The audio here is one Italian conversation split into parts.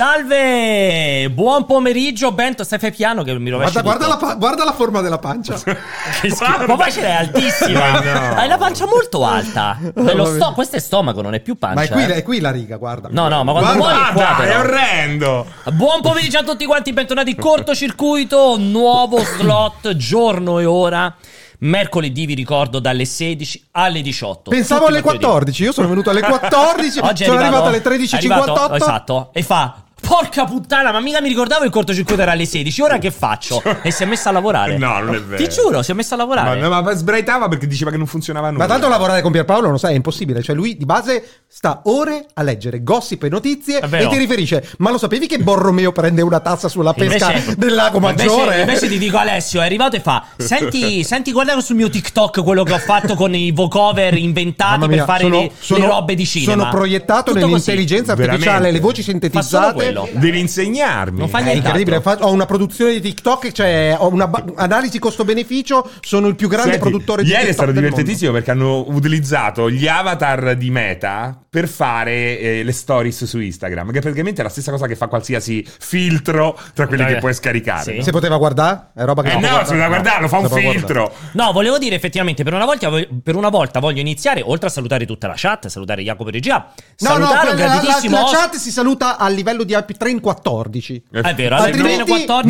Salve, buon pomeriggio, Bento. Stai piano che mi rovescio. Guarda la forma della pancia. Che schifo. Ma poi ce l'hai altissima. No. Hai la pancia molto alta. Questo è stomaco, non è più pancia. Ma è qui la riga, guarda. No, ma quando muori qua, è orrendo. Buon pomeriggio a tutti quanti, bentornati. Cortocircuito, nuovo slot, giorno e ora. Mercoledì, vi ricordo, dalle 16 alle 18. Pensavo alle 14, io sono venuto alle 14. Oggi sono arrivato alle 13:58. Esatto, e fa: porca puttana, ma mica mi ricordavo il cortocircuito era alle 16. Ora che faccio? E si è messa a lavorare. No, non è vero. Ti giuro, si è messa a lavorare. Ma sbraitava perché diceva che non funzionava nulla. Ma tanto lavorare con Pierpaolo, non sai, è impossibile. Cioè lui di base sta ore a leggere gossip e notizie e ti riferisce: ma lo sapevi che Borromeo prende una tassa sulla pesca del Lago Maggiore? Invece ti dico, Alessio è arrivato e fa: senti, guarda sul mio TikTok quello che ho fatto con i vocover inventati per fare le robe di cinema. Sono proiettato tutto nell'intelligenza artificiale, veramente. le voci sintetizzate. Devi insegnarmi. Non fa È niente. incredibile. Ho una produzione di TikTok, cioè ho una analisi costo-beneficio. Sono il più grande produttore di TikTok. Ieri è stato del divertentissimo perché hanno utilizzato gli avatar di Meta per fare le stories su Instagram, che praticamente è la stessa cosa che fa qualsiasi filtro tra quelli che puoi scaricare. Sì. No? Se poteva guardare? È roba che No, si poteva guardare, lo fa un filtro. No, volevo dire effettivamente, per una volta voglio iniziare, oltre a salutare tutta la chat, salutare Jacopo Regia, salutare un grandissimo la chat si saluta a livello di IP3 in 14. È vero, altrimenti 14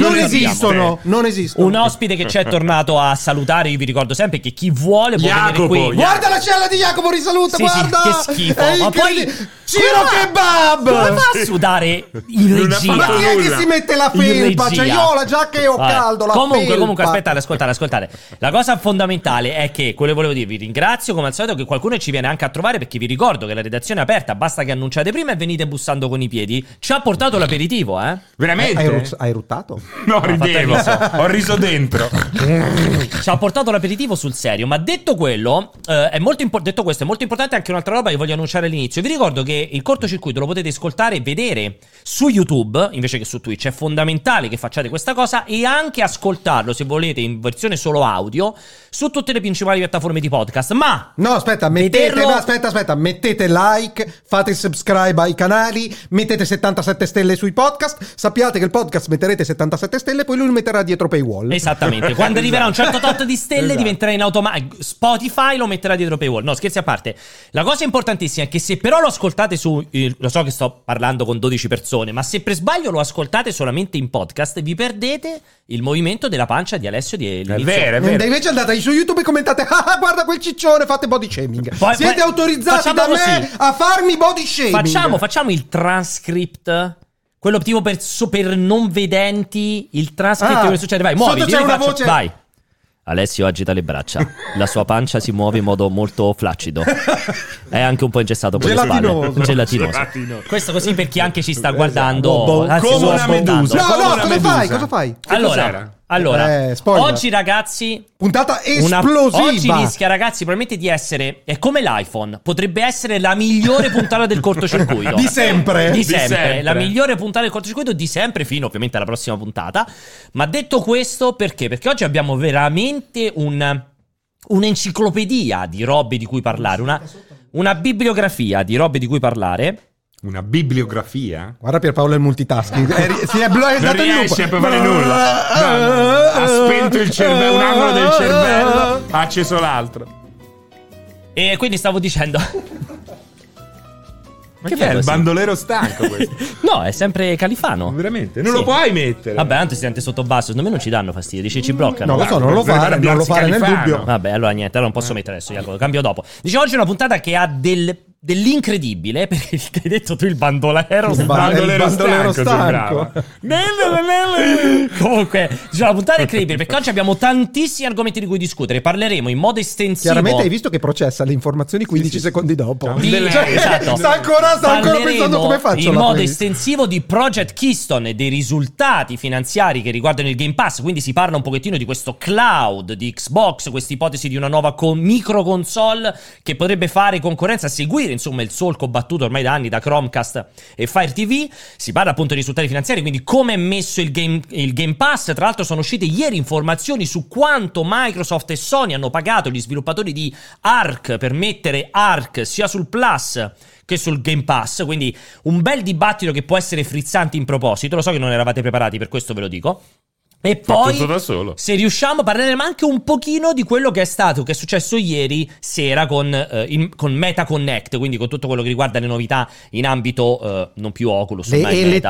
non esistono. Un ospite che ci è tornato a salutare, io vi ricordo sempre che chi vuole può venire qui. Guarda la cella di Jacopo, risaluta, Sì, guarda! che schifo. Ma poi Ciro Kebab! Come fa a sudare in regia? Ma chi è che si mette la felpa? In Cioè io ho la giacca e ho caldo, la felpa. Comunque ascoltate. La cosa fondamentale è che, quello che volevo dirvi, ringrazio come al solito che qualcuno ci viene anche a trovare, perché vi ricordo che la redazione è aperta, basta che annunciate prima e venite bussando con i piedi. Ci ha portato l'aperitivo, Veramente? Hai ruttato? No, ridevo. Ho riso dentro. Ci ha portato l'aperitivo sul serio. Ma detto quello, detto questo, è molto importante anche un'altra roba che voglio annunciare all'inizio. Vi ricordo che il cortocircuito lo potete ascoltare e vedere su YouTube invece che su Twitch. È fondamentale che facciate questa cosa, e anche ascoltarlo, se volete, in versione solo audio su tutte le principali piattaforme di podcast. Ma no, aspetta, mettete like, fate subscribe ai canali, mettete 77 stelle sui podcast. Sappiate che il podcast metterete 77 stelle, poi lui metterà dietro paywall. Esattamente. Quando arriverà un certo tot di stelle diventerà in automatico. Spotify lo metterà dietro paywall. No, scherzi a parte. La cosa importantissima è che se però lo ascoltate lo so che sto parlando con 12 persone, ma se per sbaglio lo ascoltate solamente in podcast, vi perdete il movimento della pancia di Alessio di È vero. Invece andate su YouTube e commentate: ah, guarda quel ciccione, fate body shaming. Siete autorizzati da me a farmi body shaming. Facciamo il transcript. Quello tipo per non vedenti, il transcript che succede. Vai, muovi, c'è una voce. Vai. Alessio agita le braccia, la sua pancia si muove in modo molto flaccido, è anche un po' ingessato con le spalle, gelatinoso. Questo così per chi anche ci sta guardando, come una medusa. Cosa fai? Allora, oggi ragazzi, puntata esplosiva. Oggi rischia, ragazzi, probabilmente di essere, è come l'iPhone, potrebbe essere la migliore puntata del cortocircuito. Di sempre. La migliore puntata del cortocircuito di sempre, fino ovviamente alla prossima puntata. Ma detto questo, perché? Perché oggi abbiamo veramente un'enciclopedia di robe di cui parlare, una bibliografia di robe di cui parlare. Una bibliografia? Guarda Pierpaolo, il multitasking. Non riesce a fare nulla. No. Ha spento il cervello, un angolo del cervello, ha acceso l'altro. E quindi stavo dicendo. Ma che è il bandolero stanco questo? No, è sempre Califano. Veramente? Non lo puoi mettere. Vabbè, tanto si sente sotto basso. Secondo me non ci danno fastidio. Dice ci bloccano. Non lo so, non lo fare nel dubbio. Vabbè, allora niente, allora non posso mettere adesso, Jacopo, cambio dopo. Dicevo, oggi è una puntata che ha dell'incredibile, perché hai detto tu il bandolero stanco. Comunque, dicevo, la puntata è incredibile perché oggi abbiamo tantissimi argomenti di cui discutere. Parleremo in modo estensivo. Chiaramente hai visto che processa le informazioni 15 secondi dopo. Esatto. Sta ancora pensando come faccio in modo estensivo di Project Keystone e dei risultati finanziari che riguardano il Game Pass. Quindi si parla un pochettino di questo cloud di Xbox, questa ipotesi di una nuova micro console che potrebbe fare concorrenza, seguire seguire, insomma il solco battuto ormai da anni da Chromecast e Fire TV. Si parla appunto di risultati finanziari, quindi come è messo il Game Pass. Tra l'altro sono uscite ieri informazioni su quanto Microsoft e Sony hanno pagato gli sviluppatori di Ark per mettere Ark sia sul Plus che sul Game Pass, quindi un bel dibattito che può essere frizzante in proposito. Lo so che non eravate preparati, per questo ve lo dico. E poi, tutto da solo. se riusciamo, parleremo anche un pochino di quello che è successo ieri sera con Meta Connect, quindi con tutto quello che riguarda le novità in ambito non più Oculus, le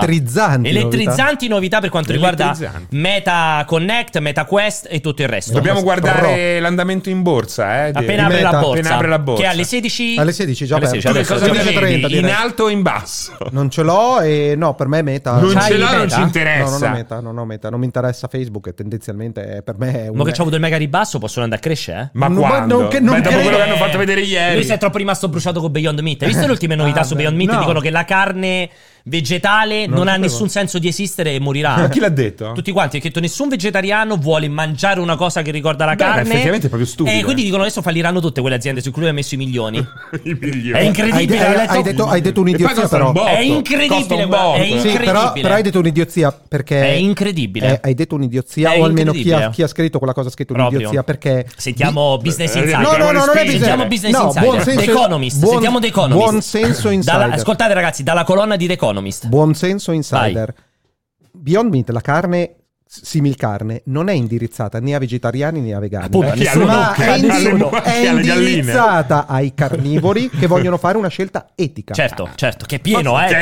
elettrizzanti novità per quanto riguarda Meta Connect, Meta Quest e tutto il resto. Dobbiamo guardare l'andamento in borsa, appena apre la borsa, che è alle 16. Alle 16 già aperto. Tu che cosa 16:30, in alto o in basso? Non ce l'ho e no, per me Meta. Non ce l'ho, Meta? non ci interessa. Non ho Meta, non mi interessa Facebook e tendenzialmente per me è un... Ma che c'ha avuto il mega ribasso possono andare a crescere, Ma quando? non dopo quello che hanno fatto vedere ieri. Lui si è troppo rimasto bruciato con Beyond Meat. Hai visto le ultime novità su Beyond Meat? no. Dicono che la carne vegetale non ha nessun senso di esistere e morirà. Ma chi l'ha detto? Tutti quanti. Ha detto nessun vegetariano vuole mangiare una cosa che ricorda la carne. Effettivamente è proprio stupido. E quindi dicono adesso falliranno tutte quelle aziende su cui lui ha messo i milioni. I milioni. È incredibile. Hai detto un'idiozia però. È incredibile. È Sì, incredibile. però hai detto un'idiozia perché È incredibile. Hai detto un'idiozia, È o almeno chi incredibile. ha scritto quella cosa ha scritto Proprio. un'idiozia perché Sentiamo Business Insider. no, non è Sentiamo Business Insider. buon senso, The Economist. Sentiamo The Economist. Buon senso insider. Ascoltate ragazzi, dalla colonna di The Economist. Buon senso insider. Beyond Meat, la carne simil carne, non è indirizzata né a vegetariani né a vegani, Appunto, ma è alle indirizzata ai carnivori che vogliono fare una scelta etica. Certo, che è pieno, Che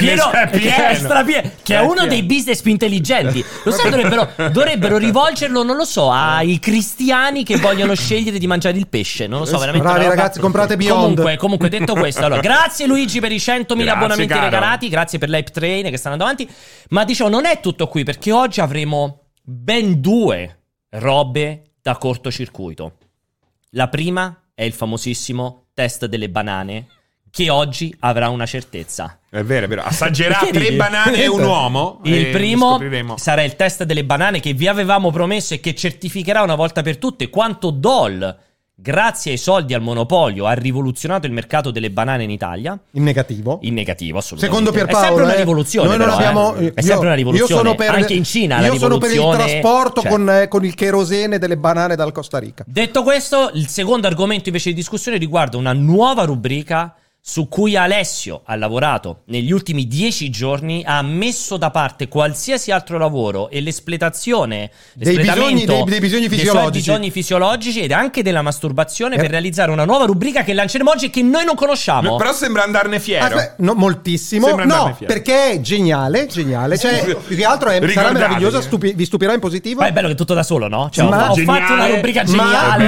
è strapieno, che è uno dei business più intelligenti. Lo sai, dovrebbero rivolgerlo, non lo so, ai cristiani che vogliono scegliere di mangiare il pesce. Non lo so, veramente. Bravi ragazzi, comprate Beyond. Comunque detto questo, allora, grazie Luigi per i 100.000 abbonamenti caro. regalati, grazie per l'Hype Train che stanno andando avanti. Ma dicevo, non è tutto qui, perché oggi avremo ben due robe da cortocircuito. La prima è il famosissimo test delle banane, che oggi avrà una certezza. È vero. Assaggerà Perché 3 ridi? banane e un uomo. Il e primo scopriremo. sarà il test delle banane che vi avevamo promesso e che certificherà una volta per tutte quanto Dole, grazie ai soldi al monopolio, ha rivoluzionato il mercato delle banane in Italia. In negativo, assolutamente. Secondo Pierpaolo, è sempre una rivoluzione. noi non però, abbiamo, è sempre una rivoluzione. Io sono per, anche in Cina la io sono per il rivoluzione. trasporto Cioè. con il cherosene delle banane dal Costa Rica. Detto questo, il secondo argomento invece di discussione riguarda una nuova rubrica su cui Alessio ha lavorato negli ultimi 10 giorni, ha messo da parte qualsiasi altro lavoro e l'espletamento dei bisogni dei suoi bisogni fisiologici ed anche della masturbazione per realizzare una nuova rubrica che lanceremo oggi e che noi non conosciamo. Però sembra andarne fiero. No, moltissimo. Sembra andarne No, fiero. perché è geniale. Cioè, più che altro sarà meravigliosa, vi stupirà in positivo. Ma è bello che è tutto da solo, no? Cioè, Ma- ho fatto una rubrica geniale.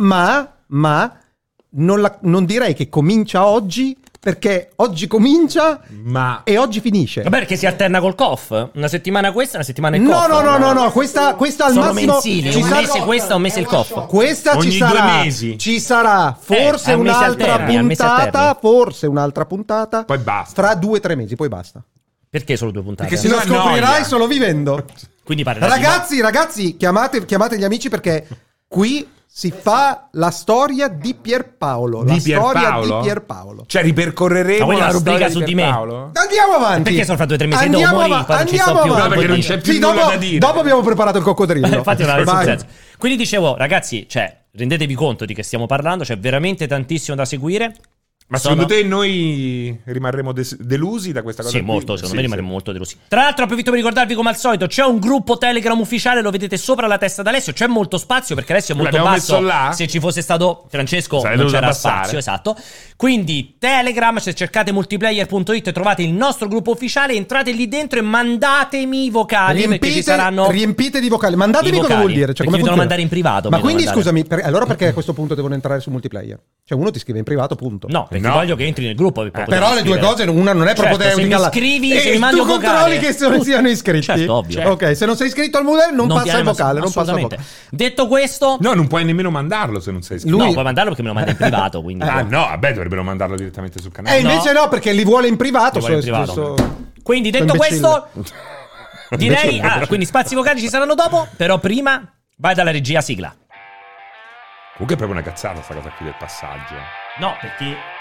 Ma non direi che comincia oggi, perché oggi comincia Ma e oggi finisce. Vabbè, perché si alterna col COF. Una settimana questa, una settimana il No, COF. no, questa al Sono massimo mensili, un mese questa, un mese il COF. Questa Ogni ci 2 sarà, mesi. ci sarà forse a mesi un'altra alterni, a mesi puntata, alterni. forse un'altra puntata. Poi basta. Fra 2 o 3 mesi, poi basta. Perché solo 2 puntate? Perché Se lo Se no scoprirai annoia. solo vivendo. Quindi parlerà di- Ragazzi, chiamate gli amici perché qui si fa la storia di Pierpaolo. Di La storia Pierpaolo? di Pierpaolo. Cioè ripercorreremo Ma voglio la una rubrica storia su di me. Pierpaolo? Andiamo avanti. Perché sono fra 2 o 3 mesi Andiamo dopo morì, poi non ci sto più. avanti. No, perché non c'è più Sì, nulla da dire. Dopo abbiamo preparato il coccodrillo. Infatti non aveva Vai. nessun senso. Quindi dicevo, ragazzi, cioè, rendetevi conto di che stiamo parlando, c'è veramente tantissimo da seguire. Ma secondo te noi rimarremo delusi da questa cosa? Sì, qui? molto, secondo me Sì, rimarremo molto delusi. Tra l'altro approfitto per ricordarvi come al solito, c'è un gruppo Telegram ufficiale, lo vedete sopra la testa di Alessio, c'è molto spazio perché Alessio è molto L'abbiamo basso. messo là? Se ci fosse stato Francesco Sarei non dovuto c'era abbassare. spazio, esatto. Quindi Telegram, se cercate multiplayer.it trovate il nostro gruppo ufficiale, entrate lì dentro e mandatemi i vocali perché ci saranno riempite di vocali. Mandatemi i cosa vocali, vuol dire? Cioè, perché come mi devono funziona? mandare in privato. Ma mi quindi devono mandare. scusami, allora perché a questo punto devono entrare su multiplayer? Cioè uno ti scrive in privato, punto. No, perché No. voglio che entri nel gruppo per poter Però le due scrivere. cose, una non è proprio Certo, se mi unica- scrivi, E se mi mandi tu un vocale. controlli che siano iscritti. Certo, ovvio. Ok, se non sei iscritto al modello non passa viene il vocale, non passa il assolutamente. vocale. Detto questo, No, non puoi nemmeno mandarlo se non sei iscritto. Lui- no, puoi mandarlo perché me lo manda in privato, quindi Ah no, vabbè, dovrebbero mandarlo direttamente sul canale. Invece no, perché li vuole in privato. Li vuole in privato. Quindi detto imbecille. questo, direi Imbecille. quindi spazi vocali ci saranno dopo, però prima vai dalla regia, sigla. Comunque è proprio una cazzata sta cosa qui del passaggio. No, perché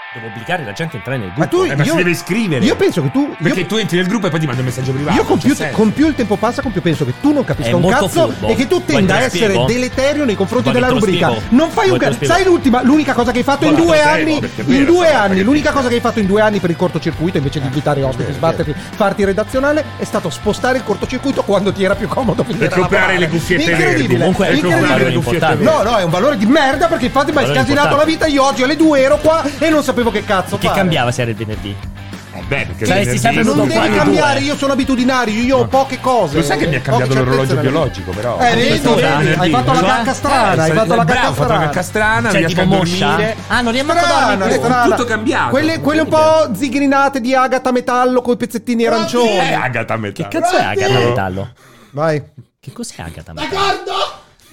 Devo obbligare la gente a entrare nel Ma gruppo. tu, Ma si deve iscrivere. Io penso che tu. Perché tu entri nel gruppo e poi ti manda un messaggio privato. Io con Cioè, più il tempo passa, con più penso che tu non capisca È un molto cazzo furbo. e che tu Vuoi tenda a te lo essere spiego? deleterio nei confronti Vuoi della te lo rubrica. spiego? Non fai un Vuoi te lo cazzo. spiego? Sai l'unica cosa che hai fatto in Guarda, 2 te lo anni? spiego, perché è In vero, 2 sta anni, roba l'unica che cosa che hai fatto in 2 anni per il cortocircuito, invece di invitare ospiti, sbatterti, farti redazionale, è stato spostare il cortocircuito quando ti era più comodo finire E comprare lavorare. le cuffiette verdi. Incredibile. Comunque è un Incredibile. valore importante. No, è un valore di merda perché infatti mi hai Valore scasinato la importante. vita. Io oggi alle 2 ero qua e non sapevo che cazzo Che fare. cambiava se era il venerdì? beh, perché Saresti venerdì- sempre Non Sono devi qua alle cambiare, 2. io sono abitudinario, io ho poche cose. Lo sai che mi ha cambiato Poche l'orologio certezze nella biologico, però. vita. Vedi, Scusa, hai fatto la cacca strana, hai fatto la bravo, cacca ho fatto la cacca strana. strana, Cioè, non riesco tipo a moscia? dormire. Ah, non riesco a Strana, dormire. strana. Tutto cambiato. Quelle un po' zigrinate di agata metallo con i pezzettini arancioni. Agata metà. Che cazzo è Agata Metallo? Vai. Che cos'è Agata Metallo?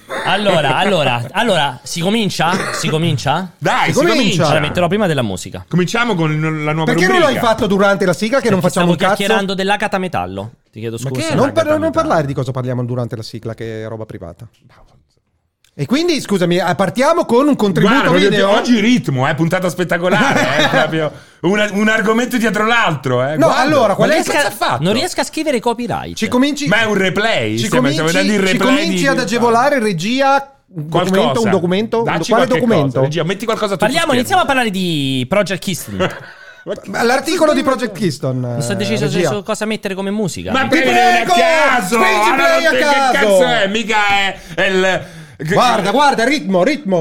Allora, si comincia? Si comincia? Dai, si comincia. comincia. Allora, metterò prima della musica. Cominciamo con la nuova Perché non rubrica. l'hai fatto durante la sigla che non Perché facciamo stavo un cazzo? chiacchierando dell'Agata Metallo. Ti chiedo Ma scusa. che è Non, Agata non Metallo? parlare di cosa parliamo durante la sigla, che è roba privata. E quindi, scusami, partiamo con un contributo Guarda, voglio video. dire, oggi ritmo, puntata spettacolare, proprio un argomento dietro l'altro, No, Guarda, allora, qual ma è che cazzo ha fatto? Non riesco a scrivere copyright. Ci cominci, Ma è un replay? ci Stiamo vedendo il cominci, ci replay cominci di- ad agevolare regia. Un Qualcosa. documento? Dacci Quale qualche documento? cosa, regia, metti qualcosa tu Parliamo, su iniziamo a schermo. parlare di Project Keystone. L'articolo di Project Keystone. Non sto deciso regia. su cosa mettere come musica. Ma Ti prende prego! a caso! Spingi play a Che caso! cazzo è? Mica è il... Guarda, ritmo.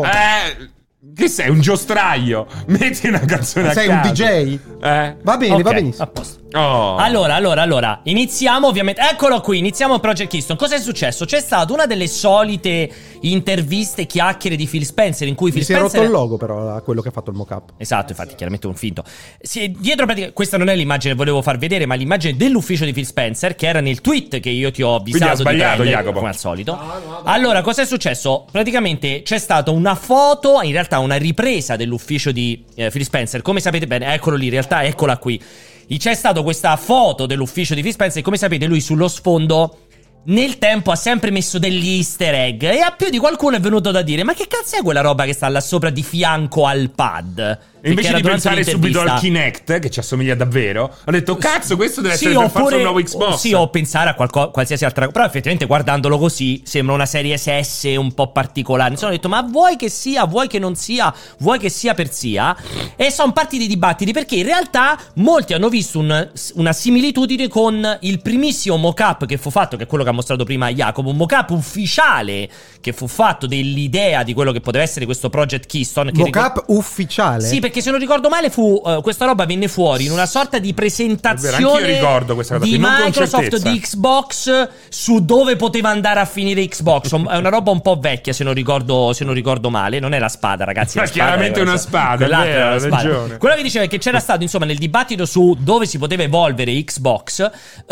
Che sei, un giostraio? Metti una canzone Sei a un caso. DJ? Va bene, Ok, va benissimo. a posto. Oh. Allora, iniziamo ovviamente. Eccolo qui, iniziamo Project Keystone. Cosa è successo? C'è stata una delle solite interviste, chiacchiere di Phil Spencer in cui Mi Phil si è Spencer... rotto il logo però a quello che ha fatto il mock-up. Esatto, infatti, chiaramente un finto. Dietro questa non è l'immagine che volevo far vedere, ma l'immagine dell'ufficio di Phil Spencer, che era nel tweet che io ti ho avvisato Quindi ha sbagliato, di prendere, Jacopo. come al solito. Allora, cosa è successo? Praticamente c'è stata una foto, in realtà una ripresa dell'ufficio di Phil Spencer. Come sapete bene, eccolo lì, in realtà eccola qui. C'è stata questa foto dell'ufficio di Phil Spencer e come sapete lui sullo sfondo nel tempo ha sempre messo degli easter egg e a più di qualcuno è venuto da dire: ma che cazzo è quella roba che sta là sopra di fianco al pad? E invece Perché di era durante pensare subito al l'intervista. Kinect, che ci assomiglia davvero, ho detto, cazzo, questo deve essere per forza un nuovo Xbox. Sì, o pensare a qualsiasi altra cosa. Però effettivamente guardandolo così sembra una serie SS un po' particolare. Insomma, ho detto, ma vuoi che sia, vuoi che non sia, vuoi che sia per sia? E sono partiti i dibattiti perché in realtà molti hanno visto una similitudine con il primissimo mock-up che fu fatto, che è quello che ha mostrato prima Jacopo, un mock-up ufficiale che fu fatto dell'idea di quello che poteva essere questo Project Keystone. Mock-up ufficiale? Sì, perché se non ricordo male questa roba venne fuori in una sorta di presentazione anch'io ricordo questa cosa di qui, non con Microsoft, certezza. di Xbox, su dove poteva andare a finire Xbox. È una roba un po' vecchia se non ricordo male. Non è la spada, ragazzi. Ma la spada chiaramente è una spada, quell'altra è era vero, la spada. hai ragione. Quello che dicevo è che c'era stato insomma nel dibattito su dove si poteva evolvere Xbox,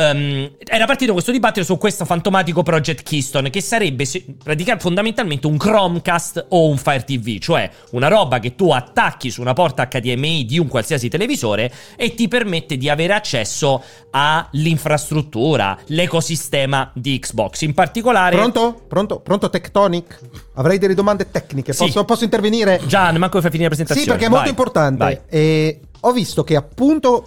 era partito questo dibattito su questo fantomatico Project Keystone, che sarebbe fondamentalmente un Chromecast o un Fire TV, cioè una roba che tu attacchi su una porta HDMI di un qualsiasi televisore e ti permette di avere accesso all'infrastruttura, l'ecosistema di Xbox. In particolare... Pronto Tectonic? Avrei delle domande tecniche. Sì. Posso intervenire? Gian, manco fai finire la presentazione. Sì, perché è molto Vai, importante. vai. Ho visto che appunto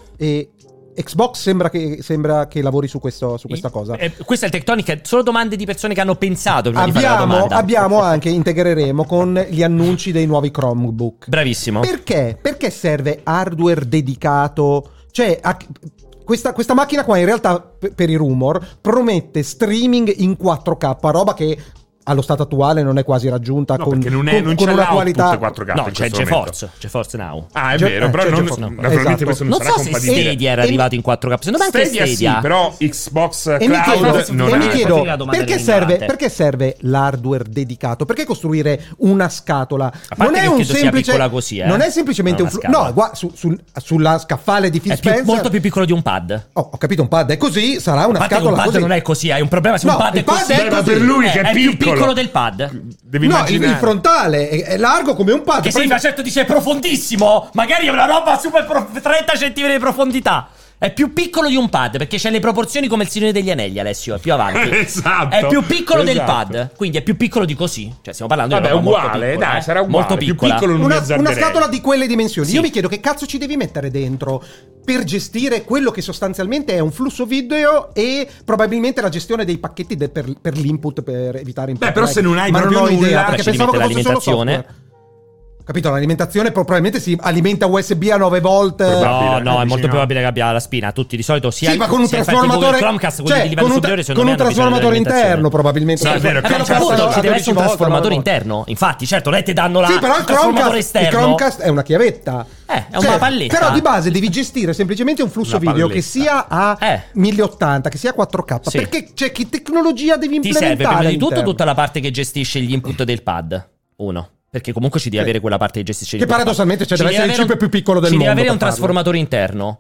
Xbox sembra che lavori su questa cosa. Questo è il Tectonic, solo domande di persone che hanno pensato prima di fare la domanda. Abbiamo anche, integreremo con gli annunci dei nuovi Chromebook. Bravissimo. Perché? Perché serve hardware dedicato? Cioè, questa macchina qua in realtà, per i rumor, promette streaming in 4K, roba che allo stato attuale non è quasi raggiunta No, con perché non con c'è una qualità 4K No, in c'è questo momento. GeForce Now. Ah, è Ge- vero, però c'è non, GeForce Now. naturalmente Esatto. questo non, Non sarà so se compatibile. Stadia era arrivato in 4K. Secondo me anche Stadia Stadia. sì, però Xbox E mi Cloud non chiedo, ha. finire la domanda perché serve l'hardware dedicato? Perché costruire una scatola? parte Non che è io un credo sia semplice, piccola così, non è semplicemente Non un una scatola. no, sulla scaffale di Phil È Spencer. molto più piccolo di un pad. Ho capito, un pad è così, sarà una A parte che un scatola pad così. non è così, hai un problema se No, un pad il è pad così. è Ma così. per lui che è più piccolo. piccolo del pad. Devi No, immaginare. il frontale è largo come un pad. Che sì, ma certo dice è profondissimo. Magari è una roba super 30 cm di profondità. È più piccolo di un pad, perché c'è le proporzioni come il Signore degli Anelli, Alessio, è più avanti. Esatto. È più piccolo del pad, quindi è più piccolo di così. Cioè stiamo parlando di una roba molto uguale, piccola, dai, sarà uguale. molto Più piccola. piccolo non mi Una azzarderei. scatola di quelle dimensioni. Sì. Io mi chiedo che cazzo ci devi mettere dentro per gestire quello che sostanzialmente è un flusso video e probabilmente la gestione dei pacchetti per l'input, per evitare input. Però se non hai ma proprio non ho idea, nulla, perché ci pensavo che mette fosse solo l'alimentazione. software. Capito, l'alimentazione probabilmente si alimenta USB a 9 volt. Probabile. No, è molto Vicino. probabile che abbia la spina. Tutti di solito sia Sì, ma con un sia il trasformatore, Chromecast, quelli di livello superiore, secondo con me un hanno bisogno trasformatore dell'alimentazione. interno probabilmente. Sì, è vero, Perché Chromecast lo Appunto, fanno ci deve essere un 12 volte, trasformatore no? interno. Infatti, certo, non è che danno la Sì, però il trasformatore esterno. Chromecast è una chiavetta. È una palletta. Però di base devi gestire semplicemente un flusso Una video palletta. che sia a 1080, che sia a 4K. Sì. Perché c'è che tecnologia devi Ti serve implementare prima di tutto all'interno? tutta la parte che gestisce gli input del pad. Uno. Perché comunque ci devi avere quella parte che gestisce Che l'input. paradossalmente, cioè, Ci deve essere il avere chip più piccolo del ci mondo devi avere per un farlo. trasformatore interno.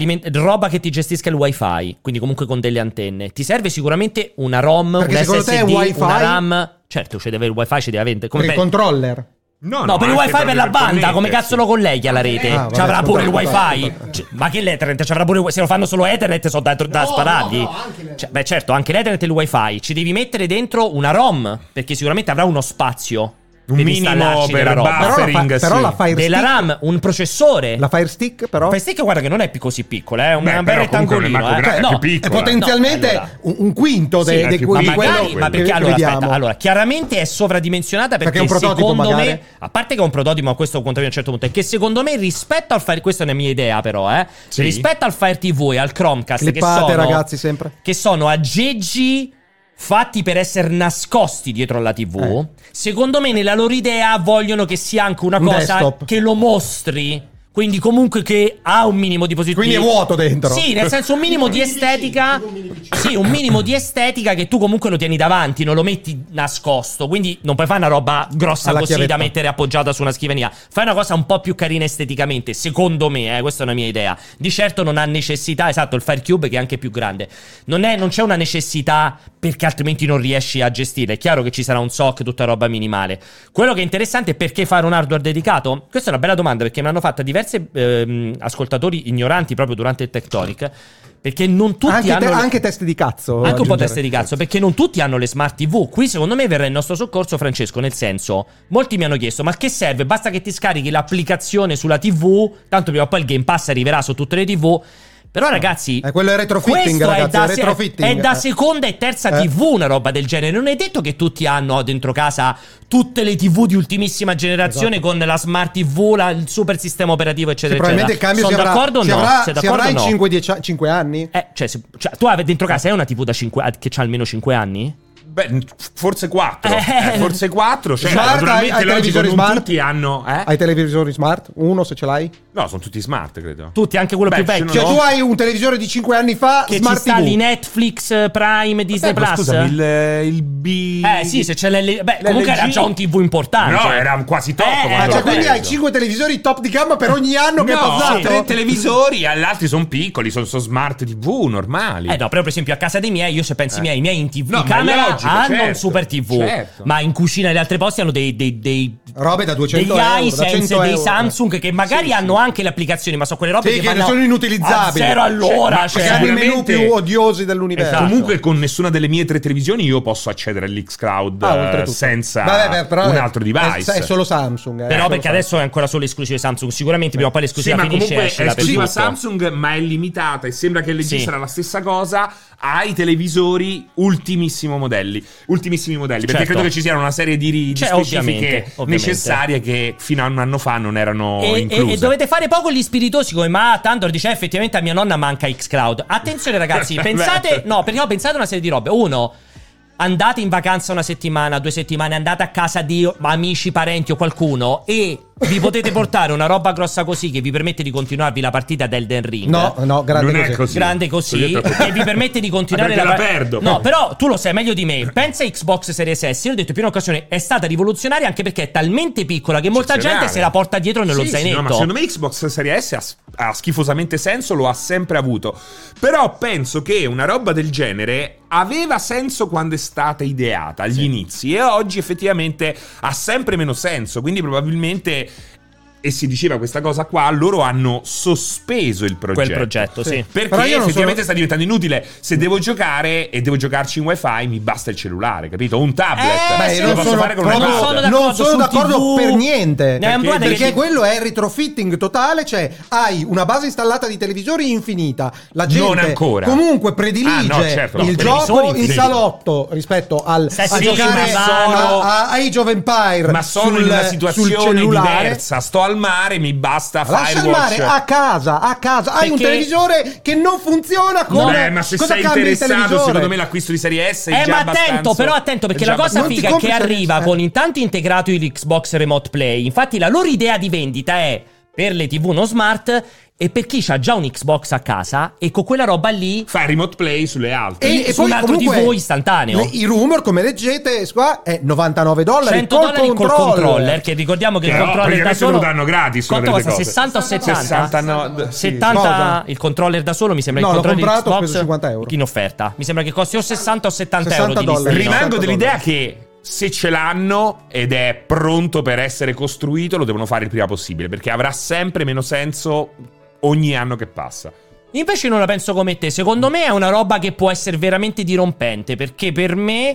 Roba che ti gestisca il wifi, quindi comunque con delle antenne. Ti serve sicuramente una ROM, Perché un secondo te SSD, è wifi? una RAM. Certo, ci deve avere il wifi, ci deve avere. Per il controller. No, per il anche wifi per la banda, come connettersi. cazzo lo colleghi alla rete? vabbè, ci avrà pure il scusate, wifi. scusate. Ma che l'Ethernet? Ci avrà pure. Se lo fanno solo Ethernet, sono da sparargli. Beh, certo, anche l'Ethernet e il wifi. Ci devi mettere dentro una ROM, perché sicuramente avrà uno spazio. Un per minimo installarci per della roba. buffering, Però sì. la Fire Della Stick, RAM, un processore. la Fire Stick però Fire Stick, guarda che non è più così piccola, è un Beh, bel però comunque non è rettangolino. manco grande, è più è piccola. potenzialmente No, allora. un quinto Sì, di è più quello ma piccola. magari, ma perché che allora, vediamo. aspetta, allora, chiaramente è sovradimensionata perché è un prototipo, secondo magari. me, a parte che è un prototipo, ma questo conta a un certo punto, è che secondo me rispetto al Fire, questa è una mia idea però, Sì. rispetto al Fire TV e al Chromecast Clippate, ragazzi, sempre. che sono aggeggi fatti per essere nascosti dietro alla TV, secondo me nella loro idea vogliono che sia anche una Un cosa desktop. che lo mostri. Quindi comunque che ha un minimo di positività. Quindi è vuoto dentro. Sì, nel senso un minimo di estetica. Sì, un minimo di estetica che tu comunque lo tieni davanti, non lo metti nascosto. Quindi non puoi fare una roba grossa Alla così chiavetta. da mettere appoggiata su una scrivania. Fai una cosa un po' più carina esteticamente, secondo me, questa è una mia idea. Di certo non ha necessità, esatto, il Fire Cube che è anche più grande. Non c'è una necessità perché altrimenti non riesci a gestire. È chiaro che ci sarà un SOC, tutta roba minimale. Quello che è interessante è perché fare un hardware dedicato? Questa è una bella domanda perché me l'hanno fatta diversi ascoltatori ignoranti proprio durante il Tectonic. Perché non tutti hanno anche test di cazzo. anche un po' aggiungere. teste di cazzo, perché non tutti hanno le smart TV. Qui secondo me verrà in nostro soccorso Francesco, nel senso, molti mi hanno chiesto ma che serve? Basta che ti scarichi l'applicazione sulla TV, tanto prima o poi il Game Pass arriverà su tutte le TV. Però ragazzi, quello è retrofitting, questo ragazzi, è è retrofitting. è da seconda e terza TV una roba del genere. Non è detto che tutti hanno dentro casa tutte le TV di ultimissima generazione, Esatto. con la smart TV, il super sistema operativo eccetera Probabilmente il eccetera. cambio Sono d'accordo o no? Sei si avrà d'accordo o in no? 5 anni? Cioè, tu hai dentro casa hai una TV da 5 che ha almeno 5 anni? Beh, forse 4. Forse 4. Cioè, Smart, naturalmente hai logico, televisori non smart? tutti hanno. Hai televisori smart? Uno se ce l'hai? No, sono tutti smart, credo. Tutti, anche quello Beh, più se vecchio. Cioè No. tu hai un televisore di 5 anni fa Che smart ci installi TV. Netflix, Prime, Disney Ma Plus. scusami, il B. Sì, se c'è comunque era già un TV importante. No, era quasi top. quando Ah, l'ho cioè quindi preso. hai 5 televisori top di gamma per ogni anno che è No, passato? 3 televisori, gli altri sono piccoli, sono smart TV normali. No, però per esempio a casa dei miei, io se pensi i miei in TV, No, in ma è camera logico, hanno un certo, super TV, certo. ma in cucina e negli altri posti hanno dei Robe da 200 degli euro, da iSense, 100 dei euro. Samsung che magari hanno anche le applicazioni, ma sono quelle robe Sì, che vanno sono inutilizzabili. a zero all'ora. Cioè, Cioè, Perché hanno i menu sicuramente- più odiosi dell'universo. Esatto. Comunque con nessuna delle mie 3 televisioni io posso accedere all'Xcloud Oltretutto. senza Vabbè, però un altro device. È solo Samsung. Però solo perché Samsung. adesso è ancora solo esclusive Samsung. Sicuramente prima o poi Sì, l'esclusiva ma finisce comunque esce è esclusiva dappertutto. Samsung, ma è limitata e sembra che LG Sì. sarà la stessa cosa ai televisori ultimissimi modelli, perché Certo. credo che ci siano una serie di Cioè, specifiche ovviamente. necessarie che fino a un anno fa non erano incluse. E dovete fare poco gli spiritosi come ma tanto dice effettivamente a mia nonna manca Xcloud. Attenzione ragazzi, pensate pensate a una serie di robe. Uno, andate in vacanza una settimana, 2 settimane, andate a casa di amici, parenti o qualcuno e vi potete portare una roba grossa così che vi permette di continuarvi la partita d'Elden Ring. No, grande Non è così. così. Grande così, che vi permette di continuare Perché la perdo. No, però tu lo sai meglio di me. Pensa a Xbox Series S. Io l'ho detto in più occasione, è stata rivoluzionaria anche perché è talmente piccola che molta gente se la porta dietro nello Sì, zainetto. no, ma secondo me Xbox Series S ha schifosamente senso, lo ha sempre avuto. Però penso che una roba del genere aveva senso quando è stata ideata agli inizi e oggi effettivamente ha sempre meno senso. Quindi probabilmente e si diceva questa cosa qua, loro hanno sospeso il progetto. Quel progetto, sì. Perché Però io non effettivamente sono- sta diventando inutile. Se devo giocare e devo giocarci in wifi, mi basta il cellulare, capito? Un tablet. Beh, sì, io lo non posso sono, fare con un proprio- non iPad. sono d'accordo non sono sul d'accordo TV. per niente. Guarda Perché che- quello è retrofitting totale, cioè hai una base installata di televisori infinita. La gente Non ancora. comunque predilige Ah, no, certo, no, il televisori gioco in infiniti. salotto rispetto a Sì, giocare ma sono- a Age of Empire. Ma sono in una situazione diversa. Sto al mare, mi basta Lascia il Firewatch. mare a casa. Hai un Perché- televisore che non funziona con Beh, ma se cosa sei cambia il interessato, televisore? secondo me l'acquisto di serie S è già ma abbastanza. attento, però attento, perché è la già cosa Non ti figa è compri che serie- arriva con intanto integrato l'Xbox Remote Play. Infatti la loro idea di vendita è per le TV non smart e per chi ha già un Xbox a casa e con quella roba lì Fa remote play sulle altre. E su un altro TV istantaneo. I rumor, come leggete, qua è $99 $100 col controller, che ricordiamo che il Però controller da praticamente solo lo danno gratis. quanto delle costa? cose. 60 o 70? 60 no, sì. 70 Cosa? il controller da solo mi sembra No, il l'ho controller comprato, ho Xbox speso $50. in offerta. Mi sembra che costi o 60 o 70 $60 euro di listino. Rimango $60. dell'idea che se ce l'hanno ed è pronto per essere costruito, lo devono fare il prima possibile, perché avrà sempre meno senso ogni anno che passa. Invece non la penso come te. Secondo me è una roba che può essere veramente dirompente, perché per me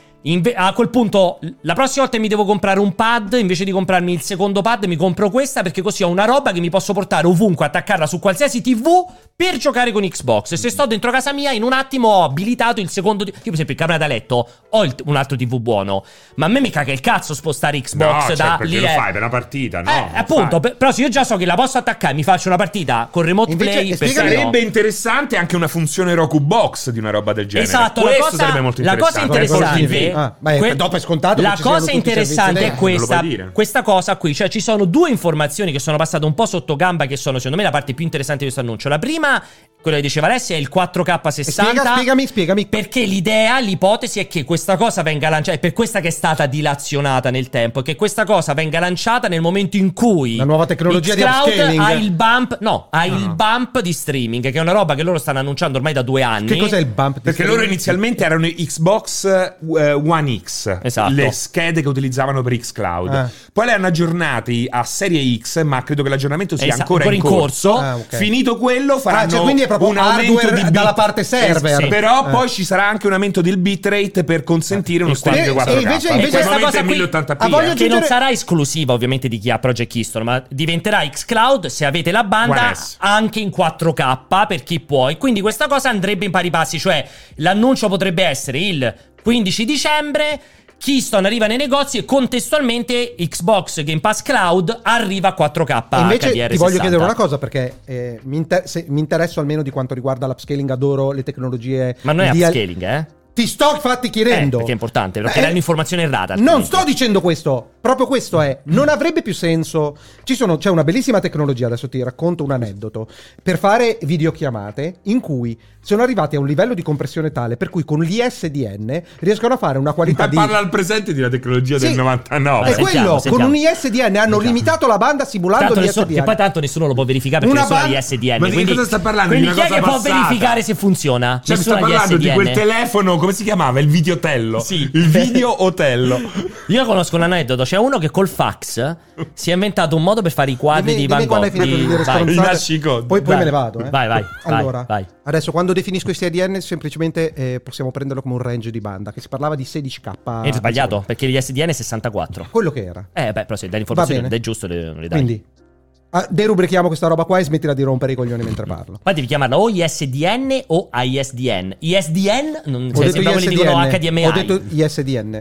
a quel punto la prossima volta che mi devo comprare un pad, invece di comprarmi il secondo pad mi compro questa, perché così ho una roba che mi posso portare ovunque, attaccarla su qualsiasi TV per giocare con Xbox. E se sto dentro casa mia, in un attimo ho abilitato il secondo. Io per esempio in camera da letto ho un altro TV buono, ma a me mi caga il cazzo spostare Xbox No, da perché lì. lo fai per una partita, no? non Appunto, fai. però se io già so che la posso attaccare, mi faccio una partita con remote Invece, play, perché spiegami- no? Sarebbe interessante anche una funzione Roku Box di una roba del genere. Esatto, questo sarebbe molto la cosa interessante. interessante dopo è scontato la che ci siano cosa tutti i interessante servizi è dentro. Non lo questa, puoi dire. questa cosa qui, cioè ci sono due informazioni che sono passate un po' sotto gamba, che sono secondo me la parte più interessante di questo annuncio. La prima, quella che diceva Alessia, è il 4K 60. Spiegami. Perché l'idea, l'ipotesi è che questa cosa venga lanciata, è per questa che è stata dilazionata nel tempo, che questa cosa venga lanciata nel momento in cui La nuova tecnologia di xCloud upscaling. ha il bump, il bump di streaming, che è una roba che loro stanno annunciando ormai da 2 anni. Che cos'è il bump? Perché loro inizialmente erano i Xbox One X, Esatto. le schede che utilizzavano per xCloud. Poi le hanno aggiornati a Serie X, ma credo che l'aggiornamento sia ancora in corso. Ok. Finito quello faranno cioè quindi è proprio un aumento hardware di dalla parte server. sì. Però poi ci sarà anche un aumento del bitrate per consentire uno streaming 4K. invece in quel questa momento cosa è qui- 1080p. Ah, voglio che aggiungere- non sarà esclusiva ovviamente di chi ha Project Keystone, ma diventerà xCloud, se avete la banda, One S. anche in 4K per chi può. E quindi questa cosa andrebbe in pari passi, cioè l'annuncio potrebbe essere il 15 dicembre, Keystone arriva nei negozi e contestualmente Xbox Game Pass Cloud arriva a 4K E invece HDR60. ti voglio chiedere una cosa, perché mi interesso almeno di quanto riguarda l'upscaling, adoro le tecnologie. Ma non è di upscaling, Ti sto infatti chiedendo. perché è importante, perché dà un'informazione errata. Non altrimenti. sto dicendo questo, proprio questo è. Non avrebbe più senso. C'è una bellissima tecnologia, adesso ti racconto un aneddoto, per fare videochiamate in cui sono arrivati a un livello di compressione tale per cui con l'ISDN riescono a fare una qualità Ma di... parla al presente di una tecnologia del Sì. 99. È Sentiamo, quello, sentiamo. con un ISDN hanno limitato la banda simulando Tanto l'ISDN. che poi tanto nessuno lo può verificare perché Una nessuno ha banda- l'ISDN. Ma di che quindi, cosa sta parlando? Quindi Di chi una è che cosa può passata? verificare se funziona? Cioè, mi sta Nessuno ha parlando di l'ISDN. quel telefono, come si chiamava? Il videotello. Sì. Il videotello. Io conosco un aneddoto, c'è uno che col fax si è inventato un modo per fare i quadri di Van quando Gogh. hai finito di dire Vai. stronzate. I nascicodi. Poi Vai. me ne vado. Vai. Allora, vai. adesso quando definisco ISDN semplicemente possiamo prenderlo come un range di banda, che si parlava di 16K. È sbagliato, perché l'ISDN è 64. Quello che era. Però se dai informazioni Va bene. ed è giusto non le dai. Quindi derubrichiamo questa roba qua e smettila di rompere i coglioni mentre parlo. Poi devi chiamarla o ISDN o ISDN. ISDN non Ho detto sembra quelli dicono HDMI. Ho detto ISDN.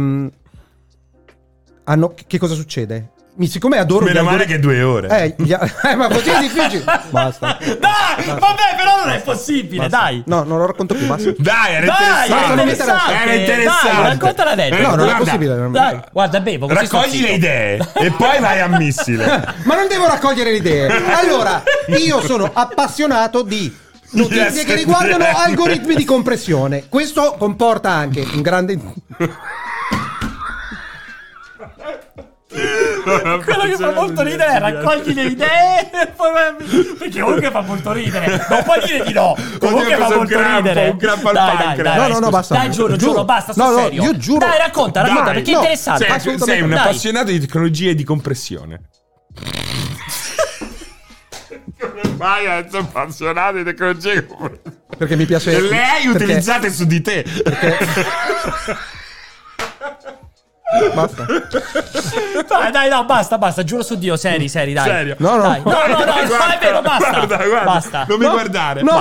Che cosa succede? Siccome adoro Meno gli male algoritmi- che 2 ore. ma così è difficile. Basta. Dai, vabbè, però non è possibile, Basta. dai. No, non lo racconto più. Basta. Dai, era Dai, interessante. non mi interessa. Era interessante. Dai, racconta l'aneddoto. No, non è Guarda, possibile. Dai, guarda, bevo. così sto Raccogli zitto. le idee e poi vai a missile. Ma non devo raccogliere le idee. Allora, io sono appassionato di notizie che riguardano algoritmi di compressione. Questo comporta anche un grande... Quello che fa molto ridere è raccogli le idee e poi perché comunque fa molto ridere. Non puoi dire di no. Comunque fa molto ridere. Un crampo al Dai, pancreas. No, scusa. basta. Dai, giuro, basta, sul No, serio. io giuro. Dai, racconta, Dai, perché è no, interessante. Sei un Assolutamente. Dai. appassionato di tecnologie di compressione. Vai, sono appassionato di tecnologie. Perché mi piace. Le hai utilizzate su di te. Basta. Dai, no, basta, giuro su Dio, seri, dai. Serio? No. Dai, no, è vero, basta. Guarda. Basta. Non mi guardare. No.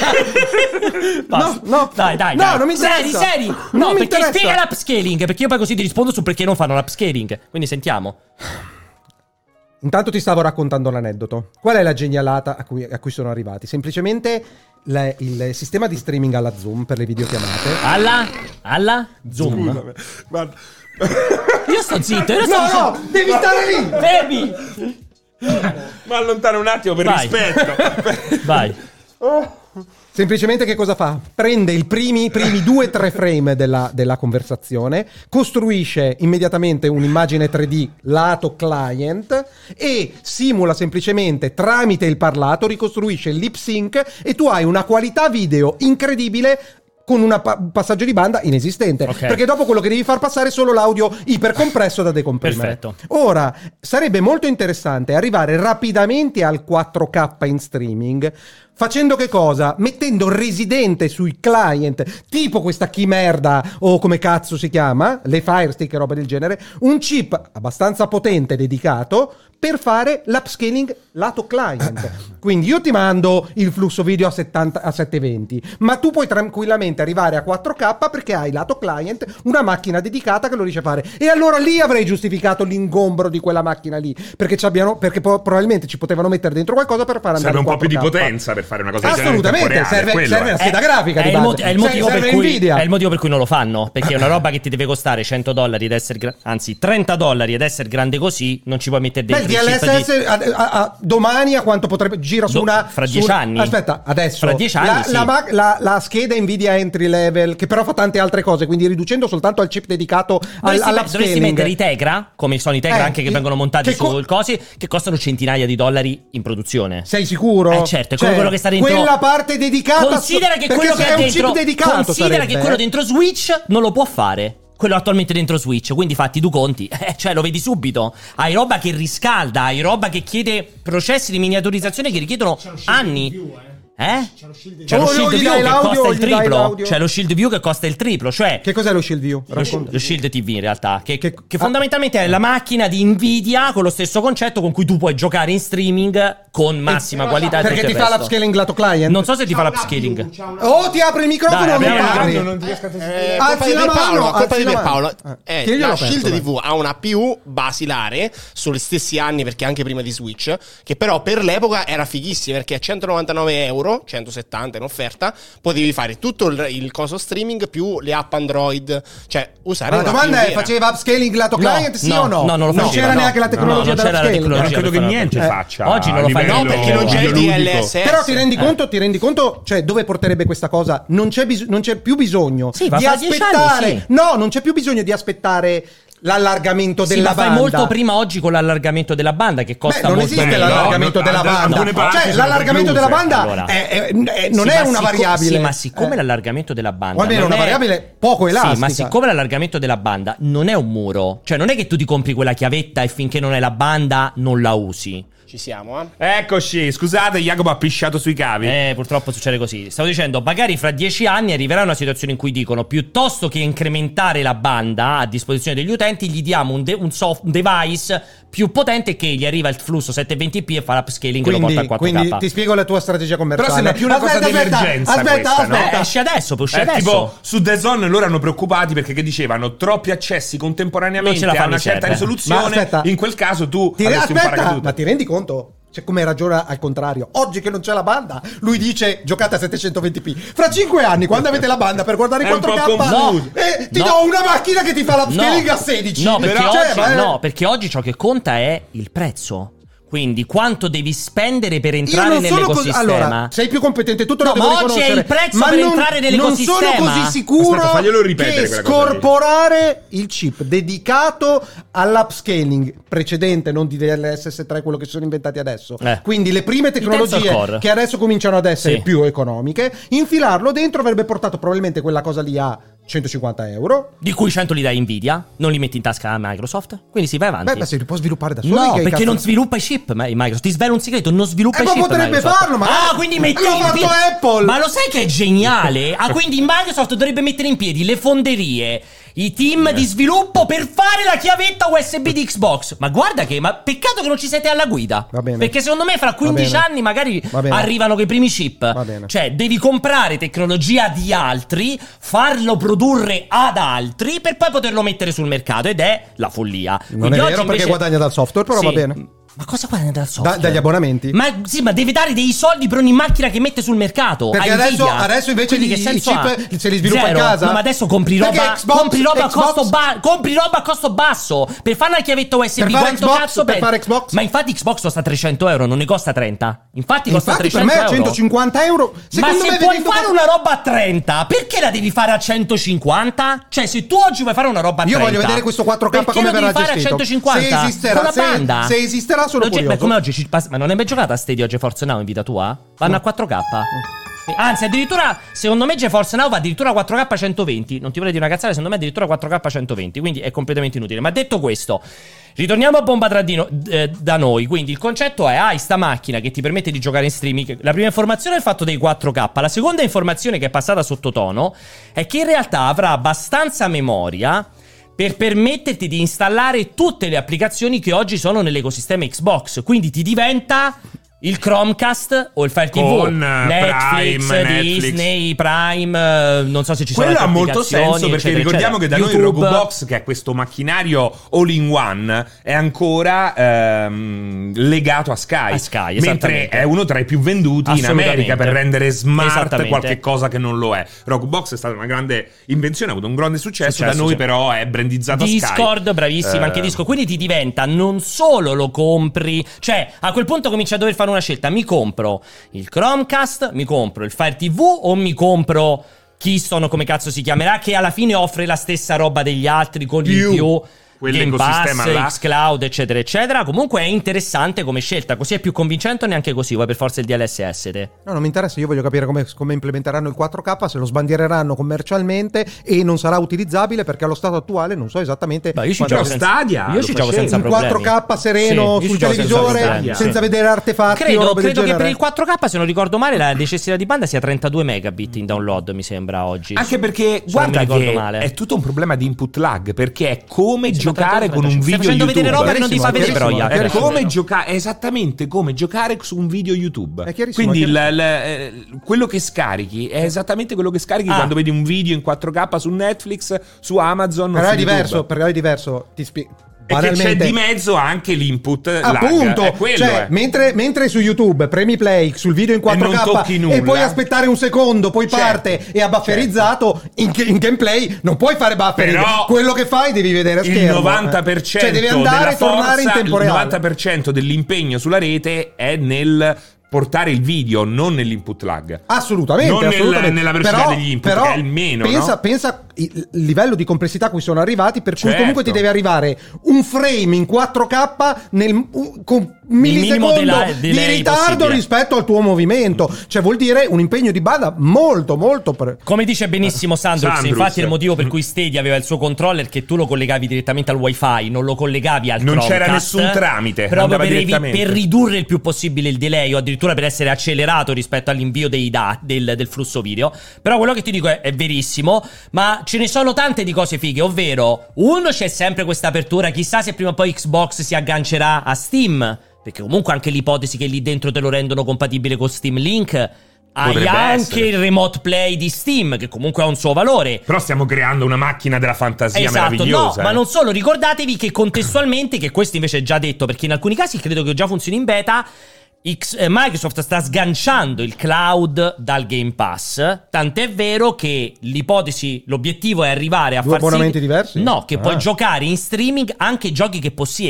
Basta. No. Dai. No, non mi interessa. Seri. Non No, mi perché interessa. spiega l'upscaling, perché io poi così ti rispondo su perché non fanno l'upscaling. Quindi sentiamo. Intanto ti stavo raccontando l'aneddoto. Qual è la genialata a cui sono arrivati? Semplicemente il sistema di streaming alla Zoom per le videochiamate. Alla Zoom. Scusami. Guarda. Io sto zitto, io No, devi stare lì. Fermi. Ma allontana un attimo per Vai. rispetto. Vai. Semplicemente che cosa fa? Prende i primi 2-3 frame della conversazione, costruisce immediatamente un'immagine 3D lato client e simula semplicemente tramite il parlato, ricostruisce il lip sync e tu hai una qualità video incredibile con un passaggio di banda inesistente. Ok. Perché dopo quello che devi far passare è solo l'audio ipercompresso da decomprimere. Perfetto. Ora, sarebbe molto interessante arrivare rapidamente al 4K in streaming. Facendo che cosa? Mettendo residente sui client, tipo questa Chimerda o come cazzo si chiama, le Fire Stick e roba del genere, un chip abbastanza potente dedicato per fare l'upscaling lato client. Quindi io ti mando il flusso video a 720, ma tu puoi tranquillamente arrivare a 4K perché hai lato client una macchina dedicata che lo riesce a fare. E allora lì avrei giustificato l'ingombro di quella macchina lì, perché probabilmente ci potevano mettere dentro qualcosa per far andare Serve un po' più di 4K. potenza per fare una cosa del genere. Assolutamente, serve la scheda grafica di base. È il motivo Serve per cui Nvidia. è il motivo per cui non lo fanno, perché è una roba che ti deve costare $100 ed essere anzi $30 ed essere grande così, non ci puoi mettere Beh, dentro il il chip DLSS domani a quanto potrebbe gira su una fra 10 anni. Aspetta, adesso Fra 10 anni, sì. la scheda Nvidia entry level che però fa tante altre cose, quindi riducendo soltanto al chip dedicato dovresti mettere i Tegra, come sono i Tegra anche che vengono montati sul cosi, che costano centinaia di dollari in produzione. Sei sicuro? Certo, è quello che sta dentro. Quella parte dedicata. Considera che quello che è è un dentro. chip dedicato. Considera sarebbe. che quello dentro Switch non lo può fare. Quello attualmente dentro Switch, quindi fatti due conti, cioè lo vedi subito. Hai roba che riscalda, hai roba che chiede processi di miniaturizzazione che richiedono anni. C'è lo Shield View che costa il triplo. C'è lo Shield View che costa il triplo. Cioè, che cos'è lo Shield View? Lo Shield TV in realtà, che fondamentalmente è la macchina di Nvidia con lo stesso concetto con cui tu puoi giocare in streaming con massima qualità. Perché ti fa l'upscaling lato client? Non so se ti fa l'upscaling. Oh, ti apri il microfono Dai, o non apriamo il parli? Non ti riesco a sentire. Alzi la mano, colpa di alzi la Pierpaolo. mano. La l'ho Shield aperto, TV ha una PU basilare sugli stessi anni, perché anche prima di Switch, che però per l'epoca era fighissima, perché a €199, 170 in offerta, potevi fare tutto il coso streaming più le app Android, cioè usare La una domanda PU è: vera. faceva upscaling lato client, sì o no? No, non lo faceva. Non c'era neanche la tecnologia no, non c'era la dell'upscaling. tecnologia. Non credo che niente faccia. Oggi non lo fai. No, perché non c'è il videoludico. DLSS. Però ti rendi conto, cioè dove porterebbe questa cosa? Non c'è più bisogno Sì, ma di fra 10 anni, aspettare. sì. No, non c'è più bisogno di aspettare l'allargamento Sì, della ma fai banda. molto prima oggi con l'allargamento della banda che costa non molto esiste meno. l'allargamento della banda. alcune parti Cioè, sono l'allargamento della precluse. banda Allora. non Sì, è ma una variabile. Sì, ma siccome l'allargamento della banda O almeno non una è- variabile poco elastica. Sì, ma siccome l'allargamento della banda non è un muro, cioè non è che tu ti compri quella chiavetta e finché non è la banda non la usi. Ci siamo, Eccoci, scusate, Jacopo ha pisciato sui cavi. Purtroppo succede così. Stavo dicendo, magari fra 10 anni arriverà una situazione in cui dicono piuttosto che incrementare la banda a disposizione degli utenti, gli diamo un device più potente che gli arriva il flusso 720p e fa l'upscaling e lo porta a 4K. Quindi ti spiego la tua strategia commerciale. Però sembra più una cosa di emergenza questa, no? Esce adesso, può uscire adesso. Tipo su The Zone loro erano preoccupati perché che dicevano troppi accessi contemporaneamente Non ce la a fanno una certa server. risoluzione. Ma aspetta. In quel caso tu avresti un paracadute. Ma ti rendi conto? C'è come ragiona al contrario. Oggi che non c'è la banda, lui dice giocate a 720p. Fra 5 anni, quando avete la banda per guardare È un po' 4K, confuso. ti do una macchina che ti fa l'upscaling a 16. No, perché, Però, oggi, perché oggi ciò che conta è il prezzo. Quindi quanto devi spendere per io entrare non sono così. nell'ecosistema. Allora, sei più competente, tutto lo No, devo ma oggi è riconoscere. il prezzo Ma per non- entrare nell'ecosistema. Non sono così sicuro Aspetta, faglielo ripetere che quella cosa lì. scorporare il chip dedicato all'upscaling precedente, non di DLSS 3, quello che si sono inventati adesso. Quindi le prime tensor tecnologie core. che adesso cominciano ad essere Sì. più economiche, infilarlo dentro avrebbe portato probabilmente quella cosa lì a 150 euro. Di cui 100 li dai Nvidia, non li metti in tasca a Microsoft. Quindi si vai avanti. Beh, ma si può sviluppare da soli. No, che perché cazzo- non sviluppa i chip Microsoft. Ti svelo un segreto, non sviluppa i ma chip potrebbe Microsoft. farlo, ma quindi metti l'ha in fatto piedi Apple. Ma lo sai che è geniale? Quindi Microsoft dovrebbe mettere in piedi le fonderie, i team di sviluppo per fare la chiavetta USB di Xbox. Ma guarda ma peccato che non ci siete alla guida. Va bene. Perché secondo me fra 15 bene. anni magari Va bene. arrivano quei primi chip. Va bene. Cioè, devi comprare tecnologia di altri, farlo produrre ad altri per poi poterlo mettere sul mercato, ed è la follia. Non Quindi è oggi vero perché invece- guadagna dal software, però Sì. va bene. Ma cosa guadagna dal software? Dagli abbonamenti. Ma sì, ma deve dare dei soldi per ogni macchina che mette sul mercato. Perché a Nvidia. adesso invece Quindi i che senso chip ha? se li sviluppa Zero. in casa. No, ma adesso compri Perché roba, Xbox- compri roba a Xbox- costo basso per fare una chiavetta USB. Per fare Quanto Xbox, cazzo per fare Xbox? Ma infatti Xbox costa 300 euro, non ne costa 30. Infatti costa Infatti 300 per me a euro. 150 euro. Ma Secondo se me puoi vedendo- fare una roba a 30, perché la devi fare a 150? Cioè, se tu oggi vuoi fare una roba a 30, Io voglio vedere questo 4K perché come lo devi verrà fare gestito. a 150? Se esisterà, Con la banda. se esisterà sono Non c'è- curioso. beh, come oggi ma non hai mai giocato a Stadia o GeForce Now in vita tua? Vanno a 4K. Anzi, addirittura, secondo me GeForce Now va addirittura a 4K 120. Non ti vorrei dire una cazzata, secondo me addirittura 4K 120. Quindi è completamente inutile. Ma detto questo, ritorniamo a bomba da noi. Quindi il concetto è: hai sta macchina che ti permette di giocare in streaming. La prima informazione è il fatto dei 4K. La seconda informazione che è passata sottotono è che in realtà avrà abbastanza memoria per permetterti di installare tutte le applicazioni che oggi sono nell'ecosistema Xbox. Quindi ti diventa il Chromecast o il Fire TV, Con Prime, Disney, Prime, non so se ci sono Quello ha altre molto applicazioni, senso, perché eccetera, ricordiamo eccetera. che da noi YouTube. il Roku Box, che è questo macchinario all-in-one, è ancora legato a Sky, Sky, mentre esattamente. è uno tra i più venduti in Assolutamente. America per rendere smart Esattamente. qualche cosa che non lo è. Roku Box è stata una grande invenzione, ha avuto un grande successo, da noi sì. però è brandizzato a Sky. Discord, bravissimo, anche Discord. Quindi ti diventa, non solo lo compri, cioè a quel punto cominci a dover fare una scelta. Mi compro il Chromecast, mi compro il Fire TV o mi compro Keystone, come cazzo si chiamerà, che alla fine offre la stessa roba degli altri con il più Game Pass, quell'ecosistema là. xCloud, eccetera, eccetera. Comunque è interessante come scelta, così è più convincente o neanche così? Vuoi per forza il DLSS te? No, non mi interessa, io voglio capire come implementeranno il 4K, se lo sbandiereranno commercialmente e non sarà utilizzabile, perché allo stato attuale non so esattamente. Beh, io ci quando- gioco senza, Stadia, io lo ci gioco facevi. senza un problemi. 4K sereno Sì, io sul ci gioco televisore problemi. senza vedere artefatti o Credo robe del che genere. per il 4K, se non ricordo male, la necessità di banda sia 32 megabit in download, mi sembra oggi. Anche perché, Se non guarda mi ricordo che male. è tutto un problema di input lag, perché è come Sì, giocare con un 35. Stai video facendo YouTube. vedere roba che non ti fa vedere, però, chiarissimo, Jacopo. È chiarissimo. come giocare, è esattamente come giocare su un video YouTube. È chiarissimo, Quindi è quello che scarichi è esattamente quello che scarichi quando vedi un video in 4K su Netflix, su Amazon. o Però su è diverso, YouTube. però è diverso. Ti spiego. E che c'è di mezzo anche l'input Appunto, lag. È quello, cioè, mentre su YouTube premi play sul video in 4K non tocchi nulla. e puoi aspettare un secondo, poi Certo, parte e ha bufferizzato, in gameplay non puoi fare buffering. Però quello che fai devi vedere a il schermo. 90% Cioè devi andare della e tornare in forza, tempo il reale. 90% dell'impegno sulla rete è nel portare il video, non nell'input lag. Assolutamente, Non assolutamente. nella velocità Però- degli input, però che è il meno, pensa, no? pensa il livello di complessità a cui sono arrivati, per cui Certo. comunque ti deve arrivare un frame in 4K con millisecondo delay di ritardo possibile. rispetto al tuo movimento. Cioè vuol dire un impegno di banda molto Come dice benissimo Sandrux, Sandrux. infatti è il motivo per cui Stadia aveva il suo controller, che tu lo collegavi direttamente al wifi, non lo collegavi al Non Chromecast, c'era nessun tramite, proprio andava per, direttamente. per ridurre il più possibile il delay, o addirittura per essere accelerato rispetto all'invio dei dati del flusso video. Però quello che ti dico è verissimo, ma ce ne sono tante di cose fighe, ovvero uno, c'è sempre questa apertura, chissà se prima o poi Xbox si aggancerà a Steam, perché comunque anche l'ipotesi che lì dentro te lo rendono compatibile con Steam Link, hai Potrebbe anche essere. il remote play di Steam, che comunque ha un suo valore. Però stiamo creando una macchina della fantasia Esatto, no, meravigliosa. ma non solo, ricordatevi che contestualmente, che questo invece è già detto, perché in alcuni casi credo che già funzioni in beta, Microsoft sta sganciando il cloud dal Game Pass, tant'è vero che l'obiettivo è arrivare a Due far sì... abbonamenti diversi? No, che puoi Ah. giocare in streaming anche giochi che possiedi.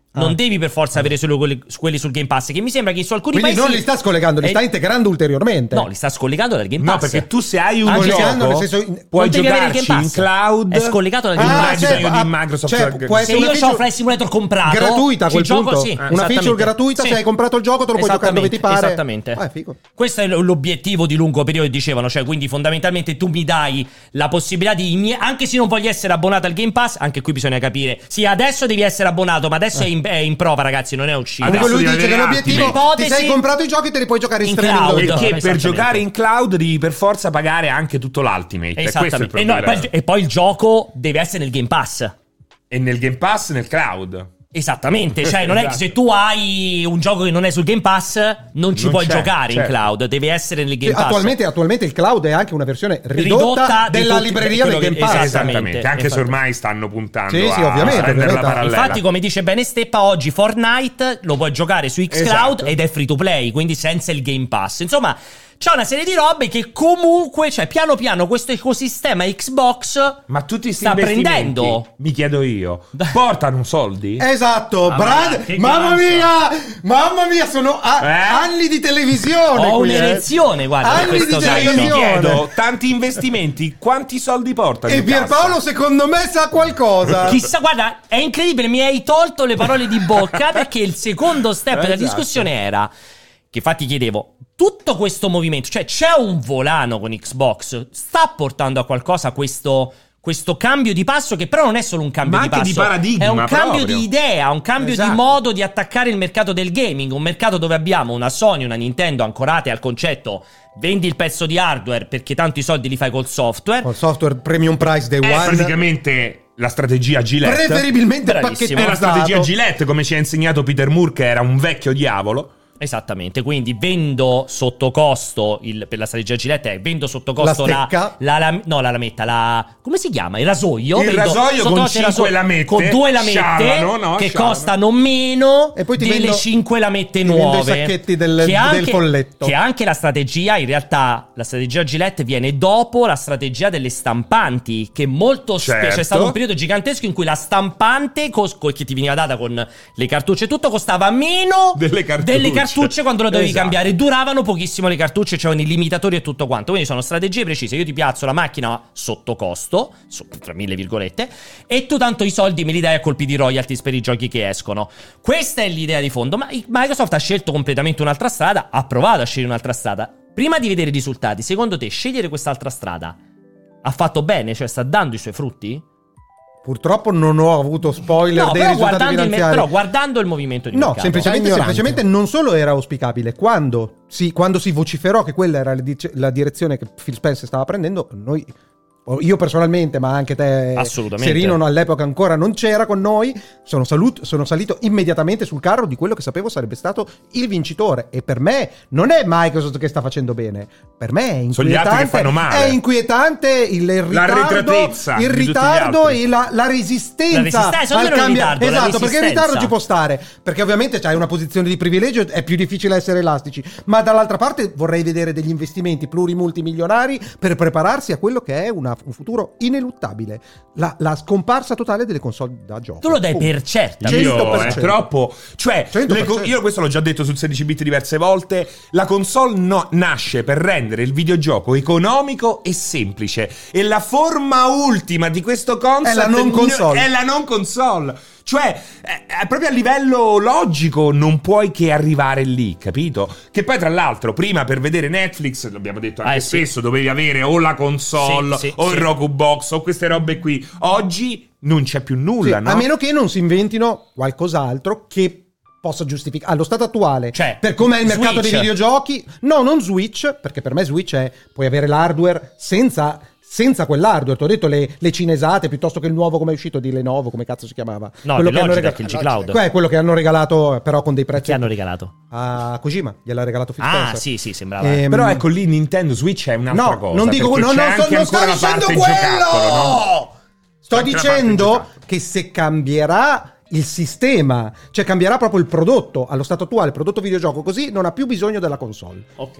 Non devi per forza avere solo quelli sul Game Pass, che mi sembra che su alcuni Quindi paesi... non li sta scollegando, li sta integrando ulteriormente. No, li sta scollegando dal Game Pass. No, perché tu se hai un Anche gioco nel senso, puoi non devi avere il giocarci Game in Pass. cloud. È scollegato dal Game non Pass. hai bisogno di Microsoft. può Se essere io una ho feature Flight Simulator comprato, gratuita a ci quel gioco, punto, sì, una esattamente. feature gratuita, Sì. se hai comprato il gioco te lo puoi giocare dove ti pare. Esattamente. Figo. Questo è l'obiettivo di lungo periodo, dicevano, cioè quindi fondamentalmente tu mi dai la possibilità di, anche se non voglio essere abbonato al Game Pass, anche qui bisogna capire, sì, adesso devi essere abbonato, ma adesso è in prova, ragazzi, non è uscito. Adesso Comunque lui devi dice che avere l'obiettivo Ultimate. ti sei comprato i giochi, te li puoi giocare in In streaming cloud. dove ti Perché pare. per Esattamente. giocare in cloud devi per forza pagare anche tutto l'Ultimate. E questo è il Esattamente. problema. E poi il gioco deve essere nel Game Pass. E nel Game Pass, nel cloud. Esattamente, cioè non è che Esatto. se tu hai un gioco che non è sul Game Pass non ci Non puoi c'è, giocare certo. in cloud, deve essere nel Game Sì, Pass. attualmente il cloud è anche una versione Ridotta ridotta di della tutti- libreria del quello Game che- Pass. esattamente. Anche se infatti. ormai stanno puntando Sì, sì, a ovviamente, renderla ovviamente. parallela. Infatti, come dice bene Steppa, oggi Fortnite lo puoi giocare su xCloud Esatto. ed è free to play, quindi senza il Game Pass. Insomma, c'è una serie di robe che comunque, cioè piano piano questo ecosistema Xbox Ma tutti sti sta investimenti, prendendo. mi chiedo io, portano soldi? Esatto, Mamma, che mamma ganza. mamma mia, sono anni di televisione. Ho qui, un'erezione, guarda, per Anni questo di Cioè, io mi televisione. chiedo, tanti investimenti, quanti soldi portano? E in cassa? Pierpaolo secondo me sa qualcosa. Chissà, guarda, è incredibile, mi hai tolto le parole di bocca perché il secondo step della Esatto. discussione era che infatti chiedevo, tutto questo movimento, cioè c'è un volano con Xbox, sta portando a qualcosa questo cambio di passo che però non è solo un cambio Ma di anche passo, di paradigma è un cambio proprio. di idea, un cambio Esatto. di modo di attaccare il mercato del gaming, un mercato dove abbiamo una Sony, una Nintendo ancorate al concetto vendi il pezzo di hardware perché tanto i soldi li fai col software. Col software premium price day one. Praticamente la strategia Gillette. Preferibilmente Bravissimo. È la strategia pacchettizzato. Gillette, come ci ha insegnato Peter Moore, che era un vecchio diavolo. Esattamente, quindi vendo sotto costo per la strategia Gillette è vendo sotto costo La stecca? la lametta, come si chiama? Il rasoio. Il Vendo rasoio sotto con costo il 5 lamette. con 2 lamette Scialano, no? che Scialano. costano meno E poi ti delle vendo- 5 lamette ti vendo i nuove. sacchetti del Che folletto. Che anche la strategia, in realtà la strategia Gillette viene dopo la strategia delle stampanti, che molto Certo. c'è stato un periodo gigantesco in cui la stampante che ti veniva data con le cartucce e tutto costava meno Delle cartucce. quando lo dovevi Esatto. cambiare. Duravano pochissimo le cartucce, c'erano i limitatori e tutto quanto. Quindi sono strategie precise. Io ti piazzo la macchina sotto costo, tra mille virgolette, e tu tanto i soldi me li dai a colpi di royalties per i giochi che escono. Questa è l'idea di fondo. Ma Microsoft ha scelto completamente un'altra strada, ha provato a scegliere un'altra strada. Prima di vedere i risultati, secondo te scegliere quest'altra strada ha fatto bene? Cioè sta dando i suoi frutti? Purtroppo non ho avuto spoiler No, dei però risultati finanziari. però guardando il movimento di No, mercato. semplicemente non solo era auspicabile, quando si vociferò che quella era la direzione che Phil Spencer stava prendendo, io personalmente, ma anche te, Assolutamente. Serino, all'epoca ancora non c'era con noi, sono salito immediatamente sul carro di quello che sapevo sarebbe stato il vincitore. E per me non è Microsoft che sta facendo bene, per me è Sono gli altri che inquietante, fanno male. è inquietante il L'arretratezza il di tutti gli ritardo altri. e la resistenza secondo me non è il ritardo, la esatto, perché il resistenza. ritardo ci può stare, perché ovviamente c'hai una posizione di privilegio, è più difficile essere elastici, ma dall'altra parte vorrei vedere degli investimenti plurimultimilionari per prepararsi a quello che è un futuro ineluttabile, la scomparsa totale delle console da gioco. Tu lo dai per certa. Io 100%. è troppo. Cioè, 100%. io questo l'ho già detto sul 16-bit diverse volte. La console nasce per rendere il videogioco economico e semplice. E la forma ultima di questo concept È la non console. È la non console. Cioè, è proprio a livello logico non puoi che arrivare lì, capito? Che poi, tra l'altro, prima per vedere Netflix, l'abbiamo detto anche sì. spesso, dovevi avere o la console Sì, o il sì. Roku Box o queste robe qui. Oggi non c'è più nulla, Sì, no? a meno che non si inventino qualcos'altro che possa giustificare allo stato attuale, Cioè, per com'è il mercato Switch. dei videogiochi. No, non Switch, perché per me Switch è puoi avere l'hardware senza quell'hardware. Ti ho detto le cinesate, piuttosto che il nuovo, come è uscito di Lenovo, come cazzo si chiamava? No, quello di che hanno Logitech, il G-Cloud. È quello che hanno regalato, però con dei prezzi. Che hanno regalato? A Kojima, gliel'ha regalato Phil Ah, Spencer. sì, sembrava. Però ecco lì Nintendo Switch è un'altra No, cosa. non dico, perché no, c'è non sto, anche non sto ancora la dicendo parte quello. giocattolo, no? Sto Anche la dicendo parte giocattolo. che se cambierà il sistema, cioè cambierà proprio il prodotto, allo stato attuale, il prodotto videogioco così, non ha più bisogno della console. Ok.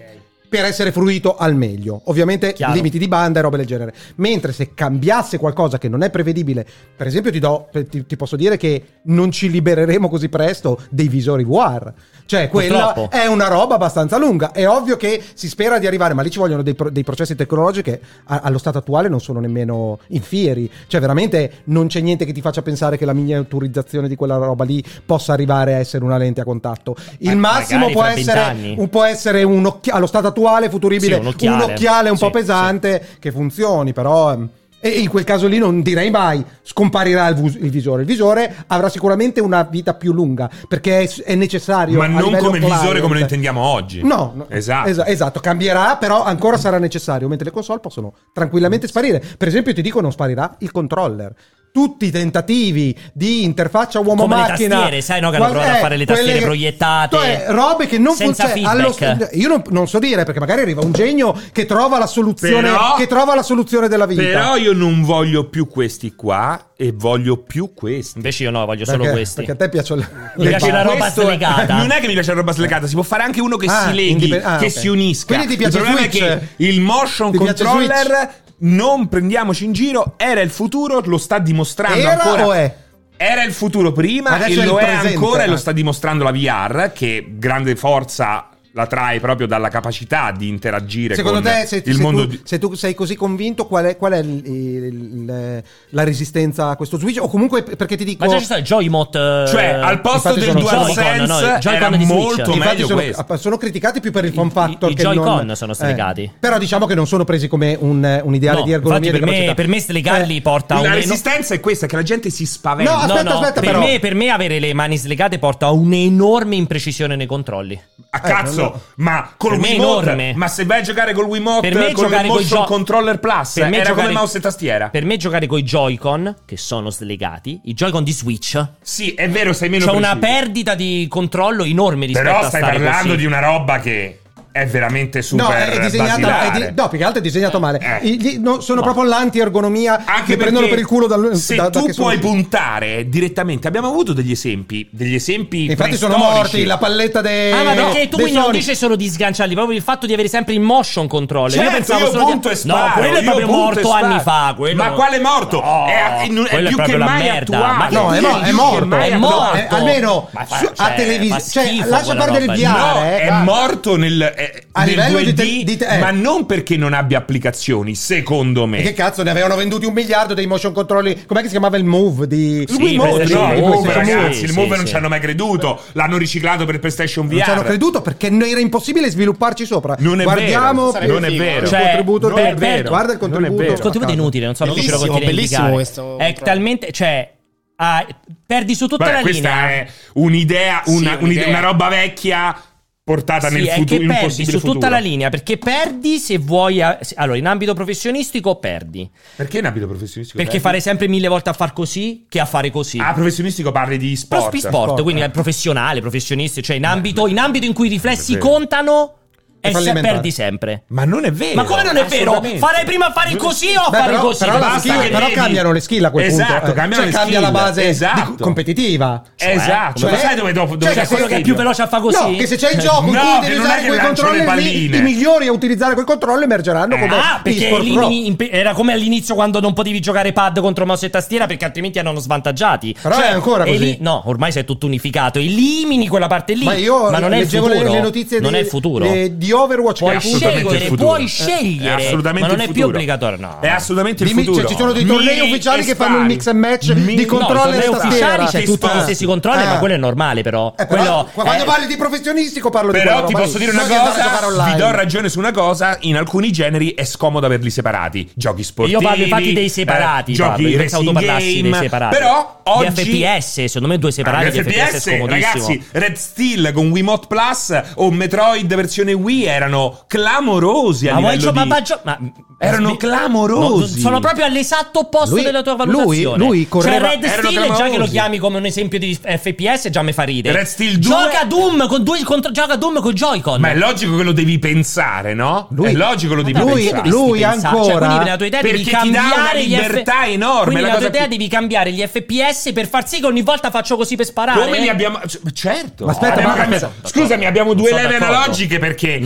per essere fruito al meglio. Ovviamente Chiaro. limiti di banda e robe del genere. Mentre se cambiasse qualcosa che non è prevedibile, per esempio ti posso dire che non ci libereremo così presto dei visori VR. Cioè, quella Purtroppo. è una roba abbastanza lunga. È ovvio che si spera di arrivare, ma lì ci vogliono dei processi tecnologici che allo stato attuale non sono nemmeno in fieri. Cioè, veramente non c'è niente che ti faccia pensare che la miniaturizzazione di quella roba lì possa arrivare a essere una lente a contatto. Il massimo magari può fra essere 20 anni. può essere un occhiale, allo stato attuale futuribile, Sì, un occhiale. un po' Sì, pesante che funzioni, però e in quel caso lì non direi mai scomparirà il visore. Il visore avrà sicuramente una vita più lunga perché è necessario, Ma a non livello come il visore client. come lo intendiamo oggi. No, esatto, cambierà, però ancora sarà necessario, mentre le console possono tranquillamente sparire. Per esempio, ti dico, non sparirà il controller. Tutti i tentativi di interfaccia uomo-macchina, come le tastiere, sai, no, che hanno provato a fare le tastiere proiettate, cioè, robe che non senza feedback. Io non so dire, perché magari arriva un genio che trova la soluzione, della vita. Però io non voglio più questi qua e voglio più questi. Invece io no, voglio solo questi. Perché a te piacciono Mi piace la roba Questo è- slegata. Non è che mi piace la roba slegata, si può fare anche uno che si leghi, che ok. si unisca. Quindi ti piace il problema Switch? è che il motion Ti piace controller, non prendiamoci in giro, era il futuro, lo sta dimostrando Era ancora. o è? Era il futuro prima Adesso e è lo il è presente. ancora e lo sta dimostrando la VR, che grande forza la trae proprio dalla capacità di interagire Secondo con te, se il mondo di... se tu sei così convinto, qual è la resistenza a questo Switch? O comunque, perché ti dico, Ma già ci sta il Joymot. Cioè, al posto infatti del sono DualSense Joy-Con, era Joy-Con di Switch. molto infatti meglio questo. sono criticati più per il form factor i che Joy-Con non- sono slegati. Però diciamo che non sono presi come un ideale No, di ergonomia. infatti di capacità. per me slegarli porta a La un resistenza è questa, che la gente si spaventa. No, aspetta, però. per me avere le mani slegate porta a un'enorme imprecisione nei controlli. A cazzo, no. ma col Per me è Wiimote, enorme. ma se vai a giocare col Wiimote, Per me con il giocare coi Motion gio- Controller Plus, Per me era giocare- come mouse e tastiera. Per me giocare coi Joy-Con, che sono slegati, i Joy-Con di Switch, Sì, è vero, sei meno c'è una preciso. perdita di controllo enorme rispetto Però a stai stare parlando così. di una roba che è veramente super No, è disegnata, basilare. no, più che altro è disegnato male. Sono No. proprio l'anti-ergonomia. Anche che prendono per il culo se da tu che sono- puoi puntare direttamente, abbiamo avuto degli esempi Infatti sono preistorici. morti la palletta dei Ah, ma perché tu dei quindi non Sony. dici solo di sganciarli, proprio il fatto di avere sempre il motion controller. Certo, io solo punto e sparo. No, quello è io proprio punto morto e sparo. anni fa. Quello... Ma quale morto? No, è quello più che proprio la mai merda. attuale. Ma No, è più morto. che mai È morto. attuale. Almeno Ma fa- a cioè, televisione. fa Cioè, schifo lascia quella perdere il roba lì. VR. No, è guarda. morto nel livello di 2D, ma non perché non abbia applicazioni, secondo me. E che cazzo, ne avevano venduti 1 miliardo dei motion controlli. Com'è che si chiamava il Move di Sì, Wiimote? PlayStation No, il Move, Move, ragazzi, sì, il Move sì, non sì. ci hanno mai creduto. L'hanno riciclato per PlayStation VR. Non ci hanno creduto perché era impossibile svilupparci sopra. Non è Guardiamo vero, non è il vero. Cioè, contributo non è del- vero. Guarda il Non è contributo. vero. Il contributo è inutile, non so, non ce lo Bellissimo, continui a bellissimo indicare. questo È controllo. talmente, cioè, perdi su tutta Vabbè, la questa linea. è un'idea, Sì, un'idea. una roba vecchia portata Sì, nel è futuro, che in un perdi possibile su futuro. tutta la linea, perché perdi se vuoi allora in ambito professionistico perdi, Perché in ambito professionistico? perché perdi? fare sempre 1000 volte a far così che a fare così. Ah, professionistico parli di sport. Sport, quindi è professionale, professionisti, cioè in ambito in cui i riflessi è vero. contano e fallimentare. perdi sempre. Ma non è vero. Ma come non è vero? assolutamente. Farei prima a fare così o a Beh, fare però, così? però, la basta skill- che però vedi. cambiano le skill a quel Esatto, punto. cambiano Cioè, le cambia skill. la base Esatto. competitiva. Esatto. Cioè, Ma sai dove dopo cioè, c'è che quello che è più veloce a fa così? No, che se c'è il gioco in No, cui che devi non è usare che quei lanciano le controller lì, palline. i migliori a utilizzare quel controllo emergeranno come Ah, perché eSport Pro. era come all'inizio quando non potevi giocare pad contro mouse e tastiera perché altrimenti erano svantaggiati. Però è ancora così. No, ormai sei tutto unificato. Elimini quella parte lì. Ma io non è il leggevo futuro. le notizie non è il futuro. di Overwatch Puoi che assolutamente il scegliere, futuro. puoi scegliere. È assolutamente ma non il è più futuro. obbligatorio. No. È assolutamente il Dimmi, futuro. cioè, ci sono dei tornei ufficiali che fanno il mix and match di controller no, e i tornei ufficiali tastiera. c'è tutti gli stessi controller, ma quello è normale però. Però, Quello quando è- parli di professionistico parlo di quella Però ti roba posso lì. dire una Non di andare a giocare cosa, online. vi do ragione su una cosa, in alcuni generi è scomodo averli separati. Giochi sportivi, Io parlo infatti dei separati, giochi io pensavo tu racing parlassi game, dei separati. però oggi Gli FPS, secondo me due separati gli di FPS è FPS, scomodissimo. ragazzi, Red Steel con Wiimote Plus o Metroid versione Wii erano clamorosi a Ma vuoi livello erano clamorosi. No, sono proprio all'esatto opposto Lui- della tua valutazione. lui correva- Cioè Red erano Steel, già che lo clamorosi. chiami come un esempio di FPS, già mi fa ridere. Red Steel 2 Gioca Doom con gioca Doom con Joy-Con. Ma è logico che lo devi pensare, no? È logico che lo devi pensare. lui ancora- Cioè, quindi nella tua idea devi perché ti dà una cambiare gli libertà enorme, Quindi la nella tua cosa idea più- devi cambiare gli FPS per far sì che ogni volta faccio così per sparare. Come li abbiamo. Certo. Ma aspetta, Abbiamo ma- cambiato- aspetta, Scusami, abbiamo non due sono leve d'accordo. analogiche perché Non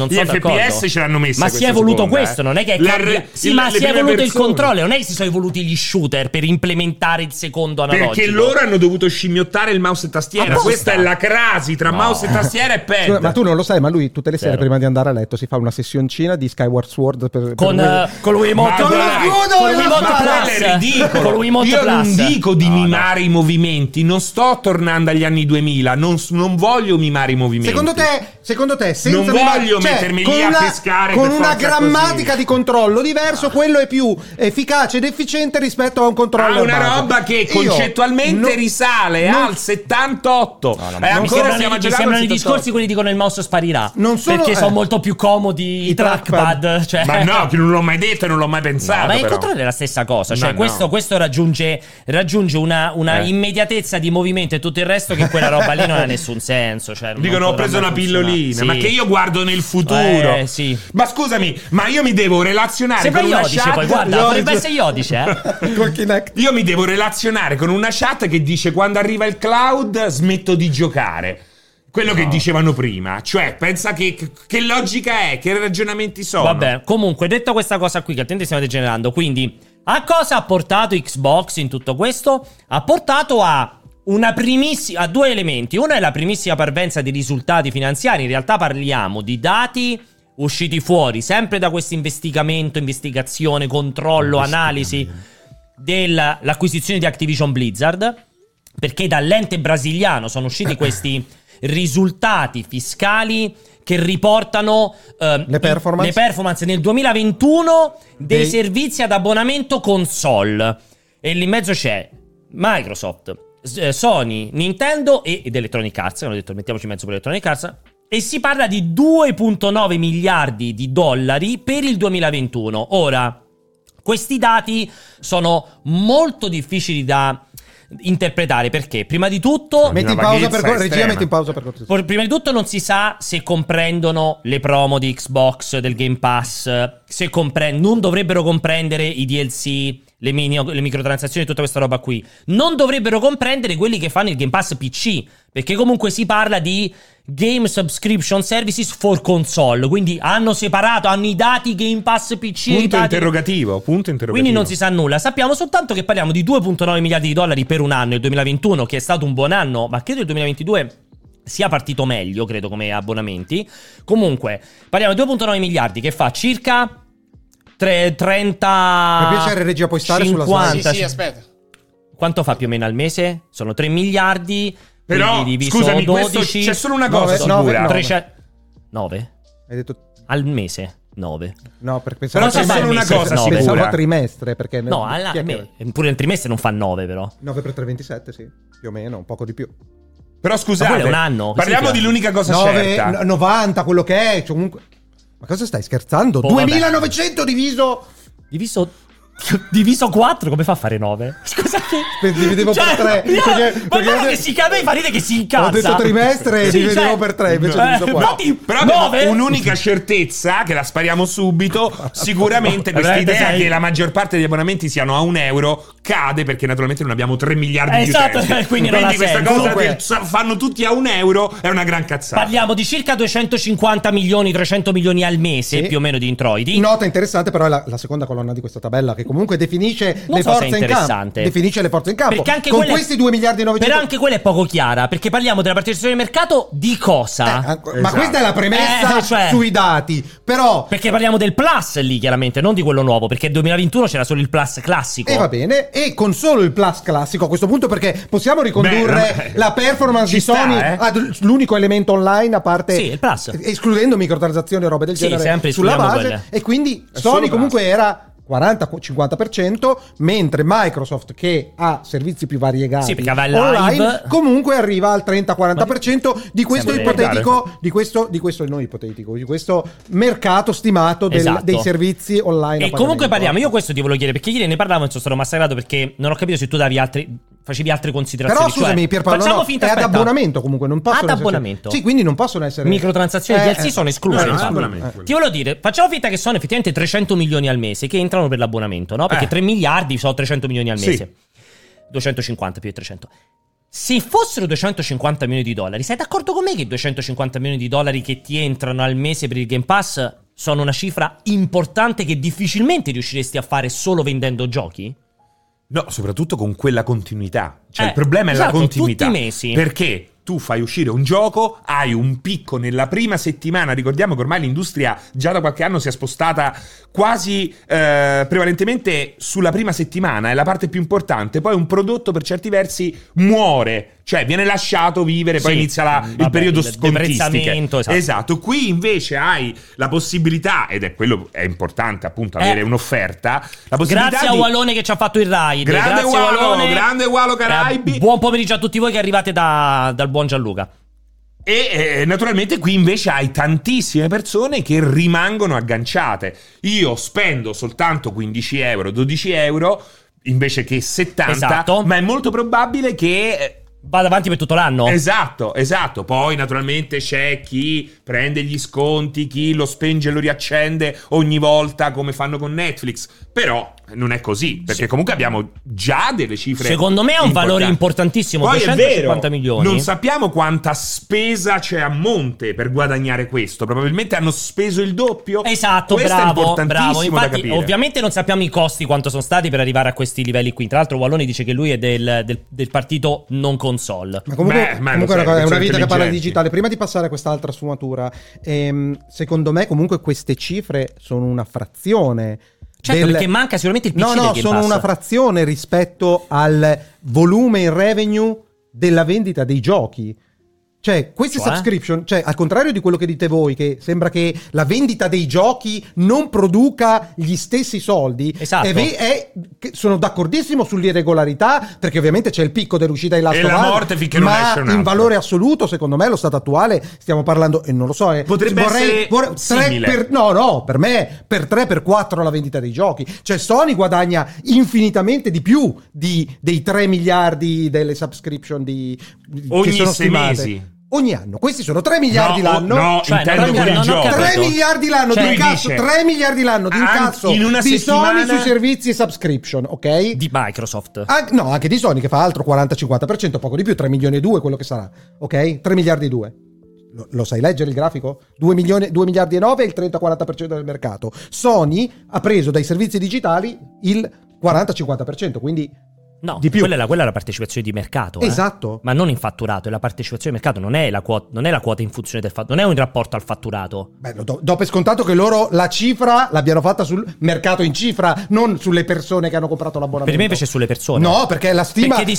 non Gli sono FPS d'accordo. ce l'hanno messa Ma questa si è evoluto seconda, questo, non è che è ma si è evoluto il controllo, non è che si sono evoluti gli shooter per implementare il secondo analogico. Perché loro hanno dovuto scimmiottare il mouse e tastiera. Apposta. Questa è la crasi tra mouse e tastiera e pad. Scusa, ma tu non lo sai, ma lui tutte le sere Zero. prima di andare a letto si fa una sessioncina di Skyward Sword Con il Wiimote Ma Plus. dai, Con il Wiimote ma quello Plus. è ridicolo. Con il Wiimote Io non Plus. dico di No, mimare i movimenti, non sto tornando agli anni 2000, non voglio mimare i movimenti. Secondo te senza Non voglio mettermi lì a pescare con per una forza grammatica così. di controllo diverso, quello è più efficace ed efficiente rispetto a un controller Ha una base. roba che Io concettualmente non- risale non- al 78. No, E mi ancora sembrano, stiamo mi giocando sembrano al i 78. discorsi quelli dicono il mouse sparirà. Non sono- perché sono molto più comodi i trackpad. Cioè. Ma no, che non l'ho mai detto e non l'ho mai pensato. No, ma il però. controllo è la stessa cosa. Cioè, No, no. questo raggiunge una immediatezza di movimento e tutto il resto che quella roba lì non ha nessun senso. Cioè, non Dicono ho potrà preso mai una pillolina, funzionare. ma Sì. che io guardo nel futuro. Sì. Ma scusami, ma io mi devo relazionare Sembra con una Iodice, chat. poi guarda, Iodice. potrebbe essere Iodice, Col Kinect. Io mi devo relazionare con una chat che dice quando arriva il cloud smetto di giocare. Quello che dicevano prima. Cioè, pensa che logica è, che ragionamenti sono. Vabbè, comunque, detto questa cosa qui, che attenti stiamo degenerando, quindi, a cosa ha portato Xbox in tutto questo? Ha portato a due elementi. Uno è la primissima parvenza di risultati finanziari. In realtà parliamo di dati usciti fuori, sempre da questo investigazione, controllo, analisi dell'acquisizione di Activision Blizzard, perché dall'ente brasiliano sono usciti questi risultati fiscali che riportano Le performance nel 2021 dei Dei- servizi ad abbonamento console. E lì in mezzo c'è Microsoft, Sony, Nintendo ed Electronic Arts. Hanno detto mettiamoci in mezzo per Electronic Arts. E si parla di 2,9 miliardi di dollari per il 2021. Ora, questi dati sono molto difficili da interpretare perché prima di tutto Metti in Una pausa vaghezza per regia, estrema. metti in pausa per cortesia. prima di tutto non si sa se comprendono le promo di Xbox, del Game Pass, se non dovrebbero comprendere i DLC, le microtransazioni e tutta questa roba qui. Non dovrebbero comprendere quelli che fanno il Game Pass PC, perché comunque si parla di Game Subscription Services for Console, quindi hanno i dati Game Pass PC e i Punto dati... interrogativo. Quindi non si sa nulla. Sappiamo soltanto che parliamo di 2,9 miliardi di dollari per un anno, il 2021, che è stato un buon anno, ma credo il 2022 sia partito meglio, credo, come abbonamenti. Comunque, parliamo di 2,9 miliardi, che fa circa 30... Per piacere, regia, puoi stare sulla slide? 50. Sì, aspetta. Quanto fa più o meno al mese? Sono 3 miliardi. Però, quindi diviso scusami, 12, questo c'è solo una cosa Nove, sicura. nove. 9? Hai detto Al mese? 9. no, perché pensavo Però c'è fa solo il una mese? cosa No, sicura. pensavo a trimestre, perché No, chi è che- pure nel trimestre non fa 9 però. 9 per 3 27, sì, più o meno, un poco di più. Però scusate, Ma quello è un anno, che parliamo significa? di l'unica cosa 9, certa. 90, quello che è, cioè, comunque. Ma cosa stai scherzando? Boh, vabbè. 2900 diviso Diviso 4, come fa a fare 9? Scusa che... dividevo per 3. Ma guarda che si cade, fa ridere che si incazza. Ho detto trimestre e dividevo per 3, invece diviso 4. infatti, Però abbiamo 9? un'unica certezza, che la spariamo subito. Sicuramente questa Veramente idea sei- che la maggior parte degli abbonamenti siano a €1 cade, perché naturalmente non abbiamo 3 miliardi di Esatto, utenti. quindi non ha questa senso. cosa Comunque- del fanno tutti a €1 è una gran cazzata. Parliamo di circa 250 milioni, 300 milioni al mese, Sì. più o meno, di introiti. Nota interessante però è la seconda colonna di questa tabella, che comunque definisce Non le so se è forze in campo. interessante. Definisce le forze in campo. Perché anche con quella è- questi 2 miliardi e 900. Però anche quella è poco chiara, perché parliamo della partecipazione del mercato di cosa? Ma Esatto. questa è la premessa cioè- sui dati. Però Perché parliamo del Plus lì, chiaramente, non di quello nuovo, perché nel 2021 c'era solo il Plus classico. e va bene, e con solo il Plus classico a questo punto, perché possiamo ricondurre Beh, la performance ci di sta, Sony eh. l'unico elemento online a parte Sì, il Plus. escludendo microtransazioni e robe del Sì, genere sempre sulla escludiamo base, quelle. e quindi È solo Sony comunque Plus. era 40-50%, mentre Microsoft, che ha servizi più variegati Sì, perché aveva il online, live. comunque arriva al 30-40% di questo Sembra ipotetico di questo non ipotetico, di questo mercato stimato Esatto. dei servizi online a E comunque pagamento. parliamo, io questo ti volevo chiedere, perché ieri ne parlavamo e sono stato massacrato perché non ho capito se tu facevi altre considerazioni. Però scusami, cioè, Pierpaolo, facciamo no, finta, è ad aspetta. abbonamento comunque, non possono Ad esserci- abbonamento. Sì, quindi non possono essere Microtransazioni e DLC sono escluse, no, infatti. abbonamento. Ti volevo dire, facciamo finta che sono effettivamente 300 milioni al mese che entrano per l'abbonamento, no? Perché 3 miliardi sono 300 milioni al Sì. mese. 250 più di 300. Se fossero 250 milioni di dollari, sei d'accordo con me che 250 milioni di dollari che ti entrano al mese per il Game Pass sono una cifra importante che difficilmente riusciresti a fare solo vendendo giochi? No, soprattutto con quella continuità. Cioè, il problema è la continuità. Tutti i mesi. Perché tu fai uscire un gioco, hai un picco nella prima settimana. Ricordiamo che ormai l'industria già da qualche anno si è spostata quasi prevalentemente sulla prima settimana, è la parte più importante. Poi un prodotto per certi versi muore, cioè viene lasciato vivere, poi inizia il periodo scontistiche. Esatto. Qui invece hai la possibilità, ed è quello è importante appunto, avere un'offerta. La possibilità grazie a Wallone che ci ha fatto il ride. Grande Walo Caraibi. Buon pomeriggio a tutti voi che arrivate dal buon Gianluca. E naturalmente qui invece hai tantissime persone che rimangono agganciate. Io spendo soltanto 15 euro, 12 euro invece che 70, esatto. Ma è molto probabile che vada avanti per tutto l'anno. Esatto. Poi naturalmente c'è chi prende gli sconti, chi lo spenge e lo riaccende ogni volta come fanno con Netflix. Però non è così, perché comunque abbiamo già delle cifre. Secondo me ha un valore importantissimo. Poi 250 milioni. Non sappiamo quanta spesa c'è a monte per guadagnare questo. Probabilmente hanno speso il doppio. Esatto, questo bravo. È importantissimo Infatti, da capire. ovviamente non sappiamo i costi quanto sono stati per arrivare a questi livelli qui. Tra l'altro Wallone dice che lui è del partito non console. Ma comunque è una vita che parla di digitale. Prima di passare a quest'altra sfumatura, secondo me comunque queste cifre sono una frazione. Certo, perché manca sicuramente il PC del Game Pass. Sono una frazione rispetto al volume in revenue della vendita dei giochi. Cioè, queste subscription, cioè, al contrario di quello che dite voi, che sembra che la vendita dei giochi non produca gli stessi soldi. Esatto. Sono d'accordissimo sull'irregolarità, perché ovviamente c'è il picco dell'uscita di Last of Us, e la morte finché non esce un altro. In valore assoluto, secondo me, lo stato attuale, stiamo parlando, e non lo so, potrebbe essere simile. Per me, per 3, per 4 la vendita dei giochi. Cioè, Sony guadagna infinitamente di più dei 3 miliardi delle subscription ogni che sono 6 mesi. Ogni anno, questi sono 3 miliardi l'anno. No, cioè, intendo per il gioco. 3 miliardi l'anno di incasso, 3 miliardi l'anno di incasso in una di settimana... Sony sui servizi e subscription, ok? Di Microsoft. No, anche di Sony che fa altro 40-50%, poco di più, 3 milioni e 2 quello che sarà, ok? 3 miliardi e 2. Lo sai leggere il grafico? 2 miliardi e 9 è il 30-40% del mercato. Sony ha preso dai servizi digitali il 40-50%, quindi no, di più. Quella è la partecipazione di mercato. Esatto. Ma non in fatturato, è la partecipazione di mercato, non è la quota in funzione del fatto, non è un rapporto al fatturato. Beh, do per scontato che loro la cifra l'abbiano fatta sul mercato in cifra, non sulle persone che hanno comprato l'abbonamento. Per me invece sulle persone. No, perché la stima... Perché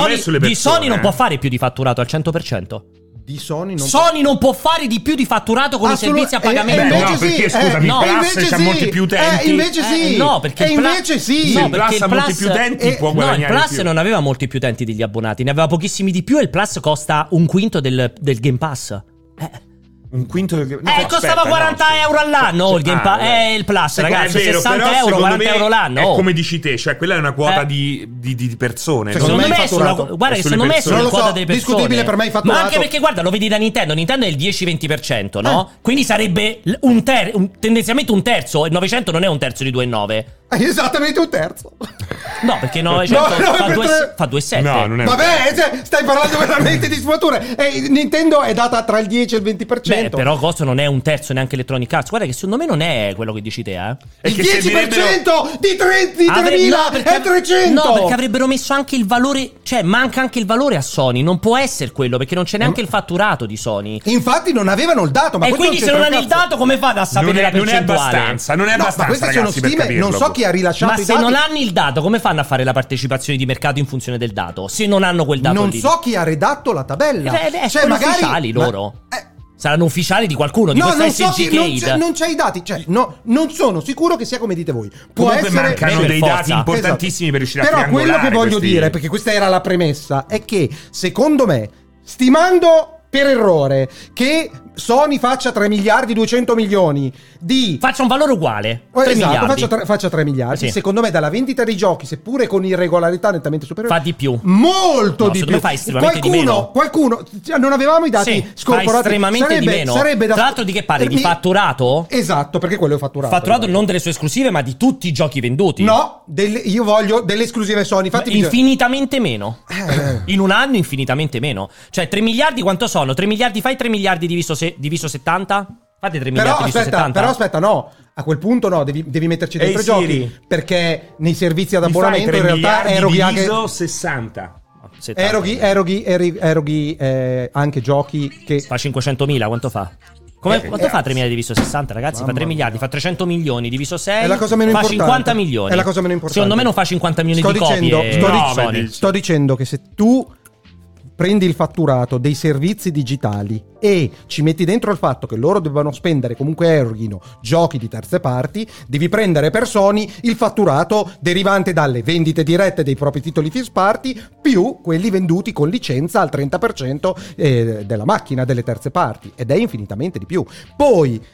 di Sony non può fare più di fatturato al 100%. Di Sony non può fare di più di fatturato con i servizi a pagamento. No, perché scusami, il Plus c'ha molti più utenti. Invece sì. No, perché invece sì. No, il Plus ha molti più utenti, può guadagnare no, il Plus più. non aveva molti più utenti degli abbonati, ne aveva pochissimi di più e il Plus costa un quinto del Game Pass. Un quinto del costava 40 euro all'anno il Game Pass. Il Plus, ragazzi, vero, 60 euro, 40 euro l'anno. È come dici te, cioè quella è una quota di persone. Secondo me è sulla quota delle persone. Discutibile per me, ma anche perché guarda, lo vedi da Nintendo è il 10-20%, no? Quindi sarebbe tendenzialmente un terzo, il 900 non è un terzo di 2,9. È esattamente un terzo. No, perché 900 fa 2,7. No, non è. Vabbè, stai parlando veramente di sfumature. Nintendo è data tra il 10 e il 20%. Beh, però questo non è un terzo neanche Electronic Arts. Guarda che secondo me non è quello che dici te, Il 10% di 3.000 è 300. No, perché avrebbero messo anche il valore. Cioè, manca anche il valore a Sony. Non può essere quello, perché non c'è neanche il fatturato di Sony. Infatti non avevano il dato. Ma e quindi se non hanno il dato, come fate a sapere la percentuale? Non è abbastanza. Ma queste sono stime. Non so chi ha rilasciato i dati. Ma se non hanno il dato, come fanno a fare la partecipazione di mercato in funzione del dato? Se non hanno quel dato non lì. so chi ha redatto la tabella. Cioè, magari ufficiali loro. Saranno ufficiali di qualcuno, di questa SG-Cade. Non c'è i dati, cioè non sono sicuro che sia come dite voi. Può comunque essere mancano dei dati importantissimi per riuscire a triangolare. Però quello che voglio dire, perché questa era la premessa, è che secondo me, stimando per errore che Sony faccia 3 miliardi 200 milioni di... Faccia un valore uguale. 3 esatto, miliardi. faccia 3 miliardi. Sì. Secondo me dalla vendita dei giochi, seppure con irregolarità nettamente superiori, Fa di più. molto No, di secondo più. me fa estremamente di meno. Qualcuno, non avevamo i dati Sì, scorporati. fa estremamente di meno. Sarebbe da... Tra l'altro di che parli? Di fatturato? Esatto, perché quello è fatturato. Fatturato non delle sue esclusive, ma di tutti i giochi venduti. No, io voglio delle esclusive Sony. Infatti Infinitamente meno. In un anno infinitamente meno. Cioè 3 miliardi quanto sono? 3 miliardi, fai 3 miliardi diviso 70? Fate 3 miliardi diviso 70. Però aspetta, no. A quel punto no, devi metterci dentro i giochi. Siri. Perché nei servizi ad abbonamento in in realtà eroghi anche... diviso 60. 70. Eroghi anche giochi che... Fa 500.000, quanto fa? Quanto fa 3 miliardi diviso 60, ragazzi? Fa 3 miliardi, fa 300 milioni diviso 6. È la cosa meno fa importante. 50 milioni. È la cosa meno importante. Secondo me non fa 50 milioni di copie. Sto dicendo che se tu prendi il fatturato dei servizi digitali e ci metti dentro il fatto che loro debbano spendere, comunque eroghino giochi di terze parti, devi prendere per Sony il fatturato derivante dalle vendite dirette dei propri titoli first party più quelli venduti con licenza al 30% della macchina delle terze parti, ed è infinitamente di più. Poi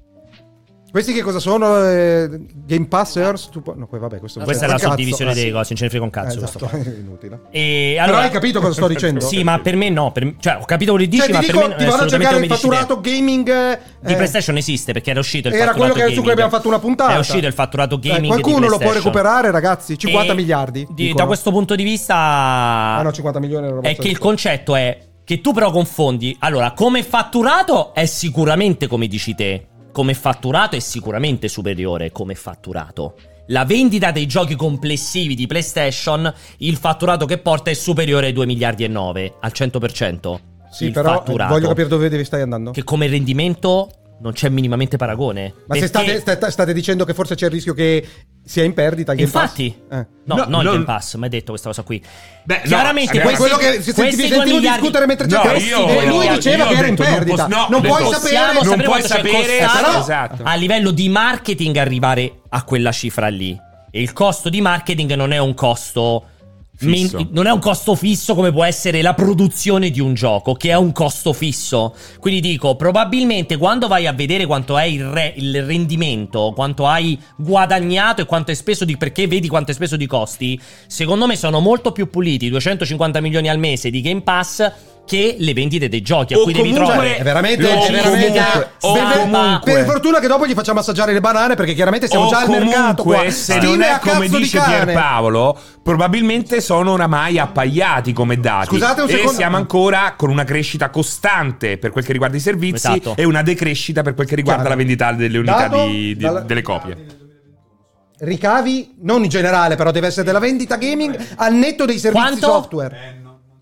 questi che cosa sono? Game Pass Earth? No, vabbè, questa è la suddivisione dei cosi, non ce ne frega un cazzo. Esatto, è inutile. E allora, però hai capito cosa sto dicendo? Sì, ma per me no. Cioè, ho capito quello che dici, cioè, ma ti per me ti vado a cercare il fatturato gaming di PlayStation esiste, perché era uscito il era fatturato quello su cui abbiamo fatto una puntata. È uscito il fatturato gaming qualcuno di lo può recuperare, ragazzi? 50 miliardi? Da questo punto di vista... no, 50 milioni è che il concetto è che tu però confondi. Allora, come fatturato è sicuramente come dici te. Come fatturato è sicuramente superiore come fatturato. La vendita dei giochi complessivi di PlayStation, il fatturato che porta è superiore ai 2 miliardi e 9 al 100%. Sì, il però fatturato, voglio capire dove stai andando. che come rendimento non c'è minimamente paragone. Ma se state dicendo che forse c'è il rischio che sia in perdita il Game Pass? Infatti, non il Game Pass, mai detto questa cosa qui. Beh, chiaramente no, quello che sentivo discutere mentre c'era lui diceva che era in perdita. Non puoi sapere, non puoi sapere, esatto, a livello di marketing arrivare a quella cifra lì. E il costo di marketing non è un costo non è un costo fisso come può essere la produzione di un gioco, che è un costo fisso. Quindi dico, probabilmente quando vai a vedere quanto è il rendimento, quanto hai guadagnato e quanto è speso perché vedi quanto è speso di costi, secondo me sono molto più puliti 250 milioni al mese di Game Pass che le vendite dei giochi a cui devi trovare. È veramente per fortuna che dopo gli facciamo assaggiare le banane, perché chiaramente siamo già al mercato qua. Se non è come dice Pierpaolo, probabilmente sono oramai appaiati come dati. Scusate un secondo. E siamo ancora con una crescita costante per quel che riguarda i servizi, esatto, e una decrescita per quel che riguarda la vendita delle unità delle copie. Ricavi, non in generale, però deve essere della vendita gaming al netto dei servizi software.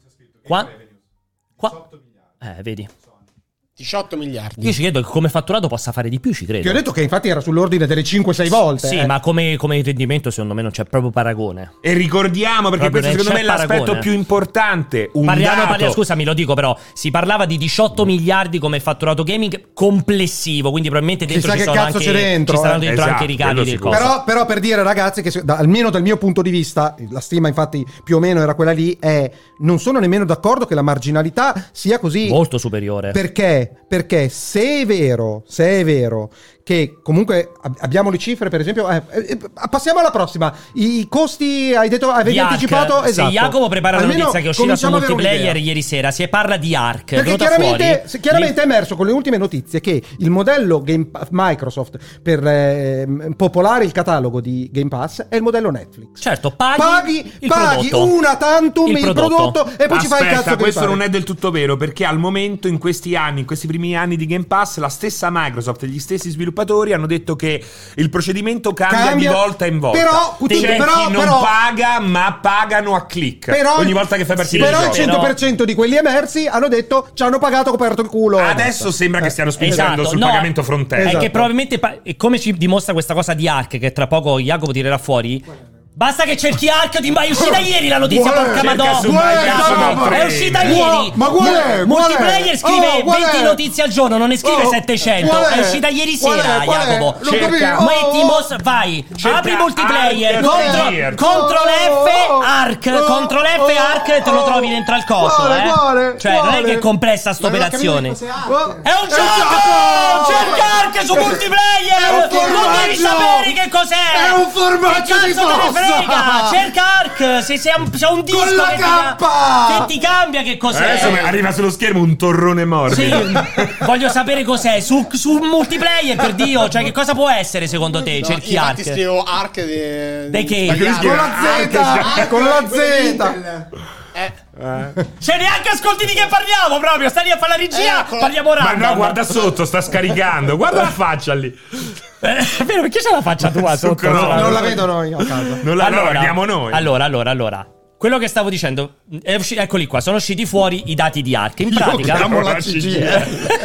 Vedi. 18 miliardi. Io ci credo che come fatturato possa fare di più, ci credo. Ti ho detto che infatti era sull'ordine delle 5-6 volte. Sì, ma come rendimento secondo me non c'è proprio paragone. E ricordiamo, perché questo secondo me è l'aspetto più importante. Scusami, lo dico però, si parlava di 18 miliardi come fatturato gaming complessivo, quindi probabilmente dentro ci saranno dentro anche i ricavi del costo. Però per dire, ragazzi, che almeno dal mio punto di vista, la stima infatti più o meno era quella lì, non sono nemmeno d'accordo che la marginalità sia così molto superiore. Perché se è vero che comunque abbiamo le cifre, per esempio, passiamo alla prossima. I costi, avete anticipato, esatto. Se Jacopo prepara la notizia che è uscita su Multiplayer ieri sera, si parla di Ark, perché chiaramente è emerso con le ultime notizie che il modello Microsoft per popolare il catalogo di Game Pass è il modello Netflix. Certo, paghi una tantum il prodotto e poi ci fai il cazzo che questo non è del tutto vero, perché al momento in questi primi anni di Game Pass la stessa Microsoft e gli stessi sviluppatori hanno detto che il procedimento cambia di volta in volta. Però chi non paga, ma pagano a click ogni volta che fai partire il gioco. Però il 100% di quelli emersi hanno detto ci hanno pagato, coperto il culo. Adesso sembra che stiano spingendo sul pagamento front-end. È che probabilmente come ci dimostra questa cosa di Ark, che tra poco Jacopo tirerà fuori. Basta che cerchi Ark, è uscita ieri la notizia, porca madonna. È uscita ieri. Ma qual Multiplayer scrive 20 notizie al giorno, non ne scrive 700. È uscita ieri sera, Jacopo. Cerca. Vai, apri Multiplayer, Control F, Ark, Ctrl F Ark e te lo trovi dentro al coso, Cioè, non è che è complessa sta operazione. È un gioco! Cerca Ark su multiplayer! Non devi sapere che cos'è! È un formaggio di frega! Cerca Ark! Se c'è un disco che ti cambia che cos'è. Adesso arriva sullo schermo un torrone morbido. Sì, voglio sapere cos'è. Su multiplayer, per Dio. Cioè, che cosa può essere secondo te? Cerchi Ark. Infatti scrivo Ark dei che? Con la Z! Con la Z! Cioè, neanche ascolti di che parliamo proprio. Stai lì a fare la regia. Parliamo random. Ma no, guarda sotto, sta scaricando. Guarda la faccia lì. È vero, perché c'è la faccia tua sotto? Non la vedo noi a casa. Non la guardiamo noi. Allora. Quello che stavo dicendo, eccoli qua, sono usciti fuori i dati di Ark. In pratica, chiamo la CGR.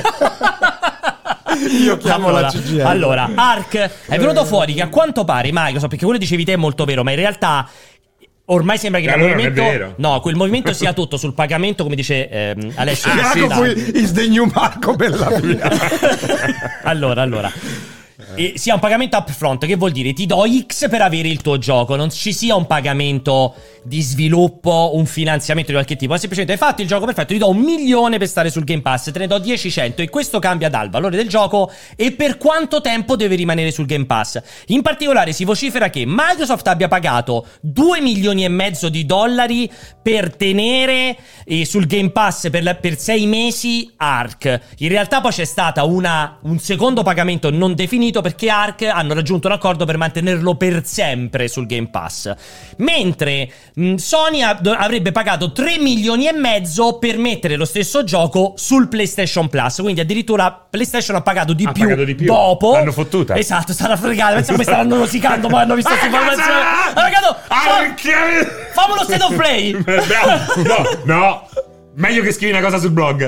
Io chiamo la CGR. Allora, Ark è venuto fuori che a quanto pare Microsoft, perché quello dicevi te è molto vero, ma in realtà ormai sembra che il movimento, no, quel movimento sia tutto sul pagamento, come dice Alessio. Is the new Marco Bellavia. Allora. E sia un pagamento upfront, che vuol dire ti do X per avere il tuo gioco, non ci sia un pagamento di sviluppo, un finanziamento di qualche tipo, ma semplicemente hai fatto il gioco perfetto, ti do 1 milione per stare sul Game Pass, te ne do 10-100 e questo cambia dal valore del gioco e per quanto tempo deve rimanere sul Game Pass. In particolare si vocifera che Microsoft abbia pagato $2,5 milioni per tenere sul Game Pass per 6 mesi Ark. In realtà poi c'è stata un secondo pagamento non definito, perché Ark hanno raggiunto un accordo per mantenerlo per sempre sul Game Pass, mentre Sony avrebbe pagato $3,5 milioni per mettere lo stesso gioco sul PlayStation Plus. Quindi addirittura PlayStation ha pagato di più dopo. L'hanno fottuta. Esatto, stanno fregando. Pensa come stanno rosicando, ma hanno visto questa informazione. Fammi uno state of play. No. Meglio che scrivi una cosa sul blog.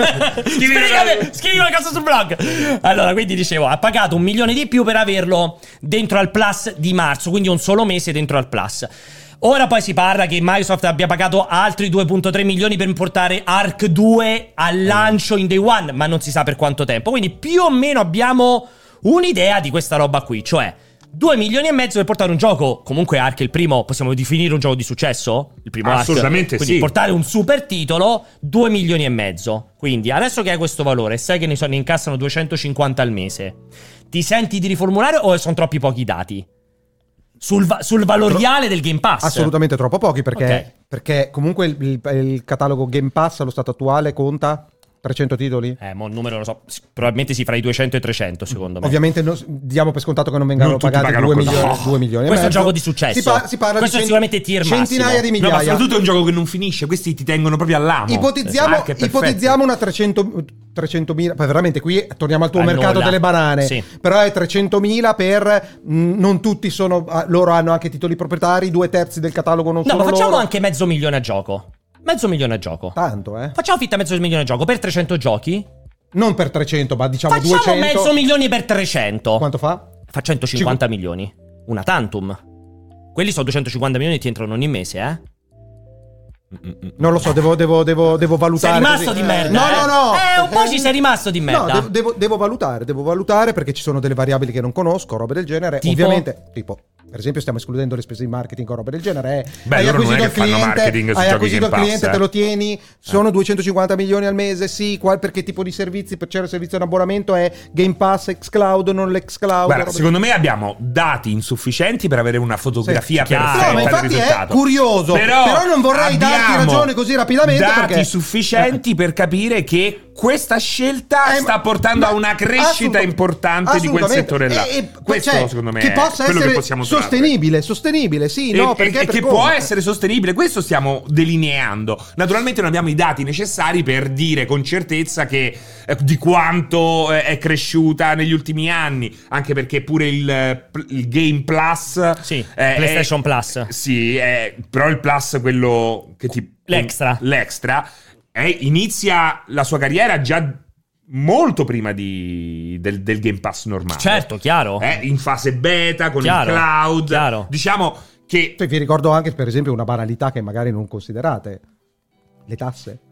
Scrivi una cosa sul blog. Allora, quindi dicevo, ha pagato $1 milione di più per averlo dentro al Plus di marzo, quindi un solo mese dentro al Plus. Ora poi si parla che Microsoft abbia pagato altri 2,3 milioni per portare Ark 2 al lancio in Day One, ma non si sa per quanto tempo. Quindi più o meno abbiamo un'idea di questa roba qui, cioè $2,5 milioni per portare un gioco. Comunque Ark il primo, possiamo definire un gioco di successo? Il primo assolutamente Ark. Quindi sì. portare un super titolo, $2,5 milioni. Quindi adesso che hai questo valore, sai che ne incassano 250 al mese, ti senti di riformulare o sono troppi pochi dati? Sul valoriale del Game Pass? Assolutamente troppo pochi, perché, Ok. perché comunque il catalogo Game Pass allo stato attuale conta 300 titoli? Mo il numero non lo so, probabilmente si fra i 200 e 300 secondo me. Ovviamente diamo per scontato che non vengano Non tutti pagati pagano 2 così. milioni, No. 2 milioni e Questo è un mezzo. gioco di successo. Si parla Questo è di sicuramente tier centinaia massimo. di No, migliaia. ma soprattutto è un gioco che non finisce. Questi ti tengono proprio all'amo. Ipotizziamo una 300.000, poi veramente qui torniamo al tuo mercato nulla. delle banane, Sì. però è 300.000 per non tutti sono, loro hanno anche titoli proprietari, 2/3 del catalogo non No, sono ma facciamo loro. anche $500 milioni a gioco. $500 milioni a gioco. Tanto, Facciamo fitta $500 milioni a gioco per 300 giochi. non per 300, ma diciamo Facciamo 200. $500 milioni per 300. Quanto fa? Fa 150 milioni. Una tantum. Quelli sono 250 milioni e ti entrano ogni mese, Non lo so, devo valutare. Sei rimasto così. di merda. No. Un po' ci sei rimasto di merda. No, devo valutare perché ci sono delle variabili che non conosco, robe del genere. Tipo? Ovviamente, tipo, per esempio, stiamo escludendo le spese di marketing o robe del genere. Beh, Hai loro non è acquisito che il fanno cliente, marketing su hai giochi acquisito il Game Pass, cliente, te lo tieni. Sono 250 milioni al mese, sì. Perché tipo di servizi? C'era il servizio di abbonamento, è Game Pass, xCloud, non l'exCloud. Guarda, secondo me abbiamo dati insufficienti per avere una fotografia Sì, chiaro. perfetta No, ma del infatti è risultato. curioso. Però non vorrei darti abbiamo ragione così rapidamente, dati perché sufficienti per capire che questa scelta sta portando ma a una crescita importante di quel settore là. Questo cioè, secondo me che è possa quello essere che possiamo trarre. sostenibile, sì, E, no, perché e per che come? può essere sostenibile, questo stiamo delineando. Naturalmente non abbiamo i dati necessari per dire con certezza che di quanto è cresciuta negli ultimi anni, anche perché pure il Game Plus, Sì, PlayStation Plus. sì, però il Plus, quello che ti L'extra. inizia la sua carriera già molto prima del Game Pass normale. Certo, chiaro. In fase beta con Chiaro, il cloud. chiaro. Diciamo che Cioè, vi ricordo anche, per esempio, una banalità che magari non considerate: le tasse.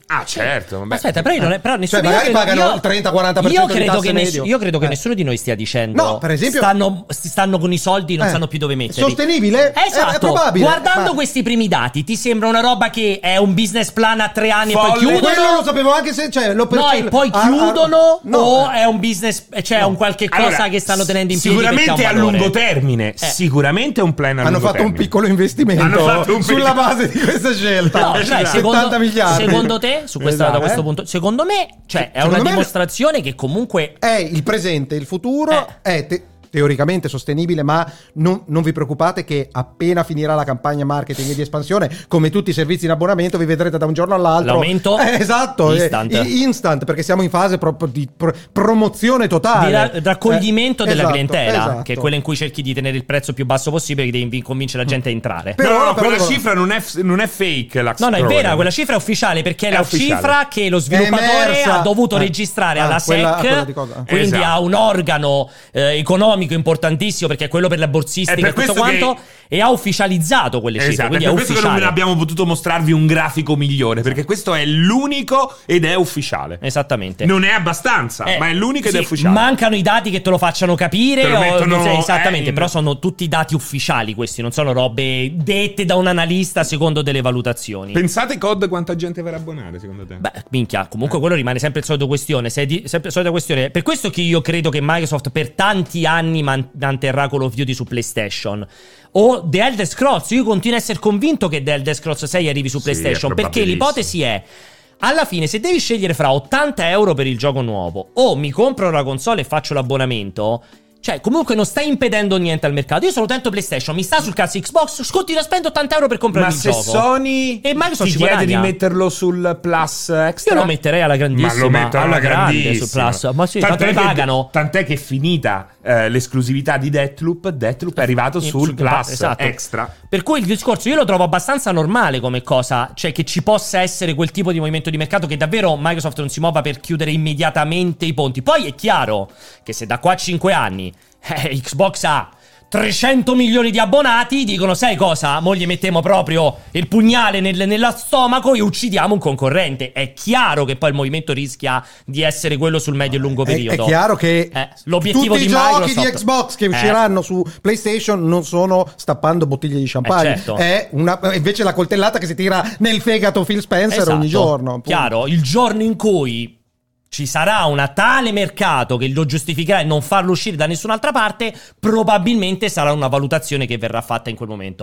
Ah, certo. Vabbè. Aspetta, però nessuno. Cioè, magari pagano il 30-40% di tasse medio. Io credo che nessuno di noi stia dicendo. No, per esempio. Stanno con i soldi, non sanno più dove metterli. Sostenibile? Esatto. È probabile. Guardando questi primi dati, ti sembra una roba che è un business plan a 3 anni e poi chiudono? Quello lo sapevo anche se. Cioè, No, e poi chiudono o è un business, cioè un qualche cosa Allora, che stanno tenendo in piedi. Sicuramente a lungo termine. Eh. Sicuramente è un plan a Hanno lungo fatto termine. un piccolo investimento sulla base di questa scelta. No, cioè, 70 miliardi. secondo te, su questa, Esatto. da questo punto, secondo me, cioè, è Secondo una me dimostrazione che comunque è il presente, il futuro è teoricamente sostenibile, ma non vi preoccupate che appena finirà la campagna marketing e di espansione, come tutti i servizi in abbonamento, vi vedrete da un giorno all'altro l'aumento esatto, instant, perché siamo in fase proprio di promozione totale, di raccoglimento della esatto, clientela, esatto. che è quella in cui cerchi di tenere il prezzo più basso possibile, che devi convincere la gente a entrare. No, quella cifra non è fake. No, è vera, quella cifra è ufficiale, perché è la ufficiale. cifra che lo sviluppatore ha dovuto registrare alla quella di cosa? Esatto. Quindi ha un organo economico importantissimo, perché è quello per la borsistica e tutto quanto, e ha ufficializzato quelle cifre. Esatto, Quindi è è per questo che non ufficiale. abbiamo potuto mostrarvi un grafico migliore, perché questo è l'unico ed è ufficiale. Esattamente. Non è abbastanza, ma è l'unico ed è sì, ufficiale. Mancano i dati che te lo facciano capire, Te lo mettono, esattamente, però sono tutti dati ufficiali questi, non sono robe dette da un analista secondo delle valutazioni. Pensate COD quanta gente verrà abbonare, secondo te? Beh, minchia, comunque quello rimane sempre il solito questione. Sempre la solita questione. Per questo che io credo che Microsoft per tanti anni manterrà Call of Duty su PlayStation. O The Elder Scrolls. Io continuo a essere convinto che The Elder Scrolls 6 arrivi su PlayStation. Perché l'ipotesi è: alla fine, se devi scegliere fra 80 euro per il gioco nuovo o mi compro la console e faccio l'abbonamento, cioè, comunque non stai impedendo niente al mercato. Io sono utente PlayStation, mi sta sul cazzo Xbox, continuo a spendere 80 euro per comprare il gioco. Ma se Sony e Microsoft ti ci chiede guadagna. di metterlo sul Plus Extra, io lo metterei alla grandissima. Ma lo metto alla grande sul Plus. Ma sì, tanto le pagano. Tant'è che è finita l'esclusività di Deathloop è arrivato sul Plus esatto. Extra. Per cui il discorso io lo trovo abbastanza normale come cosa, cioè che ci possa essere quel tipo di movimento di mercato, che davvero Microsoft non si muova per chiudere immediatamente i ponti. Poi è chiaro che se da qua a 5 anni Xbox ha 300 milioni di abbonati, dicono: sai cosa? Mo gli mettiamo proprio il pugnale nella stomaco e uccidiamo un concorrente. È chiaro che poi il movimento rischia di essere quello sul medio e lungo periodo. È chiaro che l'obiettivo tutti di i giochi Microsoft di Xbox che usciranno su PlayStation non sono stappando bottiglie di champagne, certo. È invece la coltellata che si tira nel fegato Phil Spencer ogni giorno. Appunto. Chiaro, il giorno in cui ci sarà una tale mercato che lo giustificherà e non farlo uscire da nessun'altra parte, probabilmente sarà una valutazione che verrà fatta in quel momento.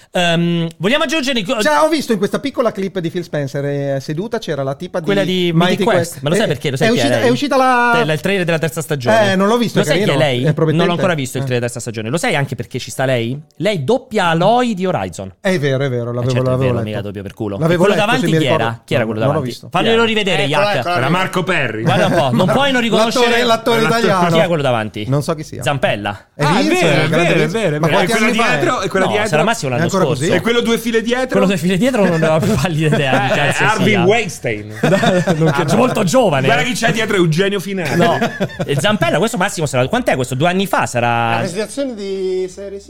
Vogliamo aggiungere... Cioè, ho visto in questa piccola clip di Phil Spencer seduta c'era la tipa quella di Mighty Quest. Ma lo sai perché? Lo sai è uscita il trailer della terza stagione. Non l'ho visto. Lo sai chi è lei? È non l'ho ancora visto il trailer della terza stagione. Lo sai anche perché ci sta lei? Lei doppia Aloy di Horizon. È vero, l'avevo letto. Mica doppio per culo. L'avevo quello letto, davanti chi era? Chi era quello non davanti? l'ho visto. Faglielo rivedere, Jack. Era Marco Perry. Guarda un po', non puoi non riconoscere l'attore italiano. Chi è quello davanti? Non so chi sia. Zampella. È vero. Ma quanti anni fa è? Quella dietro? Sarà Massimo l'anno ancora scorso. così? E quello due file dietro? Quello due file dietro non aveva più pallida idea. Harvey Weinstein. Molto giovane. Guarda chi c'è dietro, Eugenio Finale. No. E Zampella, questo Massimo sarà. Quant'è questo? 2 anni fa sarà. La presentazione di Series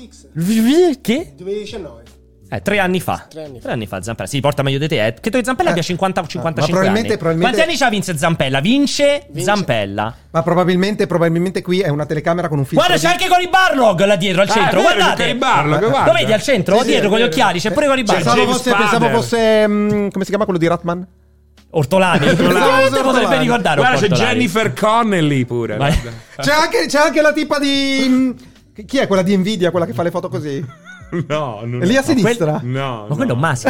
X Che? 2019. 3 anni fa. 3 anni fa. 3 anni fa Zampella. Si porta meglio di te. Credo che Zampella abbia 50 o 55 anni. Quanti anni c'ha Vince Zampella? Vince Zampella. Ma probabilmente qui è una telecamera con un filtro. Guarda, c'è anche Cory Barlog là dietro al centro. Guardate. Cory Barlog, guarda. Lo vedi al centro? Sì, dietro con gli occhiali. C'è pure Cory Barlog. Pensavo fosse come si chiama quello di Ratman? Ortolani. Effettivamente potrebbe ricordare. Guarda, c'è Jennifer Connelly pure. C'è anche la tipa di chi è quella di Nvidia, quella che fa le foto così? No, non è lì a sinistra? No. Ma quello è un maschio.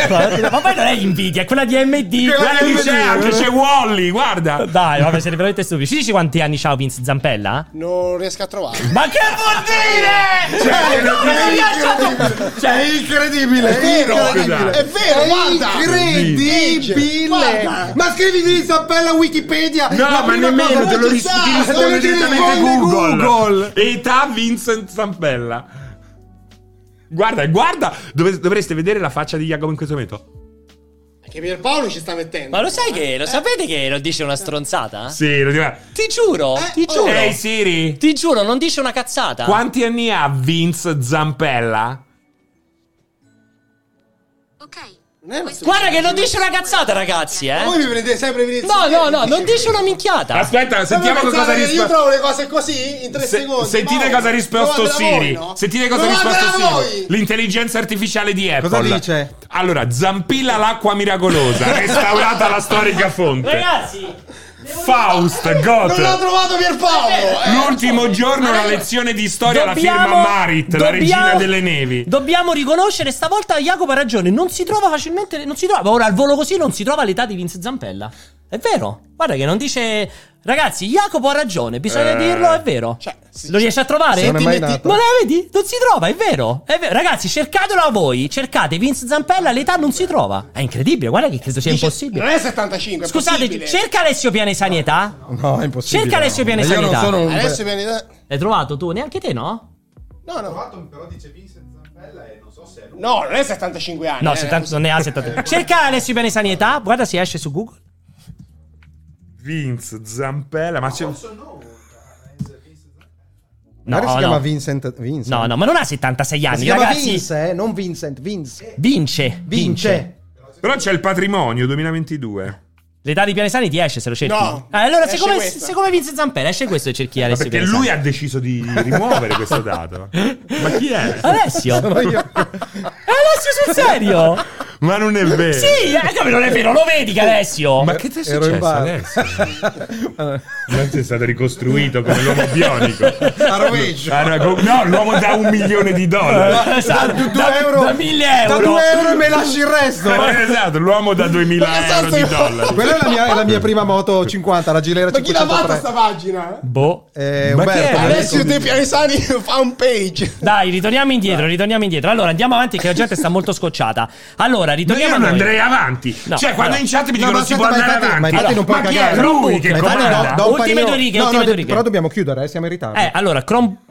Ma poi non è Nvidia, è quella di AMD. Guarda chi c'è, anche c'è Wally, guarda. Dai, vabbè, siete veramente stupidi. Ci dici quanti anni c'ha Vince Zampella? Non riesco a trovarlo. Ma che vuol dire? Cioè, è incredibile. È vero, incredibile. è vero, guarda. Incredibile. Guarda. Ma scrivi di Zampella a Wikipedia. No, ma nemmeno, te lo risponde direttamente Google. Età Vincent Zampella. Guarda, dovreste vedere la faccia di Jacopo in questo momento. Che Pierpaolo ci sta mettendo. Ma lo sai che, lo sapete che non dice una stronzata? Sì, lo dico. Ti giuro, ti giuro. Ehi Siri, Ti giuro, non dice una cazzata. quanti anni ha Vince Zampella? Ok, Guarda che non dice una cazzata, ragazzi, Voi mi prendete sempre per il No, non dice una minchiata. Aspetta, sentiamo cosa ha Io risposto. trovo le cose così in 3 secondi. Sentite cosa ha risposto Siri. Sentite cosa ha risposto Siri. L'intelligenza artificiale di Apple. Cosa dice? Allora, Zampilla l'acqua miracolosa, restaurata la storica fonte. Ragazzi, Faust, Non l'ho Goethe. trovato Pierpaolo. L'ultimo giorno una lezione di storia alla firma Marit, la regina delle nevi. Dobbiamo riconoscere, stavolta Jacopo ha ragione, non si trova facilmente, non si trova, ora al volo così non si trova l'età di Vince Zampella. È vero, guarda che non dice... Ragazzi, Jacopo ha ragione, bisogna dirlo, è vero. Cioè, Lo riesci a trovare? Non è mai nato. Ma vedi? Non si trova, è vero. Ragazzi, cercatelo a voi. Cercate Vince Zampella, l'età non si trova. È incredibile, guarda che credo sia impossibile. Non è 75, è Scusate, possibile. cerca Alessio Pianesani età. No, è impossibile. Cerca Alessio no. Pianesani Io non età. sono un... Adesso viene da... L'hai trovato tu? Neanche te, no? No. Però dice Vincent Zampella e non so se è lui. No, non è 75 anni. No, 70, non ne ha 70. Cerca Alessio Pianesani età, guarda se esce su Google. Vince Zampella, ma c'è... Magari si chiama Vincent. No, ma non ha 76 anni, Si chiama ragazzi. Vince, non Vincent, Vince. Vince. Però c'è il patrimonio 2022. L'età di Pianesani ti esce se lo cerchi. No, Allora, esce siccome questo. Vince Zampella esce questo e cerchi Ma Alessio perché Pianesani. lui ha deciso di rimuovere questo dato. Ma chi è? Alessio? Sono io. Alessio sul serio? Ma non è vero. Sì, come non è vero, lo vedi che Alessio? Ma che ti è Ero in successo bar. adesso? Non sei stato ricostruito come l'uomo bionico. A rovescio. No, l'uomo da $1 milione. Esatto, Da 2 euro. Da 1000 Da euro. 2 euro e me lasci il resto. Esatto, l'uomo da $2000. Quella è la mia prima moto 50, la Gilera Ma chi l'ha fatta 503. sta pagina? Boh. Ma che è? Umberto. Alessio De Pianesani fan page. Dai, ritorniamo indietro. Allora, andiamo avanti che la gente sta molto scocciata. Allora, Ma ritorniamo io a non noi. andrei avanti. No, Cioè, quando allora. in chat mi No, dicono ma si può aspetta, andare ma avanti. infatti non puoi Ma chi è cagare. lui che Ma infatti comanda? no. Ultime due righe, ultime due righe. Però dobbiamo chiudere, siamo in ritardo. Allora,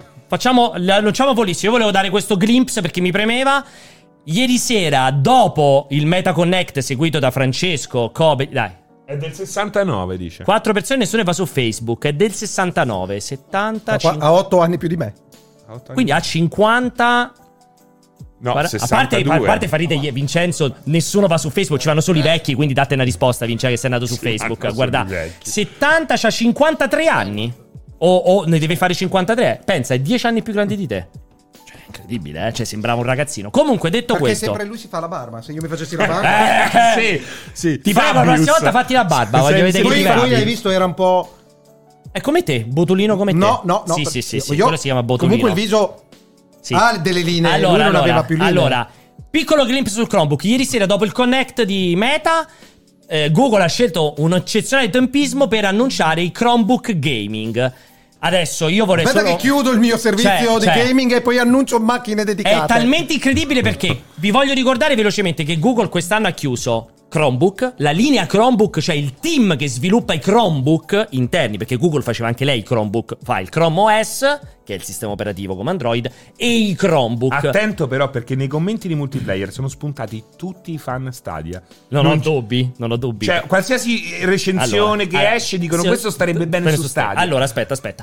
lanciamo volissimo. Io volevo dare questo glimpse perché mi premeva. Ieri sera, dopo il Meta Connect seguito da Francesco, Kobe, dai, È del 69, dice. 4 persone, nessuno va su Facebook, è del 69, 70, Ha 8 anni più di me. quindi ha 50. No, Guarda, 62. a parte fa ridere Vincenzo, nessuno va su Facebook, ci vanno solo i vecchi, quindi date una risposta, Vincenzo, che sei andato su Facebook. vanno Guarda, solo i vecchi. 70 c'ha 53 anni. O ne deve fare 53. Pensa, è 10 anni più grande di te. Cioè, è incredibile, Cioè, sembrava un ragazzino. Comunque, detto Perché questo, sempre lui si fa la barba. Se io mi facessi la barba. Sì. ti prego, la prossima volta fatti la barba. Voglio vedere che Lui, livelli. lui hai visto era un po'. È come te, botulino come te. No. Sì, Io- quello si chiama botulino. Comunque il viso Sì. ha delle linee. Lui non aveva più linee. Allora, piccolo glimpse sul Chromebook. Ieri sera, dopo il Connect di Meta, Google ha scelto un eccezionale tempismo per annunciare i Chromebook Gaming. Adesso io vorrei Aspetta solo... che chiudo il mio servizio di gaming e poi annuncio macchine dedicate. È talmente incredibile perché vi voglio ricordare velocemente che Google quest'anno ha chiuso Chromebook, la linea Chromebook, cioè il team che sviluppa i Chromebook interni, perché Google faceva anche lei i Chromebook, fa il Chrome OS, che è il sistema operativo come Android, e i Chromebook. Attento però, perché nei commenti di multiplayer sono spuntati tutti i fan Stadia. Non ho dubbi. Cioè, qualsiasi recensione che esce dicono questo starebbe bene su Stadia. Allora, aspetta.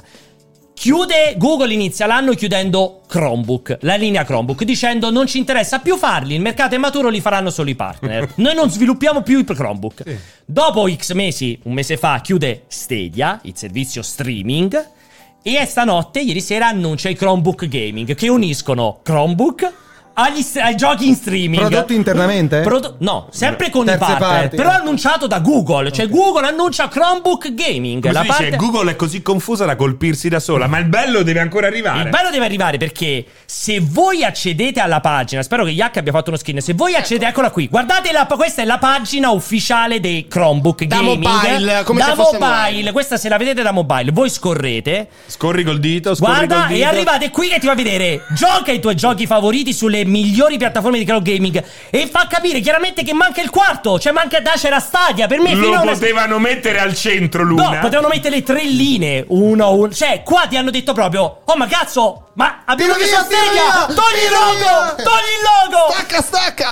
Google inizia l'anno chiudendo Chromebook, la linea Chromebook, dicendo non ci interessa più farli, il mercato è maturo, li faranno solo i partner. Noi non sviluppiamo più i Chromebook. Sì. Dopo X mesi, un mese fa, chiude Stadia, il servizio streaming, e stanotte, ieri sera, annuncia i Chromebook Gaming, che uniscono Chromebook ai giochi in streaming. Prodotti internamente? No, sempre con i Terze partner, parti. però annunciato da Google. Cioè Google annuncia Chromebook Gaming. Come la si dice, parte... Google è così confusa da colpirsi da sola, ma il bello deve ancora arrivare. Il bello deve arrivare perché se voi accedete alla pagina, spero che Yak abbia fatto uno screen, se voi accedete, eccola qui, guardate questa è la pagina ufficiale dei Chromebook Da Gaming. mobile, come da se fosse mobile, mobile. questa se la vedete da mobile, voi scorrete, Scorri col dito, guarda e arrivate qui che ti va a vedere, gioca i tuoi giochi favoriti sulle migliori piattaforme di cloud gaming e fa capire chiaramente che manca il quarto, cioè manca c'era Stadia, per me Lo potevano mettere al centro, Luna. No, potevano mettere 3 linee, uno. Cioè, qua ti hanno detto proprio: oh, ma cazzo, ma abbiamo Tira messo via, tira Stadia! via, Togli il tira logo! via! Togli il logo! Stacca.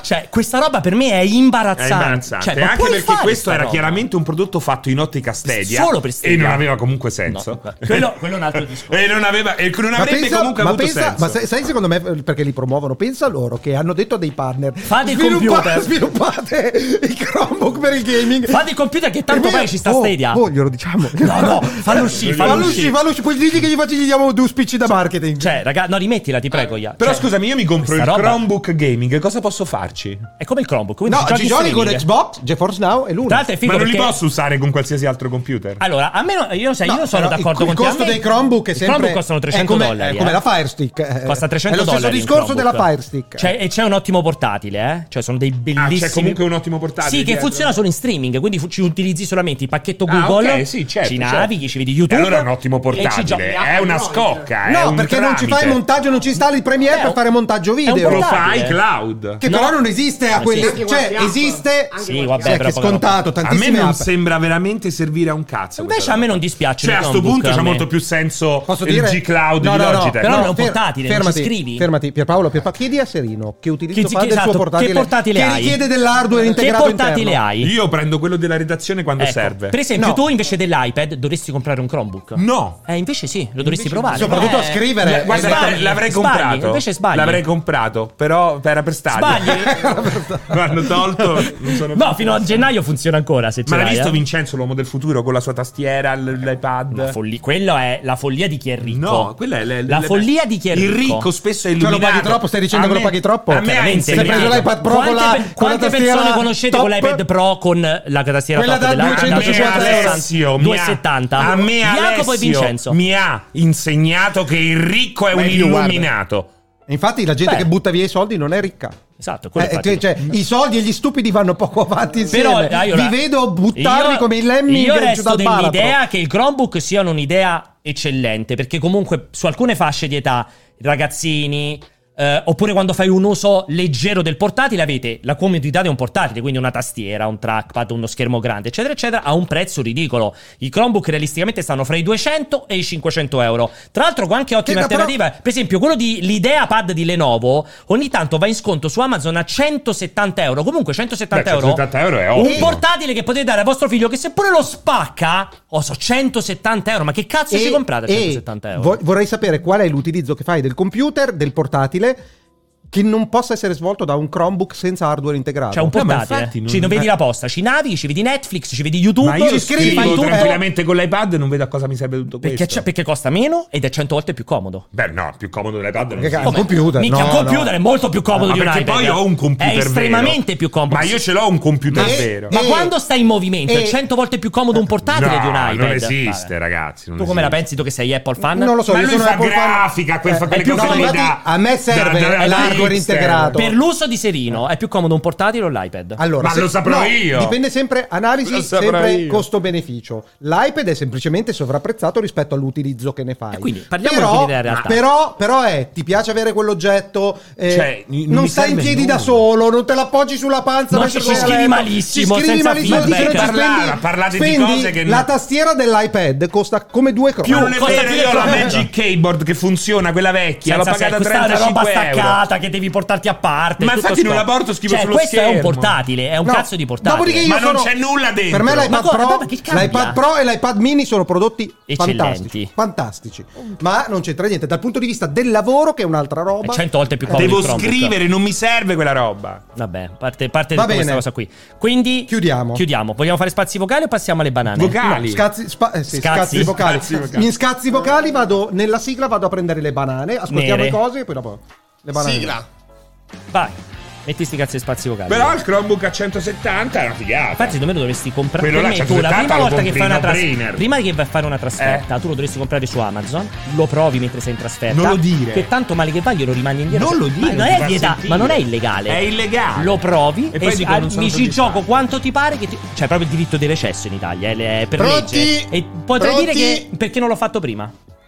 Cioè, questa roba per me è imbarazzante. È imbarazzante. Cioè, ma anche puoi perché fare questo sta era roba? chiaramente un prodotto fatto in ottica Stadia. Solo per Stadia. E non aveva comunque senso. No, quello è un altro discorso. E non avrebbe comunque avuto senso. Ma sai secondo me perché li promuovono? Pensa loro che hanno detto a dei partner: Fate il computer. sviluppate il Chromebook per il gaming. Fate il computer che tanto poi ci sta Stadia. Glielo diciamo. No, fallo uscire. Poi digli che gli diamo due spicci da marketing. Cioè, raga, no, rimettila, ti prego. Però scusami, io mi compro il questa roba- Chromebook gaming, cosa posso farci? È come il Chromebook. quindi No, ci giochi con streaming. Xbox, GeForce Now e l'uno. Tra l'altro è figo Ma non li perché- posso usare con qualsiasi altro computer? Allora, a me io sono Però d'accordo con il te. costo A me- dei Chromebook è i sempre Chromebook costano $300. è come la Fire Stick. Costa $300. È lo stesso il discorso della Chromebook. Fire Stick. E c'è un ottimo portatile, Cioè, sono dei bellissimi. c'è comunque un ottimo portatile Sì, che dietro. funziona solo in streaming. Quindi ci utilizzi solamente il pacchetto Ah, Google. ok, sì, certo, ci certo. navighi, ci vedi E YouTube. allora è un ottimo e ci portatile. giochi. È una scocca. è No, un perché non ci fai tramite. montaggio, non ci installi il Premiere Beh, per fare montaggio video. Lo portatile. fai cloud. Che No. però non esiste a Non quelli. esiste. Cioè, Anche qualche esiste. app. Sì, vabbè, Sì, però che è poca scontato. A me Tantissime non app. sembra veramente servire a un cazzo. Invece questa a me roba. non dispiace. Cioè, il a sto Chromebook, punto c'ha a me. molto più senso Posso il dire? G Cloud No, di no, no. Logitech. Però non è un portatile, non fermati, ci scrivi. Fermati, Pierpaolo, chiedi a Serino che utilizzo fa del esatto, suo portatile. che portatile che hai? richiede dell'hardware Che integrato portatile interno. hai? Io prendo quello della redazione quando Ecco, serve. Per esempio, No. tu invece dell'iPad dovresti comprare un Chromebook. No. Invece sì, lo dovresti provare. Soprattutto a scrivere. Guarda, sbagli, l'avrei sbagli, comprato. invece sbagli. L'avrei comprato, però era per Stadia. Sbagli? L'hanno tolto. Non sono No, fino a gennaio funziona ancora. Se Ma ce l'hai l'hai, visto eh? Vincenzo, l'uomo del futuro, con la sua tastiera, l'iPad? Quello è la follia di chi è ricco. No, quella è la follia di chi è ricco. Il ricco spesso è Cioè, lo illuminato. paghi troppo? Stai dicendo A che lo me- paghi troppo? A me ha Veramente, Sei preso insegnato. l'iPad Pro con la Quante tastiera persone conoscete top? con l'iPad Pro con la tastiera Quella top da dell'iPad? 250 euro. Alessio, 270. A me Jacopo e Alessio Vincenzo. mi ha insegnato che il ricco è un io, guarda. illuminato. Infatti la gente Beh. che butta via i soldi non è ricca. Esatto, quello infatti. Cioè, i soldi e gli stupidi vanno poco avanti insieme. Però ora, Vi vedo buttarli io- come i lemmi Io giù resto dal baratro. dell'idea che il Chromebook sia un'idea eccellente, perché comunque su alcune fasce di età, ragazzini, oppure quando fai un uso leggero del portatile, avete la comodità di un portatile, quindi una tastiera, un trackpad, uno schermo grande, eccetera, eccetera, a un prezzo ridicolo. I Chromebook realisticamente stanno fra i 200 e i 500 euro. Tra l'altro con anche ottime Che però- alternative. Per esempio, quello di l'Idea Pad di Lenovo ogni tanto va in sconto su Amazon a 170 euro. Comunque 170 Beh, euro. 170 euro è Un ottimo. portatile che potete dare a vostro figlio che seppure lo spacca, so 170 euro. Ma che cazzo ci comprate a 170 euro? Vorrei sapere qual è l'utilizzo che fai del computer, del portatile, che non possa essere svolto da un Chromebook senza hardware integrato. C'è un No, ma portatile. infatti non- Ci vedi la posta, ci navighi, ci vedi Netflix, ci vedi YouTube. Ma io ci scrivi, fai scrivo tutto. tranquillamente con l'iPad e non vedo a cosa mi serve tutto questo. Perché costa meno ed è 100 volte più comodo. Beh, no, più comodo dell'iPad non Che esiste. cazzo? Un computer. Minchia, No, un computer no. è molto più comodo Ma di un perché iPad. poi ho un computer è estremamente vero. più comodo. Ma io ce l'ho un computer Ma- vero. Ma E- quando stai in movimento è e- 100 volte più comodo un portatile di un iPad. non esiste, Vabbè. ragazzi. non Tu come la esiste. pensi? Tu che sei Apple fan? Non lo so, Ma io lui sono fa Apple fan. grafica, quelle è più cose comodo. lì da- A me serve da l'hardware hipster. integrato. Per l'uso di Serino è più comodo un portatile o l'iPad? Allora, Ma lo saprò io. Dipende sempre, analisi Lo saprò sempre io. costo-beneficio. L'iPad è semplicemente sovrapprezzato rispetto all'utilizzo che ne fai. E quindi parliamo un po' della realtà. Però ti piace avere quell'oggetto, Cioè, non mi stai in serve piedi nulla. da solo, non te l'appoggi sulla panza. No, mentre ci sei a scrivi letto. malissimo, Ci scrivi senza malissimo, feedback. ti Parlate di spendi cose che la non- tastiera dell'iPad costa come due Ma crocchi. non è costa vero, più io ho la del Magic Keyboard che funziona, quella vecchia, l'ho Senza pagata questa è una 35 roba euro. staccata che devi portarti a parte. Ma tutto infatti non sto- la porto, scrivo cioè, sullo questo è un schermo. portatile, è un No, cazzo di portatile. dopodiché io Ma non sono- c'è nulla dentro. Per me Ma l'iPad che cambia? l'iPad Pro e l'iPad mini sono prodotti Eccellenti. fantastici. Ma non c'entra niente dal punto di vista del lavoro, che è un'altra È roba. 100 volte più comodo Devo il Chromebook. scrivere, non mi serve quella roba. Vabbè, parte Va tutta questa bene. cosa qui. Quindi Chiudiamo. Vogliamo fare spazi vocali o passiamo alle banane? Vocali. Scazzi Scazzi vocali. Scazzi vocali. In scazzi vocali nella sigla vado a prendere le banane, ascoltiamo Nere. le cose e poi dopo le banane. Sigla. Vai. Metti sti cazzi di spazi vocali. Però il Chromebook a 170 è una figata. Infatti, secondo me lo dovresti comprare. Quello Per là, me, tu la 170 prima lo volta che compri fai una no brainer. prima che vai a fare una trasferta, tu lo dovresti comprare su Amazon. Lo provi mentre sei in trasferta. Non lo dire. Che tanto male che vai, glielo rimani indietro. Non lo dire, Ma non ti è fa vietato, sentire. ma non è illegale. È illegale. Lo provi E poi dicono, non sono mi ci soddisfatto. gioco quanto ti pare che c'è proprio il diritto di recesso in Italia, è per Pronti? legge. E potrei Pronti? dire che perché non l'ho fatto prima.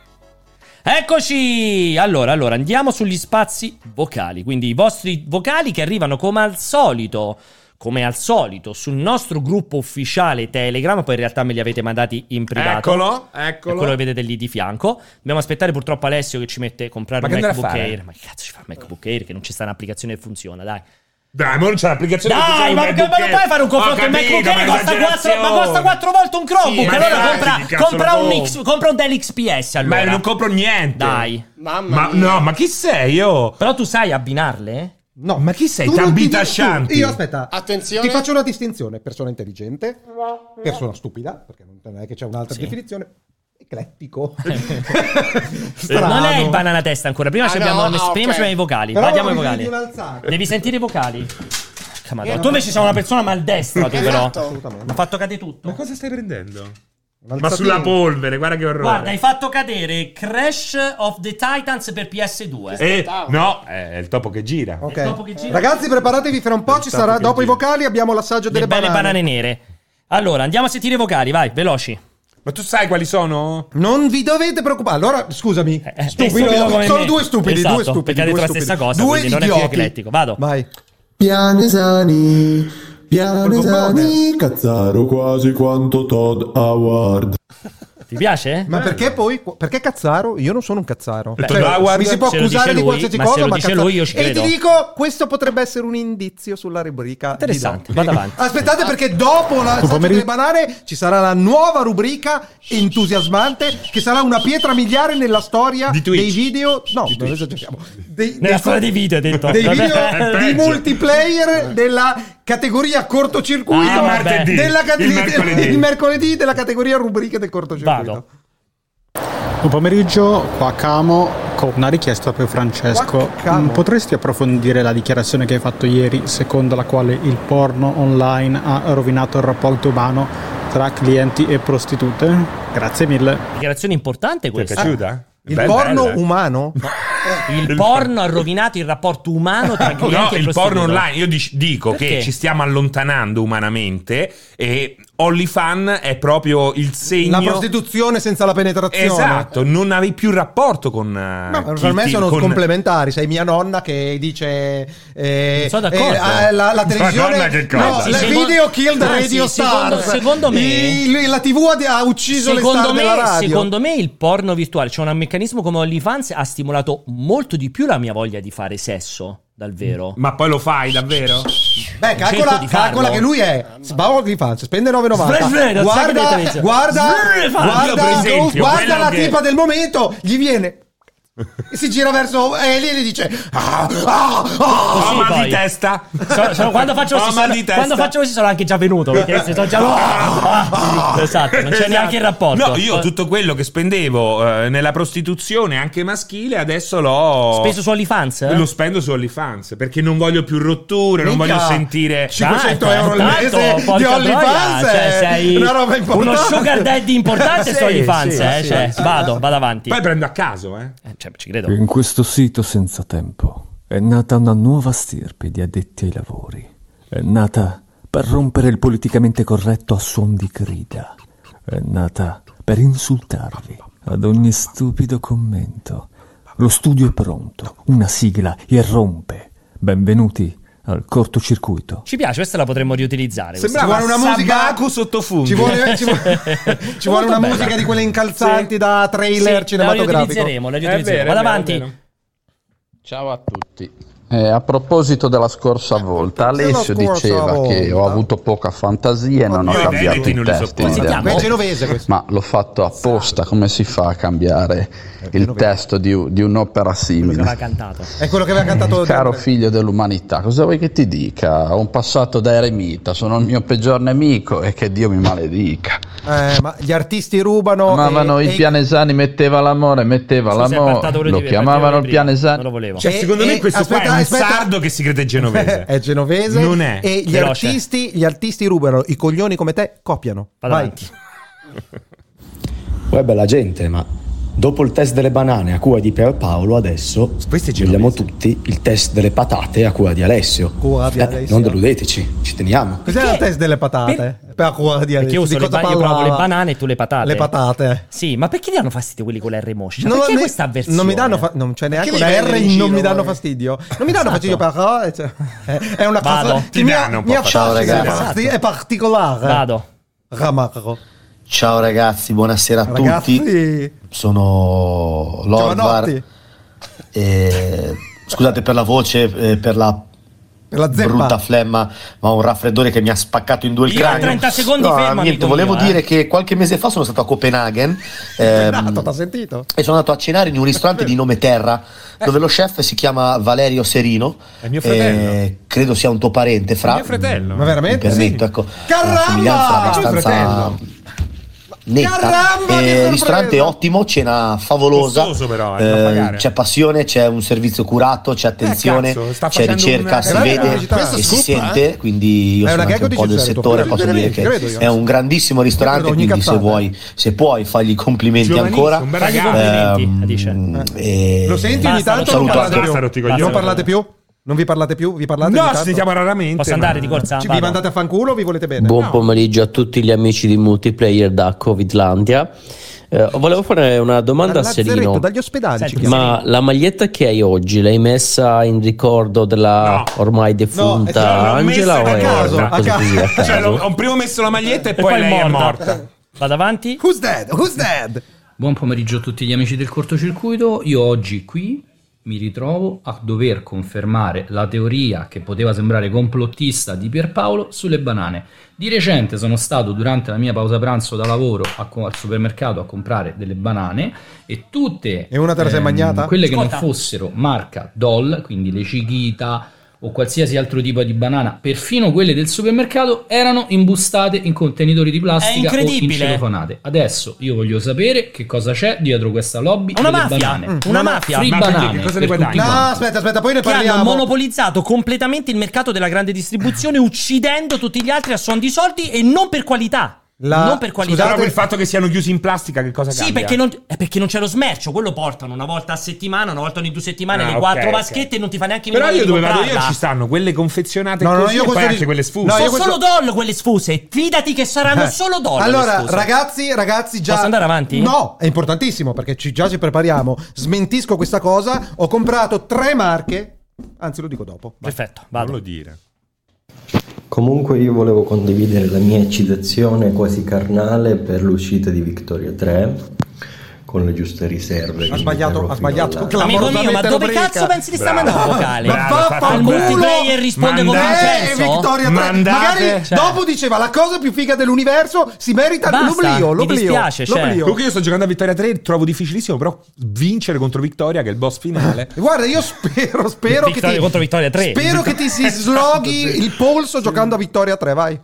Eccoci! Allora, andiamo sugli spazi vocali. Quindi i vostri vocali che arrivano come al solito sul nostro gruppo ufficiale Telegram. Poi in realtà me li avete mandati in privato. Eccolo. È quello che vedete lì di fianco. Dobbiamo aspettare purtroppo Alessio che ci mette a comprare Ma un che andrà a MacBook fare? Air. Ma che cazzo ci fa il MacBook Air? Che non c'è sta un'applicazione che funziona, dai. Dai, ma non c'è l'applicazione. Dai, ma non puoi fare un confronto. Il MacBook Air costa 4 volte un Chromebook. Sì, allora compra un Dell XPS. Allora. Ma non compro niente. Dai. Mamma mia. No, ma chi sei io? Però tu sai abbinarle? No, Ma chi sei? tu non Tabita ti- Shanti? Io aspetta. Attenzione. Ti faccio una distinzione: persona intelligente, persona stupida, perché non è che c'è un'altra definizione. Eclettico. Strano. Non è il banana testa ancora. Prima abbiamo i vocali. Però Vediamo i ho bisogno vocali. di un alzato. Devi sentire i vocali. Madonna. Tu invece sei una persona maldestra, tu però. Assolutamente. Mi ha fatto cadere tutto. Ma cosa stai prendendo? Ma Un'alzatina. sulla polvere, guarda che orrore. Guarda, hai fatto cadere Crash of the Titans per PS2. No, è il topo che gira. Ok. dopo che gira- Ragazzi, preparatevi fra un po'. Ci sarà dopo i vocali. Abbiamo l'assaggio Le delle belle banane nere. Allora, andiamo a sentire i vocali, vai, veloci. Ma tu sai quali sono? Non vi dovete preoccupare. Allora, scusami, stupido. stupido come Sono me. due stupidi. Esatto, due stupidi. perché ha detto due la stessa stupidi. cosa, Due quindi non è più idioti. eclettico. Vado. Vai. Pianesani, Pianesani, Cazzaro quasi quanto Todd Howard. Ti piace? Ma perché poi? Perché Cazzaro? Io non sono un Cazzaro. Todd Howard, mi si può se lo accusare dice di lui, qualsiasi ma se cosa, lo ma dice Cazzaro. lui, io ci E credo. ti dico, questo potrebbe essere un indizio sulla rubrica. Interessante, di dopo. vado avanti. Aspettate, perché dopo la delle banane ci sarà la nuova rubrica entusiasmante che sarà una pietra miliare nella storia Di Twitch. dei video. No, non esageriamo. Nella storia dei video, hai detto. Dei Vabbè. video di multiplayer della categoria cortocircuito Ah, martedì. Il mercoledì. della categoria rubriche del cortocircuito. Vado. Buon pomeriggio, qua Camo con una richiesta per Francesco. Qua Camo. Potresti approfondire la dichiarazione che hai fatto ieri, secondo la quale il porno online ha rovinato il rapporto umano tra clienti e prostitute? Grazie mille. Dichiarazione importante Ti è questa. piaciuta? Il Bella, porno bella. umano? Il porno ha rovinato il rapporto umano tra clienti No, e il prostitute. porno online. Io dico Perché? che ci stiamo allontanando umanamente e OnlyFans è proprio il segno. La prostituzione senza la penetrazione. Esatto, non avevi più rapporto con. Ma per me sono complementari. Sei mia nonna che dice sono d'accordo. la televisione, nonna che cosa? no, Sì, la secondo- video kill the anzi, radio secondo- stars. secondo me- la TV ha ucciso le star della radio. Secondo me il porno virtuale, cioè un meccanismo come OnlyFans, ha stimolato molto di più la mia voglia di fare sesso, dal vero. Ma poi lo fai davvero? Beh, cerco di farlo. calcola che lui è OnlyFans, spende 9,90. Sbrevede, sai che deve Guarda Io, per esempio, quello la che- tipa del momento, gli viene e si gira verso Eli e gli dice Così Ho mal poi. di testa. Quando faccio Ho così, mal di testa. quando faccio così sono anche già venuto, perché se sono già esatto, non c'è Esatto. neanche il rapporto. No, io tutto quello che spendevo nella prostituzione anche maschile adesso l'ho speso su OnlyFans? Lo spendo su OnlyFans perché non voglio più rotture, non Minchia. voglio sentire 500 Dai, euro al tanto, mese di porca OnlyFans, troia, cioè, sei una roba importante. uno sugar daddy importante Sì, su OnlyFans, sì, cioè, sì. vado avanti. Poi prendo a caso, Cioè, ci credo. In questo sito senza tempo è nata una nuova stirpe di addetti ai lavori. È nata per rompere il politicamente corretto a suon di grida. È nata per insultarvi ad ogni stupido commento. Lo studio è pronto, una sigla irrompe. Benvenuti al cortocircuito. Ci piace, questa la potremmo riutilizzare. questa. Ci vuole una musica Sabaku sottofondo. Ci vuole una bella. musica di quelle incalzanti da trailer Sì, cinematografico. la riutilizzeremo. Vado avanti. Ciao a tutti. A proposito della scorsa volta, Alessio diceva che ho avuto poca fantasia e non ho Io i cambiato Veneti i non li testi. sopporto. Sentiamo. È genovese questo. Ma l'ho fatto apposta. Come si fa a cambiare il testo di un'opera Aveva simile? cantato. È quello che aveva cantato Caro figlio dell'umanità, cosa vuoi che ti dica? Ho un passato da eremita, sono il mio peggior nemico e che Dio mi maledica. ma gli artisti rubano. Chiamavano i pianesani, metteva l'amore, Scusa, è apartato lo prima, chiamavano il Non pianesani. lo volevo. Cioè, secondo me questo qua è un aspetta. sardo che si crede genovese. È genovese. Non è. E gli Veloce. artisti rubano, i coglioni come te copiano. Vado Vai. avanti. Poi bella gente, ma dopo il test delle banane a cura di Pierpaolo, adesso Questo è vogliamo genovese. tutti il test delle patate a cura di Alessio. Cura di Alessio. Non deludeteci, ci teniamo. Cos'è il test delle patate? Per cuore di Perché io Alessio. uso Di cosa io provo le parlava? banane e tu le patate. Le patate. Sì, ma perché danno fastidio quelli con la R moscia? Non- Perché ne- questa avversione? Non mi danno non c'è neanche Perché una li R vendi in non giro, mi danno voi? fastidio. Non mi danno fastidio però è una Vado. cosa Ti che mi danno un po' mi fastidio. affascina, Ciao, ragazzi. è particolare. Vado. Ramarro. Ciao ragazzi, buonasera a tutti. Ragazzi, Sono Lorvar. Giovanotti. Scusate per la voce, per la Per la zeppa. Brutta flemma, ma un raffreddore che mi ha spaccato in due il Io a cranio. 30 secondi fermo, niente, amico volevo mio, dire che qualche mese fa sono stato a Copenaghen T'ha sentito? e sono andato a cenare in un ristorante di nome Terra, dove lo chef si chiama Valerio Serino. È mio fratello. Credo sia un tuo parente, Fra. Mio fratello. Ma veramente? Mi permetto, ecco. Caramba! La somiglianza è Mio abbastanza fratello. netta. Caramba, che sorpresa! Ristorante ottimo, cena favolosa. Costoso però, da pagare. C'è passione, c'è un servizio curato, c'è attenzione, cazzo, sta c'è facendo ricerca, una si grande vede pubblicità. e Questo si scoop, sente. Quindi io È sono una anche gag un po' o del dici settore, serio? posso dire che Credo io. è un grandissimo ristorante. Credo ogni Quindi cazzata. se puoi fagli i complimenti Giovanissimo, ancora. un bel Fagli ragazzo. complimenti, dice. E Lo senti ogni Basta, tanto? lo Non saluto parlate anche. più? Rotti i coglioni. Non parlate più? Non vi parlate più? Vi parlate ogni No, ci tanto? sentiamo raramente. Posso andare di corsa? Vi Vado. mandate a fanculo o vi volete bene? Buon pomeriggio a tutti gli amici di Multiplayer da Covidlandia. Volevo fare una domanda a All'Azzeretto, Serino. dagli ospedali Senti, ci chiamano. Ma la maglietta che hai oggi l'hai messa in ricordo della No. ormai defunta l'ho Angela messa o a è caso, una cosa così a Cioè, caso? ho prima messo la maglietta e E poi lei è morta. Vado avanti. Who's dead? Who's dead? Buon pomeriggio a tutti gli amici del cortocircuito. Io oggi qui mi ritrovo a dover confermare la teoria che poteva sembrare complottista di Pierpaolo sulle banane. Di recente sono stato durante la mia pausa pranzo da lavoro al supermercato a comprare delle banane e tutte E una te la sei mangiata? quelle che Ascolta. non fossero marca Dol, quindi le Chiquita o qualsiasi altro tipo di banana, perfino quelle del supermercato, erano imbustate in contenitori di plastica o incredibile. incelofanate. Adesso io voglio sapere che cosa c'è dietro questa lobby Una delle mafia. banane. Una mafia. Free Ma perché? banane Che cosa per ne tutti guadagni? No, quanti. aspetta, poi ne Che hanno parliamo. monopolizzato completamente il mercato della grande distribuzione, uccidendo tutti gli altri a suon di soldi e non per qualità. Non per qualità. Però per il fatto che siano chiusi in plastica, che cosa Sì, cambia? perché non c'è lo smercio. Quello portano una volta a settimana, una volta ogni 2 settimane, Ah, le ok, 4 ok. vaschette e non ti fa neanche Però voglia io di dove vado io comprarla. ci stanno quelle confezionate No, no, così io e poi questo anche di- quelle sfuse. no, Sono io questo- solo doll quelle sfuse. Fidati che saranno solo doll. Allora, quelle sfuse. ragazzi, già. Posso andare avanti? No, è importantissimo perché già ci prepariamo. Smentisco questa cosa. Ho comprato 3 marche. Anzi, lo dico dopo. Vai. Perfetto, Non vado. lo dire. Comunque io volevo condividere la mia eccitazione quasi carnale per l'uscita di Victoria 3 con le giuste riserve. Ha sbagliato. Amico mio, ma dove cazzo pensi di sta mandando vocale? Ma Bravo, vaffanculo! Al multiplayer risponde con Vincenzo? Victoria 3. Mandate- Magari cioè. dopo diceva la cosa più figa dell'universo si merita Basta, l'oblio. mi dispiace, cioè. l'oblio. Comunque io sto giocando a Vittoria 3, trovo difficilissimo, però vincere contro Vittoria, che è il boss finale. Guarda, io spero che Vittoria contro Vittoria 3. Spero che ti si sloghi il polso giocando a Vittoria 3, vai.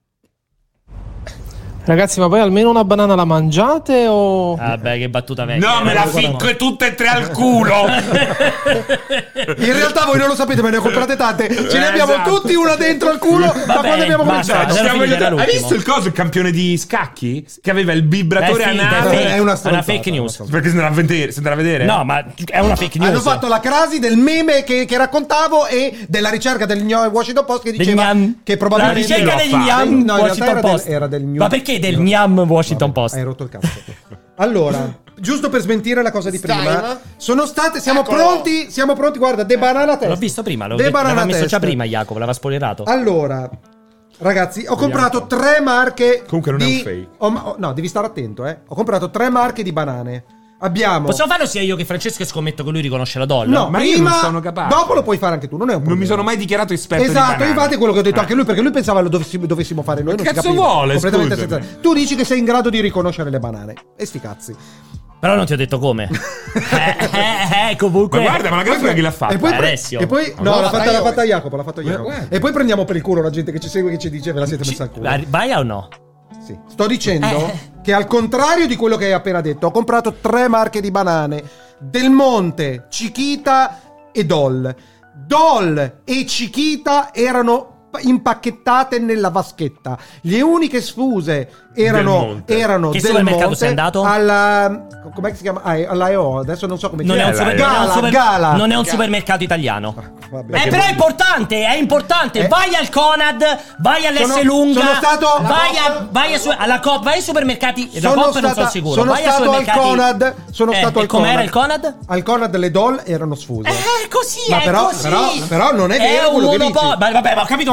Ragazzi, ma poi almeno una banana la mangiate o... Vabbè, che battuta vecchia. No, me la ficco tutte e tre al culo. In realtà voi non lo sapete, ma ne ho comprate tante. Ce ne abbiamo Esatto. tutti una dentro al culo. Ma Vabbè, quando abbiamo basta, cominciato? già Stiamo finita vedendo- Hai l'ultimo. visto il coso, il campione di scacchi? Che aveva il vibratore È finta, anale. È una stronzata, fake news. Perché se andrà a vedere? No, ma è una fake news. Hanno fatto la crasi del meme che raccontavo e della ricerca del Washington Post che diceva che probabilmente la ricerca lo degli fa. Gnam No, in realtà Washington Post. era del New Ma perché del Gnam Washington Post? Hai rotto il cazzo. Allora, giusto per smentire la cosa di prima, Stein? siamo Eccolo. pronti, guarda, The Banana Test. L'ho visto prima, The Banana l'aveva messo Test. già prima Jacopo, l'aveva spoilerato. Allora, ragazzi, ho comprato 3 marche. Comunque non è di... un fake. no, devi stare attento, Ho comprato 3 marche di banane. Abbiamo. Possiamo farlo sia io che Francesco e scommetto che lui riconosce la doll? No, Ma io prima, non sono capace. Dopo lo puoi fare anche tu, non è un Non mi problema. sono mai dichiarato esperto di Esatto, banane. infatti è quello che ho detto anche lui, perché lui pensava lo dovessimo fare noi. Che non si cazzo capiva. vuole, Completamente scusami? senza... Tu dici che sei in grado di riconoscere le banane. E sti cazzi. Però non ti ho detto come. Comunque. Ma guarda, ma la grafica chi l'ha fatta? E poi, Alessio. e poi no, l'ha fatta Jacopo, Guarda. E poi prendiamo per il culo la gente che ci segue, che ci dice ve la siete messa al culo. Vai o no? Sì. Sto dicendo che al contrario di quello che hai appena detto, ho comprato 3 marche di banane: Del Monte, Chiquita e Dol. Dol e Chiquita erano impacchettate nella vaschetta. Le uniche sfuse erano Che del supermercato Monte sei andato? alla come si chiama? All'AEO, adesso non so come Non si è un, chiama. Gala. non è un supermercato italiano. Vabbè. Però è importante. Vai al Conad, vai all'S Lunga. sono stato- alla Coop, vai ai supermercati. La Sono Coop non sono sicuro. sono Vai ai stato al supermercati. Conad. Sono stato e al com'era Conad. il Conad? Al Conad le doll erano sfuse. Così, Ma è però, così. però non è vero un quello che monopolio. dici. Vabbè, ma ho capito,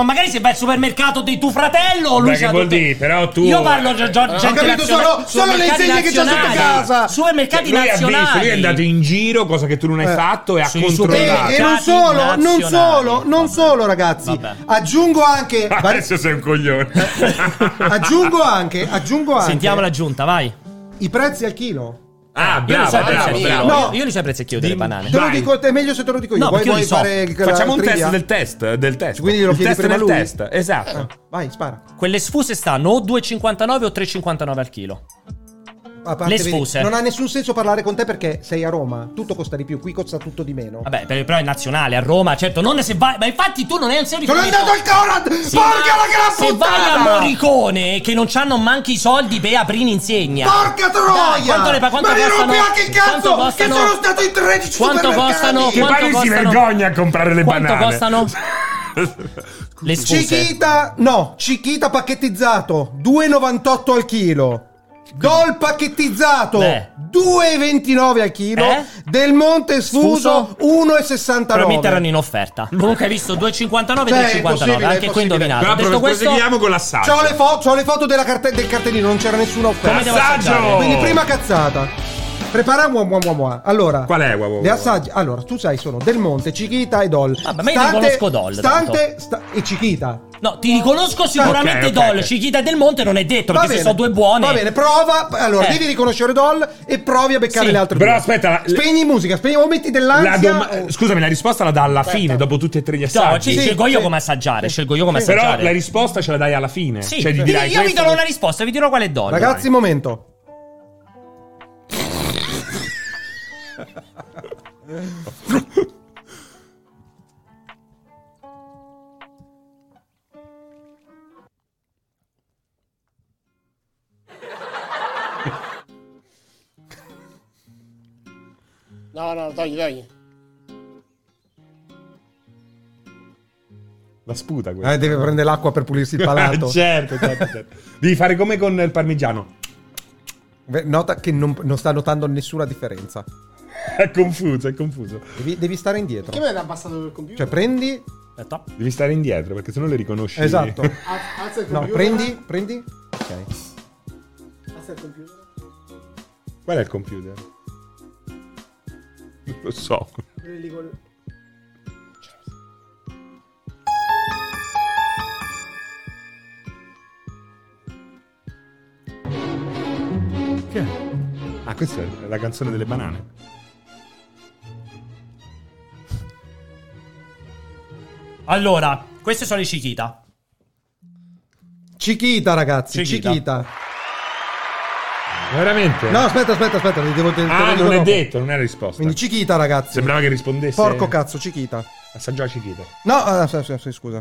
magari se vai al supermercato di tuo fratello, lui Beh, che vuol dire? Però tu... Io parlo gente ho capito solo le insegne che c'ha sotto casa. Supermercati lui nazionali. ha visto, lui è andato in giro, cosa che tu non hai fatto, e ha controllato. E non solo, ragazzi. Vabbè. Aggiungo anche. Adesso sei un coglione. aggiungo anche. Sentiamo l'aggiunta, vai. I prezzi al chilo. Ah, bravo. No, io li so i prezzi anch'io delle banane. Te lo dico, è meglio se te lo dico io. No, Vuoi so. fare Facciamo un test del test. Quindi lo chiedi prima lui? Test. Esatto. Vai, spara. Quelle sfuse stanno o 2,59 o 3,59 al chilo. Le sfuse. Non ha nessun senso parlare con te perché sei a Roma. Tutto costa di più, qui costa tutto di meno. Vabbè, però è nazionale a Roma, certo. Non se vai. Ma infatti tu non hai un serio. Sono andato al Conad! Porca la gran Se vai a Morricone, che non c'hanno manchi i soldi per aprire in insegna. Porca troia! Quanto ma mi costano? rompi anche il cazzo! Che sono stato in 13 quanto costano? Che poi si vergogna a comprare le banane. Quanto costano? Le sfuse. Cichita pacchettizzato 2,98 al chilo. Dol pacchettizzato 2,29 al chilo. Del Monte sfuso 1,69. Probabilmente erano in offerta. Comunque hai visto 2,59 e 3,59. Anche qui indovinato. Però detto questo, proseguiamo con l'assaggio. C'ho le foto del cartellino, non c'era nessuna offerta. Assaggio! Quindi prima cazzata. Prepara allora. Qual è le assaggi? Allora, tu sai, sono Del Monte, Cichita e Dol. Vabbè, ma io ti conosco Dol. E Cichita. No, ti riconosco sicuramente Dol. Cichita e Del Monte non è detto, perché se sono due buone. Va bene, prova. Allora, devi riconoscere Dol e provi a beccare le altre due. Però aspetta, spegni musica, o metti dell'ansia. Scusami, la risposta la dà alla fine, dopo tutti e tre gli assaggi. No, scelgo io come assaggiare. Però la risposta ce la dai alla fine. Sì, cioè, io vi darò una risposta, vi dirò qual è Dol. Ragazzi, momento. No, togli. La sputa quella. Deve prendere l'acqua per pulirsi il palato. certo. Devi fare come con il parmigiano. Nota che non sta notando nessuna differenza. È confuso. Devi stare indietro. Che me l'ha abbassato il computer? Cioè prendi. Aspetta. Devi stare indietro perché sennò le riconosci. Esatto. Alza il computer. No, prendi. Ok. Alza il computer. Qual è il computer? Non lo so. Che è? Ah, questa è la canzone delle banane. Allora, queste sono le Cichita. Cichita, ragazzi. Cichita. Veramente? No, aspetta. Non è detto, non è la risposta. Quindi Cichita, ragazzi. Sembrava che rispondesse. Porco cazzo, Cichita. Assaggiò la Cichita. No, scusa.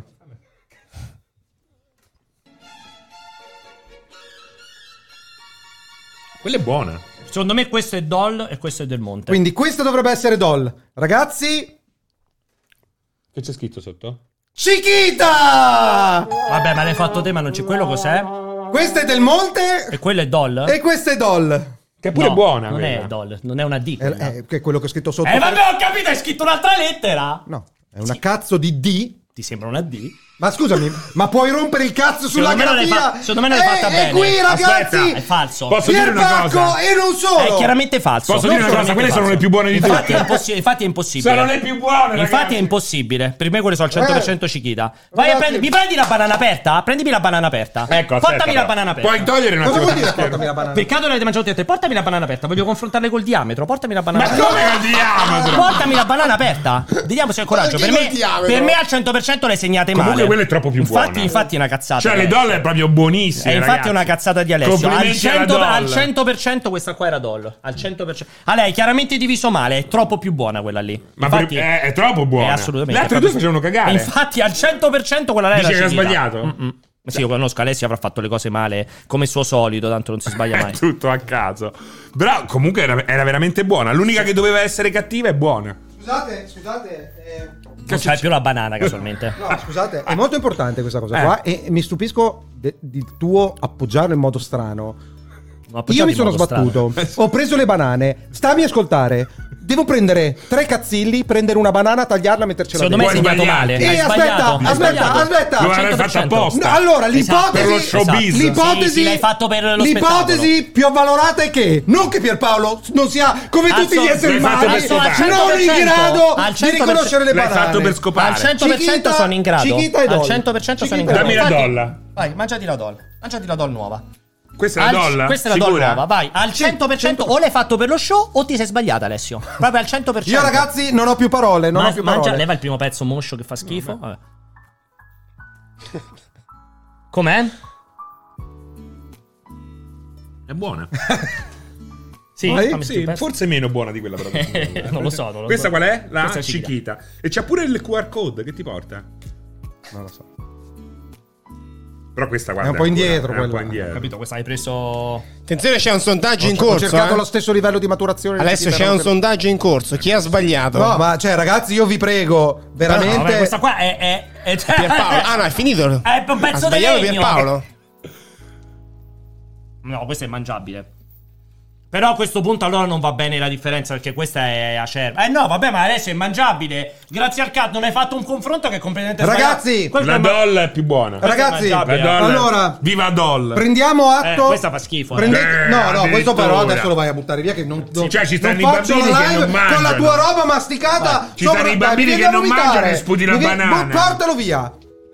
Quella è buona. Secondo me questo è Dol e questo è Del Monte. Quindi questo dovrebbe essere Dol. Ragazzi, che c'è scritto sotto? Cichita! Vabbè, ma l'hai fatto te, ma non c'è quello, cos'è? Questo è Del Monte e quello è Dol? E questo è Dol. Che è pure buona. Non quella. è Dol, non è una D. Che è quello che ho scritto sotto. Vabbè, ho capito, hai scritto un'altra lettera. No, è una cazzo di D. Ti sembra una D? Ma scusami, ma puoi rompere il cazzo sulla grafia? Secondo me non l'hai fatta bene. E qui, ragazzi, aspetta, è falso. Posso dire una cosa? E non solo. È chiaramente falso. Posso dire una cosa? Quelle sono le più buone di tutte. Infatti è impossibile. Sono le più buone, Infatti ragazzi. è impossibile. Per me quelle sono al 100% Cichita. Vai a mi prendi la banana aperta? Prendimi la banana aperta. Ecco, portami la banana aperta. Puoi togliere una cosa. cosa. Cosa vuol dire portami la banana? Peccato l'avete mangiato tutte. Portami la banana aperta. Voglio confrontarle col diametro. Portami la banana aperta. Ma come col diametro? Portami la banana aperta. Vediamo se hai coraggio. Per me al 100% le segnate male. Comunque quella è troppo più buona. Infatti è una cazzata. Cioè le doll è proprio buonissime. Infatti ragazzi. è una cazzata di Alessio. Al Complimenti alla 100% questa qua era doll. Al 100%. A lei chiaramente diviso male. È troppo più buona quella lì. Ma infatti, è troppo buona. È assolutamente. Le altre due facevano cagare. Infatti al 100% quella lì era Dice che ha Cichita. sbagliato? Sì, io conosco Alessio, avrà fatto le cose male come suo solito, tanto non si sbaglia mai. Tutto a caso. Però comunque era veramente buona. L'unica che doveva essere cattiva è buona. Scusate. Non c'hai più la banana casualmente. No, scusate, è molto importante questa cosa qua e mi stupisco di tuo appoggiarlo in modo strano. Io mi sono sbattuto, ho preso le banane, stammi a ascoltare. Devo prendere 3 cazzilli, prendere una banana, tagliarla, mettercela Secondo me dentro. hai segnato male. Hai Aspetta. Lo avrei fatto apposta. No, allora, l'ipotesi per lo showbiz. Sì, l'hai fatto per lo l'ipotesi più avvalorata è che non che Pierpaolo non sia come tutti gli esseri umani, non in grado di riconoscere le banane. L'hai fatto per scopare. Al 100% sono in grado. Chiquita e Al Dol. 100% sono in grado. Dammi la dolla. Vai, mangiati la Dol. Mangiati la Dol nuova. Questa è la dolla? Questa è la Dol nuova, vai. Al 100% o l'hai fatto per lo show o ti sei sbagliata, Alessio. Proprio al 100%. Io ragazzi non ho più parole, non ho più parole. Mangia, leva il primo pezzo moscio che fa schifo. Vabbè. Com'è? È buona. Sì, forse meno buona di quella però. Non lo so. Questa qual è? La Questa è Chiquita. E c'ha pure il QR code che ti porta. Non lo so. Però questa guarda è un po' indietro è un po' indietro. Capito, questa hai preso. Attenzione, c'è un sondaggio in corso. Ho cercato lo stesso livello di maturazione. Adesso c'è un sondaggio in corso. Chi ha sbagliato? No, ma cioè, ragazzi, io vi prego, veramente. No, vabbè, questa qua è Pierpaolo. Ah, no, è finito. È un pezzo di legno. Pierpaolo. No, questo è mangiabile. Però a questo punto allora non va bene la differenza, perché questa è acerba. No, vabbè, ma adesso è mangiabile. Grazie al cazzo, non hai fatto un confronto che è completamente ragazzi, la Doll è più buona. Ragazzi, allora viva Doll. Prendiamo atto. Questa fa schifo. No, questo però adesso lo vai a buttare via. Che non cioè, ci stanno non i bambini che non mangiano. Con la tua roba masticata. Ci stanno i bambini che non mangiano e sputi la banana. Portalo via.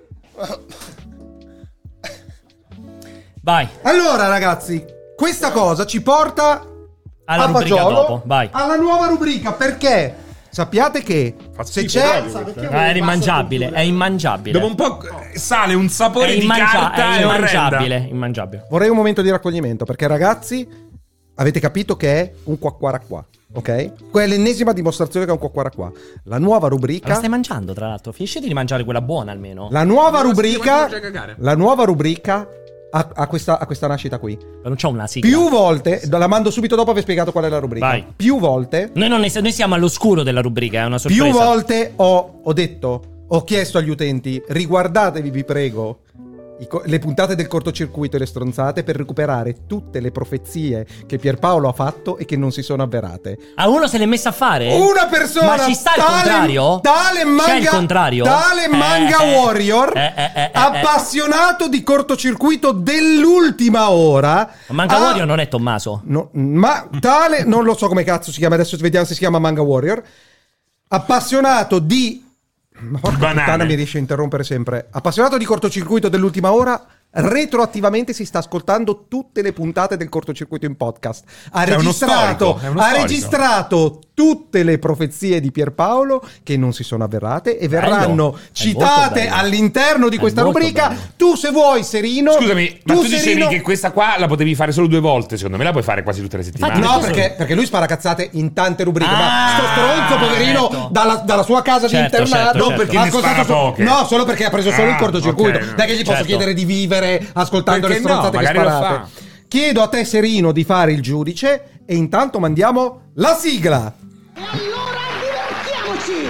Vai. Allora, ragazzi, questa cosa ci porta alla rubrica dopo. Vai. Alla nuova rubrica, perché sappiate che se c'è è immangiabile, è immangiabile. Dopo un po' sale un sapore di carta, è immangiabile, immangiabile. Vorrei un momento di raccoglimento, perché ragazzi, avete capito che è un quacquara qua, ok? Quella è l'ennesima dimostrazione che è un quacquara qua. La nuova rubrica. La stai mangiando, tra l'altro. Finisciti di mangiare quella buona almeno. La nuova rubrica. La nuova rubrica a questa nascita qui. Ma non c'ho una sigla. Più volte, la mando subito dopo aver spiegato qual è la rubrica. Vai. Più volte. Noi siamo all'oscuro della rubrica, è una sorpresa. Più volte ho chiesto agli utenti, riguardatevi, vi prego, le puntate del cortocircuito e le stronzate per recuperare tutte le profezie che Pierpaolo ha fatto e che non si sono avverate. A uno se l'è messa a fare? Una persona. Ma ci sta il contrario? C'è il contrario? Tale Manga Warrior, appassionato di cortocircuito dell'ultima ora. Manga Warrior non è Tommaso. No, ma tale, non lo so come cazzo si chiama, adesso vediamo se si chiama Manga Warrior. Appassionato di... Ma porca puttana, mi riesce a interrompere sempre. Appassionato di cortocircuito dell'ultima ora, retroattivamente si sta ascoltando tutte le puntate del cortocircuito in podcast. Ha registrato tutte le profezie di Pierpaolo che non si sono avverate e verranno citate all'interno di questa rubrica. Bello. Tu se vuoi, Serino. Scusami, ma tu dicevi che questa qua la potevi fare solo 2 volte. Secondo me la puoi fare quasi tutte le settimane. No, perché lui spara cazzate in tante rubriche. Ma sto stronzo poverino, certo, dalla sua casa di internato, non perché ne spara poche. No, solo perché ha preso solo il cortocircuito. Okay, non è che gli posso chiedere di vivere ascoltando perché le stronzate che sparate. Chiedo a te, Serino, di fare il giudice e intanto mandiamo la sigla. E allora divertiamoci,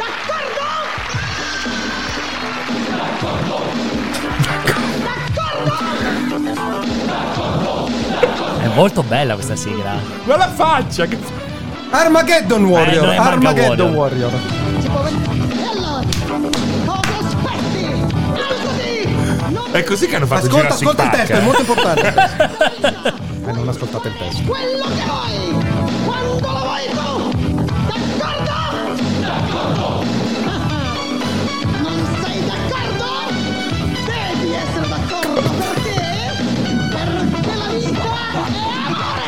d'accordo? È molto bella questa sigla. Ma la faccia che... Armageddon Warrior. Armageddon Warrior. È così che hanno fatto ascolta il testo, è molto importante. Non ascoltate il testo. Quello che vuoi, quando lo vuoi tu, d'accordo? Non sei d'accordo? Devi essere d'accordo, perché la vita è amore.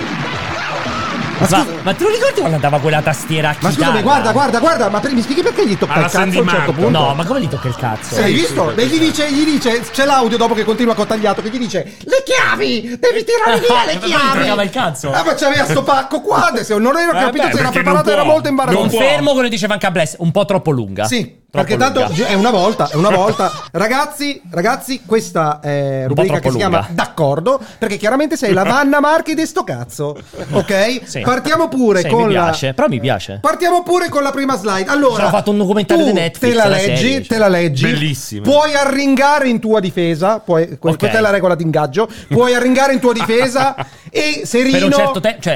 Ma te lo ricordi quando andava quella tastiera a Ma scusami, guarda, ma mi spieghi perché gli tocca il cazzo a un certo punto? No, ma come gli tocca il cazzo? Hai visto? E gli dice, c'è l'audio dopo che continua contagliato che gli dice: le chiavi! Devi tirare via le chiavi! Toccava il cazzo. Ma c'aveva sto pacco qua, se non ero capito se era preparato, era molto imbarazzante. Confermo quello diceva anche a Bless, un po' troppo lunga. Sì. Perché tanto è una volta. Ragazzi, questa è rubrica che si chiama D'accordo, perché chiaramente sei la Vanna Marchi di sto cazzo. Ok? Sì. Partiamo pure con mi piace, però mi piace. Partiamo pure con la prima slide. Allora, ho fatto un documentario di Netflix. Te la leggi. Bellissima. Puoi arringare in tua difesa. Questa è la regola d'ingaggio. Puoi arringare in tua difesa e Serino. Per un certo tempo, cioè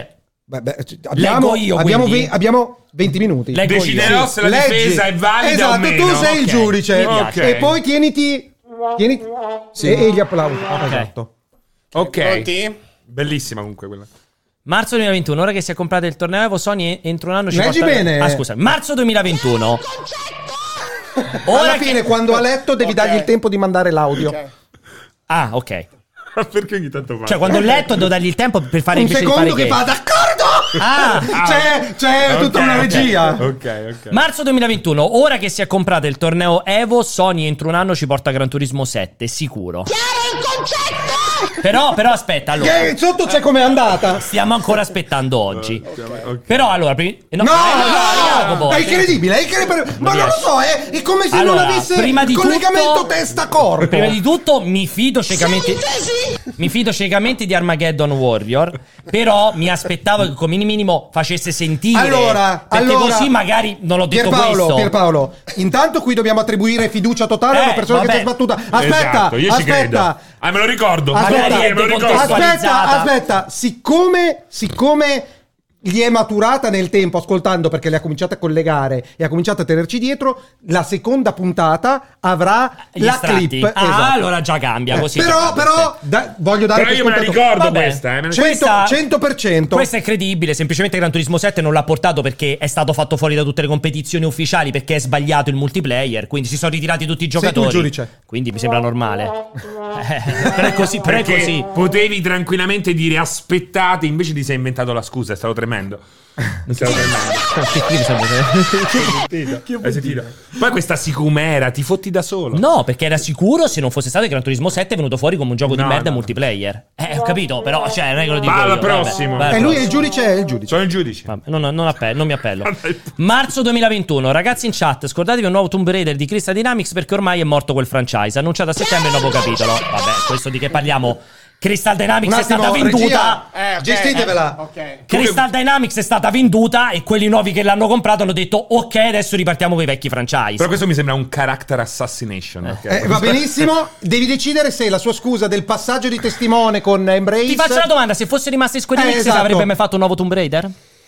Leggo io, quindi. abbiamo 20 minuti. Leggo Deciderò io. se la difesa è valida o meno. Tu sei il giudice. Okay. E poi tieniti e gli applausi. Esatto. Ok. Pronti? Bellissima comunque quella. Marzo 2021, ora che si è comprato il torneo Evo, Sony entro un anno ci Leggi porta... bene. Ah, scusa, marzo 2021. Alla fine, quando ha letto, devi dargli il tempo di mandare l'audio. Ok. Ah, ok. Ma perché ogni tanto fa? Cioè, quando ho letto, devo dargli il tempo per fare Un invece secondo di fare che fa d'accordo. C'è tutta una regia. Ok. Marzo 2021, ora che si è comprato il torneo Evo, Sony entro un anno ci porta Gran Turismo 7, sicuro. Chiaro il concetto! Però aspetta, allora. Che sotto c'è com'è andata. Stiamo ancora aspettando oggi. Okay. Però allora, No, Jacopo, è incredibile, ma non lo so, è come se allora, non avesse prima di collegamento tutto, testa-corpo. Prima di tutto mi fido ciecamente di Armageddon Warrior, però mi aspettavo che come minimo facesse sentire, perché così magari non ho detto questo. Pierpaolo, intanto qui dobbiamo attribuire fiducia totale a una persona che si è sbattuta. Esatto, io ci credo. Me lo ricordo. Aspetta, siccome gli è maturata nel tempo ascoltando, perché le ha cominciato a collegare e ha cominciato a tenerci dietro, la seconda puntata avrà Gli la estratti. clip. Ah, esatto. Allora già cambia così. Però voglio dare Però io me la ricordo questa. 100%. Questa è credibile. Semplicemente Gran Turismo 7 non l'ha portato perché è stato fatto fuori da tutte le competizioni ufficiali, perché è sbagliato il multiplayer, quindi si sono ritirati tutti i giocatori. Sei tu il giudice. Quindi mi sembra normale. Però è così, però è così. Potevi tranquillamente dire aspettate, invece ti sei inventato la scusa, è stato tremendo. Non sei tremendo. Hai sentito? Poi questa sicumera, ti fotti da solo. No, perché era sicuro se non fosse stato Gran Turismo 7 è venuto fuori come un gioco di merda multiplayer. Ho capito, però cioè non è che lo dico Va io. al prossimo. Vabbè, Lui è il giudice, Sono il giudice. Vabbè, non mi appello. Marzo 2021, ragazzi in chat, scordatevi un nuovo Tomb Raider di Crystal Dynamics perché ormai è morto quel franchise. Annunciato a settembre il nuovo capitolo. Vabbè, questo di che parliamo? Crystal Dynamics è stata venduta. Gestitevela. Crystal Dynamics è stata venduta e quelli nuovi che l'hanno comprato hanno detto ok, adesso ripartiamo con i vecchi franchise. Però questo mi sembra un character assassination. Va benissimo. Devi decidere se la sua scusa del passaggio di testimone con Embrace. Ti faccio una domanda: se fosse rimasto in Square Enix, esatto. avrebbe mai fatto un nuovo Tomb Raider?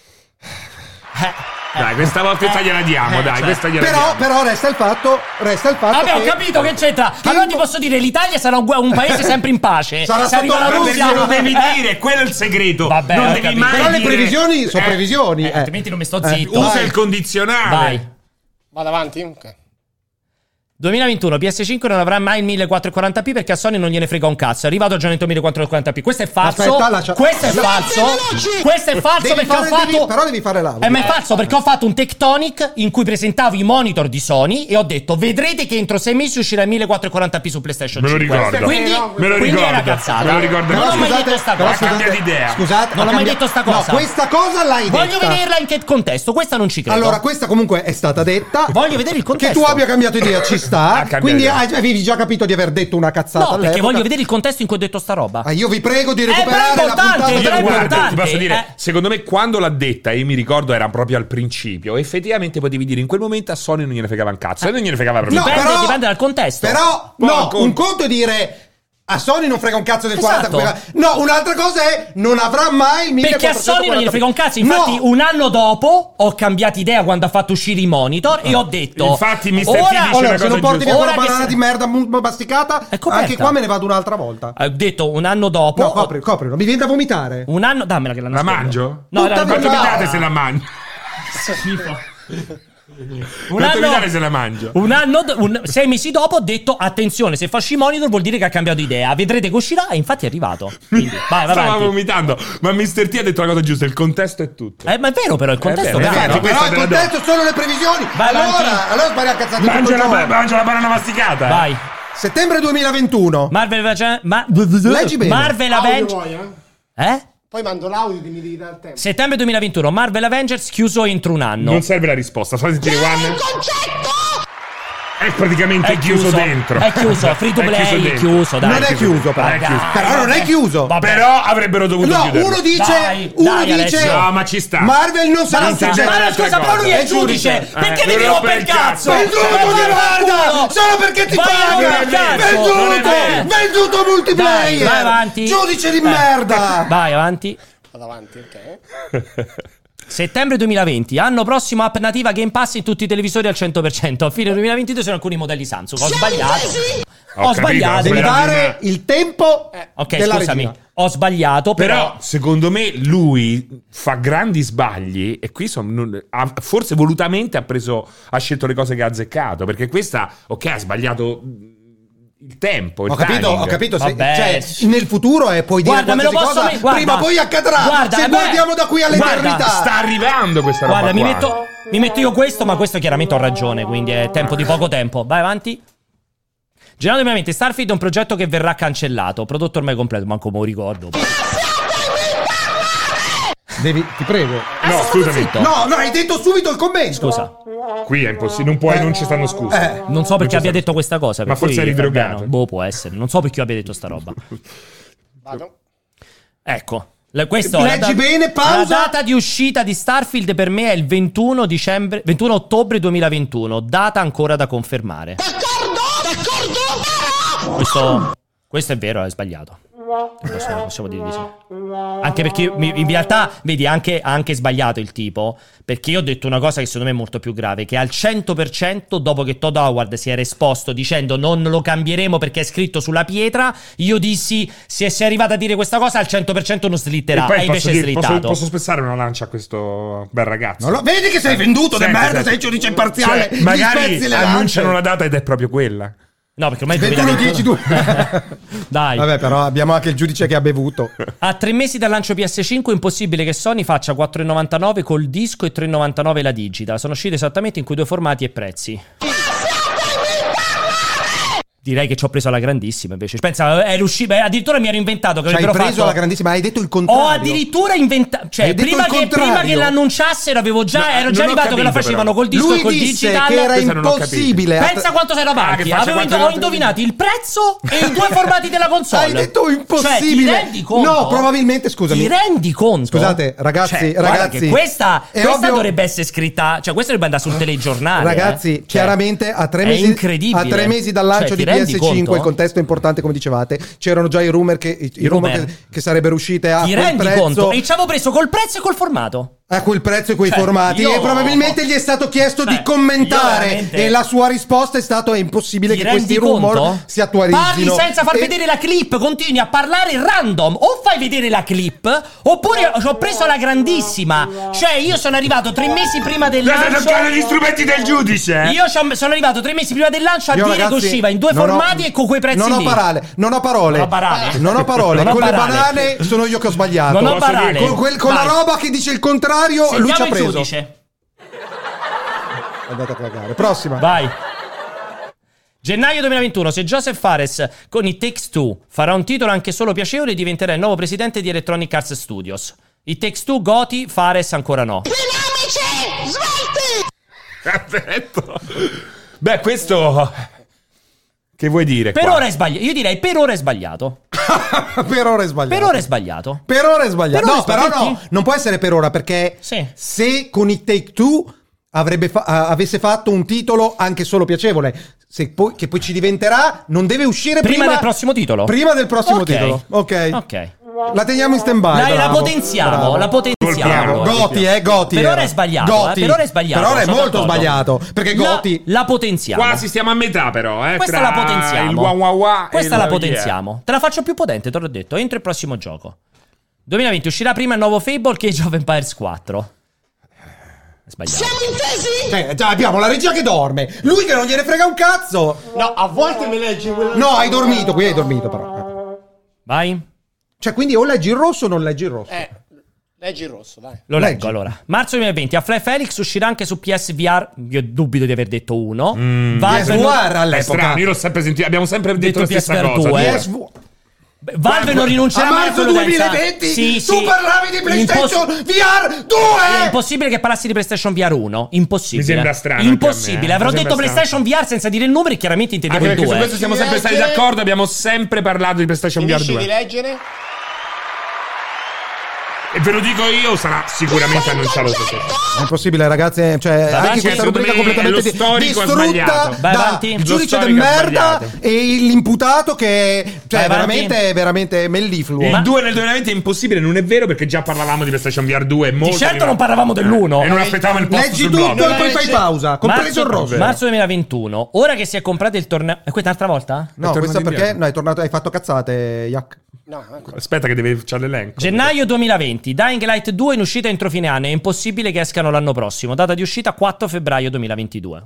Dai, questa volta gliela diamo, questa gliela diamo. Però resta il fatto Vabbè, ho capito che c'entra. Allora ti posso dire, l'Italia sarà un paese sempre in pace. Sarà se arriva la Russia, lo devi dire, quello è il segreto. Vabbè, non devi mai però dire. le previsioni sono previsioni. Altrimenti non mi sto zitto. Usa il condizionale. Vai. Vado avanti? Ok. 2021 PS5 non avrà mai il 1440p perché a Sony non gliene frega un cazzo. È arrivato già nel 1440p. Questo è falso. Questo è falso. Questo è falso perché ho fatto. Però devi fare l'audio. Ma è falso perché ho fatto un Tectonic in cui presentavo i monitor di Sony e ho detto vedrete che entro 6 mesi uscirà il 1440p su PlayStation 5. Me lo ricordo. Quindi è una cazzata. Me lo ricordo. Non ho mai detto sta cosa. Ha cambiato idea. Scusate, non ho mai detto sta cosa. No, questa cosa l'hai detta. Voglio vederla in che contesto. Questa non ci credo. Allora, questa comunque è stata detta. Voglio vedere il contesto. Che tu abbia cambiato idea ci sta. Quindi avevi già capito di aver detto una cazzata. No, perché voglio vedere il contesto in cui ho detto sta roba. Io vi prego di recuperare la puntata. Guarda, ti posso dire, secondo me quando l'ha detta, io mi ricordo era proprio al principio, effettivamente potevi dire in quel momento a Sony non gliene fregava un cazzo. E non gliene fregava proprio. Dipende dal contesto. Però, un conto è dire a Sony non frega un cazzo del 40. No, un'altra cosa è non avrà mai il 1440. Perché a Sony non gli frega un cazzo. Infatti, un anno dopo ho cambiato idea quando ha fatto uscire i monitor e ho detto. Infatti, Mr. T dice una cosa se non porti via giusta. quella banana di merda masticata, anche qua me ne vado un'altra volta. Ho detto un anno dopo. No, coprilo, mi viene da vomitare. Un anno, dammela che la nascondo. La mangio? No, quanto mi date se la mangio? Schifo. Se la mangio. 6 mesi dopo ho detto attenzione, se faccio i monitor vuol dire che ha cambiato idea, vedrete che uscirà e infatti è arrivato. Quindi vai stava vomitando, ma Mr. T ha detto la cosa giusta, il contesto è tutto. Ma è vero, però il contesto è vero, però il contesto sono le previsioni. Allora sbagli a cazzate. Mangia la banana masticata. Vai. Settembre 2021. Leggi bene. Marvel Avengers. Poi mando l'audio che mi devi dare tempo. Settembre 2021, Marvel Avengers chiuso entro un anno. Non serve la risposta, fai sentire One. È praticamente chiuso dentro. È chiuso, free to play, è chiuso, dai. Non è chiuso, però non è chiuso. Però avrebbero dovuto chiuderlo. No, uno dice no, ma ci sta. Marvel non sarà ma scusa, però lui è il giudice. Perché devi rompere il cazzo? Venduto di merda! Solo perché ti paga! Venduto multiplayer! Vai avanti. Giudice di merda! Vai avanti. Vado avanti, ok. Settembre 2020, anno prossimo app nativa Game Pass in tutti i televisori al 100%. A fine 2022 sono alcuni modelli Samsung. Ho sbagliato. Ho sbagliato. Devi dare il tempo Ok, della scusami. regina. Ho sbagliato, Però secondo me lui fa grandi sbagli e qui forse volutamente ha scelto le cose che ha azzeccato, perché questa, ok, ha sbagliato il tempo, il Ho capito, timing. cioè, nel futuro puoi dire Guarda, me lo qualsiasi posso cosa, guarda, prima o poi accadrà. guarda, se guardiamo da qui all'eternità. Sta arrivando questa roba Guarda, qua. mi metto io questo, ma questo chiaramente ho ragione, quindi è tempo di poco tempo. Vai avanti. Gennaio 2020, Starfield è un progetto che verrà cancellato. Prodotto ormai completo, manco me lo ricordo. Ti prego. No, scusami. No, hai detto subito il commento. Scusa. Qui è impossibile, non ci stanno scuse. Non so perché abbia detto questa cosa. Ma forse eri drogato. Boh, può essere. Non so perché io abbia detto sta roba. Vado. Ecco. Questo Leggi bene, pausa. La data di uscita di Starfield per me è il 21 ottobre 2021. Data ancora da confermare. Questo è vero, è sbagliato. Possiamo dire di sì. Anche perché in realtà, vedi, ha anche sbagliato il tipo. Perché io ho detto una cosa che secondo me è molto più grave: che al 100%, dopo che Todd Howard si era esposto dicendo non lo cambieremo perché è scritto sulla pietra, io dissi se sei arrivato a dire questa cosa al 100% non slitterà. E invece è slittato. Posso spezzare una lancia a questo bel ragazzo? Vedi che sei venduto de merda, sei giudice imparziale. Cioè, magari annunciano la data ed è proprio quella. No, perché ormai 21 Dai. Vabbè, però abbiamo anche il giudice che ha bevuto. A 3 mesi dal lancio PS5 è impossibile che Sony faccia 4,99 col disco e 3,99 la digital. Sono uscite esattamente in quei due formati e prezzi. Direi che ci ho preso alla grandissima invece. Pensa, è riuscito. Addirittura mi ero inventato che hai preso alla grandissima, hai detto il contrario. Ho addirittura inventato. Cioè, prima che l'annunciassero, ero già arrivato che la facevano col disco lui e col disse digital. Che era impossibile. Pensa quanto sei avanti. Ho indovinato il prezzo e i due formati della console. Hai detto impossibile. Cioè, ti rendi conto? No, probabilmente, scusami. Ti rendi conto? Scusate, ragazzi, che questa dovrebbe essere scritta. Cioè, questa dovrebbe andare sul telegiornale. Ragazzi, chiaramente a 3 mesi. È incredibile. A 3 mesi dal lancio di PS5, contesto importante come dicevate, c'erano già i rumor che sarebbero uscite a ti quel rendi prezzo. Conto? E ci avevo preso col prezzo e col formato. A quel prezzo e quei formati. E probabilmente gli è stato chiesto di commentare. E la sua risposta è stata: è impossibile che questi rumor si attualizzino. Parli senza far vedere la clip, continui a parlare random. O fai vedere la clip, oppure ci ho preso la grandissima. Cioè, io sono arrivato 3 mesi prima del lancio. Stai toccando gli strumenti del giudice. Io sono arrivato 3 mesi prima del lancio a dire che usciva in 2 formati e con quei prezzi. Non ho parole. Con le banane sono io che ho sbagliato. Non ho parole. Con la roba che dice il contrario. Sentiamo lui ci ha preso. Giudice. Andate a cagare. Prossima. Vai. Gennaio 2021. Se Joseph Fares con It Takes Two farà un titolo anche solo piacevole, diventerà il nuovo presidente di Electronic Arts Studios. It Takes Two, Goti, Fares ancora no. Dinamici, svelti. Ha detto. Beh, questo. Che vuoi dire? Per ora è sbagliato. Io direi per ora è sbagliato. Per ora è sbagliato. Per ora è sbagliato. Per ora è sbagliato. No, però no, non può essere per ora, perché se con It Take Two avesse fatto un titolo anche solo piacevole, che poi ci diventerà, non deve uscire prima del prossimo titolo. Prima del prossimo titolo. Ok. La teniamo in stand-by. Dai, la potenziamo. Goti. Per ora è sbagliato. Per ora è sbagliato. Per ora è molto sbagliato. Perché Goti. La potenziamo. Quasi stiamo a metà, però. Questa la potenziamo. Il wah. Questa la potenziamo. Te la faccio più potente, te l'ho detto. Entro il prossimo gioco. 2020 uscirà prima il nuovo Fable che Age of Empires 4. È sbagliato. Siamo intesi? Già abbiamo la regia che dorme. Lui che non gliene frega un cazzo. No, a volte mi leggi quella. No, hai dormito. Qui hai dormito, però. Vai. Cioè, quindi o leggi il rosso o non leggi il rosso. Leggi il rosso, dai. Lo leggo allora. Marzo 2020 Half-Life Alyx uscirà anche su PSVR. Io dubito di aver detto 1. PSVR all'epoca. Io l'ho sempre sentito. Abbiamo sempre detto la stessa PSVR cosa. 2. Valve non rinuncerà mai a marzo 2020 tu parlavi di PlayStation VR 2. È impossibile che parlassi di PlayStation VR 1. Impossibile. Mi sembra strano. Impossibile. Avrò detto PlayStation VR senza dire il numero e chiaramente intendevo il 2. Su questo siamo sempre stati d'accordo. Abbiamo sempre parlato di PlayStation VR 2. Di leggere. E ve lo dico io, sarà sicuramente annunciato stasera. È impossibile, ragazzi. Cioè, anche questa rubrica completamente distrutta da il giudice del merda e l'imputato che cioè veramente mellifluo. Il 2 nel 2020 è impossibile, non è vero, perché già parlavamo di PlayStation VR 2 molto. Di certo non parlavamo dell'1 e non aspettavamo il post. Leggi tutto e poi fai pausa, compreso il rosso. Marzo 2021. Ora che si è comprato il torneo. E questa un'altra volta? No, questa perché no, è tornato, hai fatto cazzate, Yak. No, aspetta che deve c'è l'elenco. Gennaio 2020. Dying Light 2 in uscita entro fine anno. È impossibile che escano l'anno prossimo. Data di uscita 4 febbraio 2022.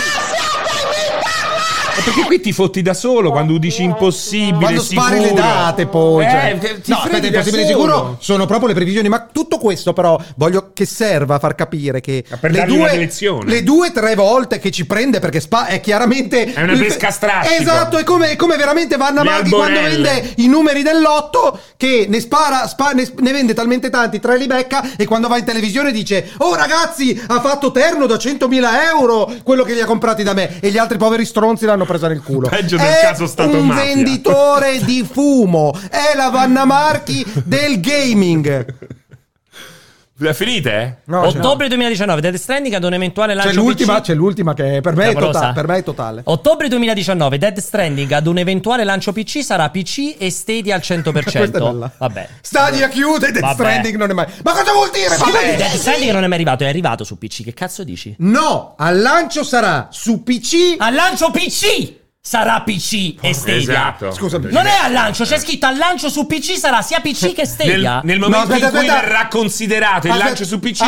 Perché qui ti fotti da solo quando dici impossibile. Quando sicuro. spari le date poi ti no, aspetta, impossibile sicuro sono proprio le previsioni. Ma tutto questo però voglio che serva a far capire che per le 2-3 volte che ci prende, perché è chiaramente è una pesca strascico. Esatto, è come veramente Vanna Marchi quando vende i numeri dell'otto, che ne spara ne vende talmente tanti, 3 li becca, e quando va in televisione dice: oh ragazzi, ha fatto terno da 100.000 euro quello che li ha comprati da me, e gli altri poveri stronzi l'hanno presa nel culo. Peggio del caso Stato un Mafia. Venditore di fumo, è la Vanna Marchi del gaming. Finite? No, ottobre 2019 Death Stranding ad un eventuale lancio c'è l'ultima che per me è totale. Ottobre 2019 Death Stranding ad un eventuale lancio PC sarà PC e Stadia al 100%. Vabbè. Stadia chiude, Death Stranding non è mai. Ma cosa vuol dire? Vabbè. Death Stranding non è mai arrivato, è arrivato su PC. Che cazzo dici? No, al lancio sarà su PC. Al lancio PC! Sarà PC e Stadia. Esatto. Scusami. Non è al lancio, c'è scritto al lancio su PC sarà sia PC che Stadia. Nel momento in cui verrà considerato il lancio su PC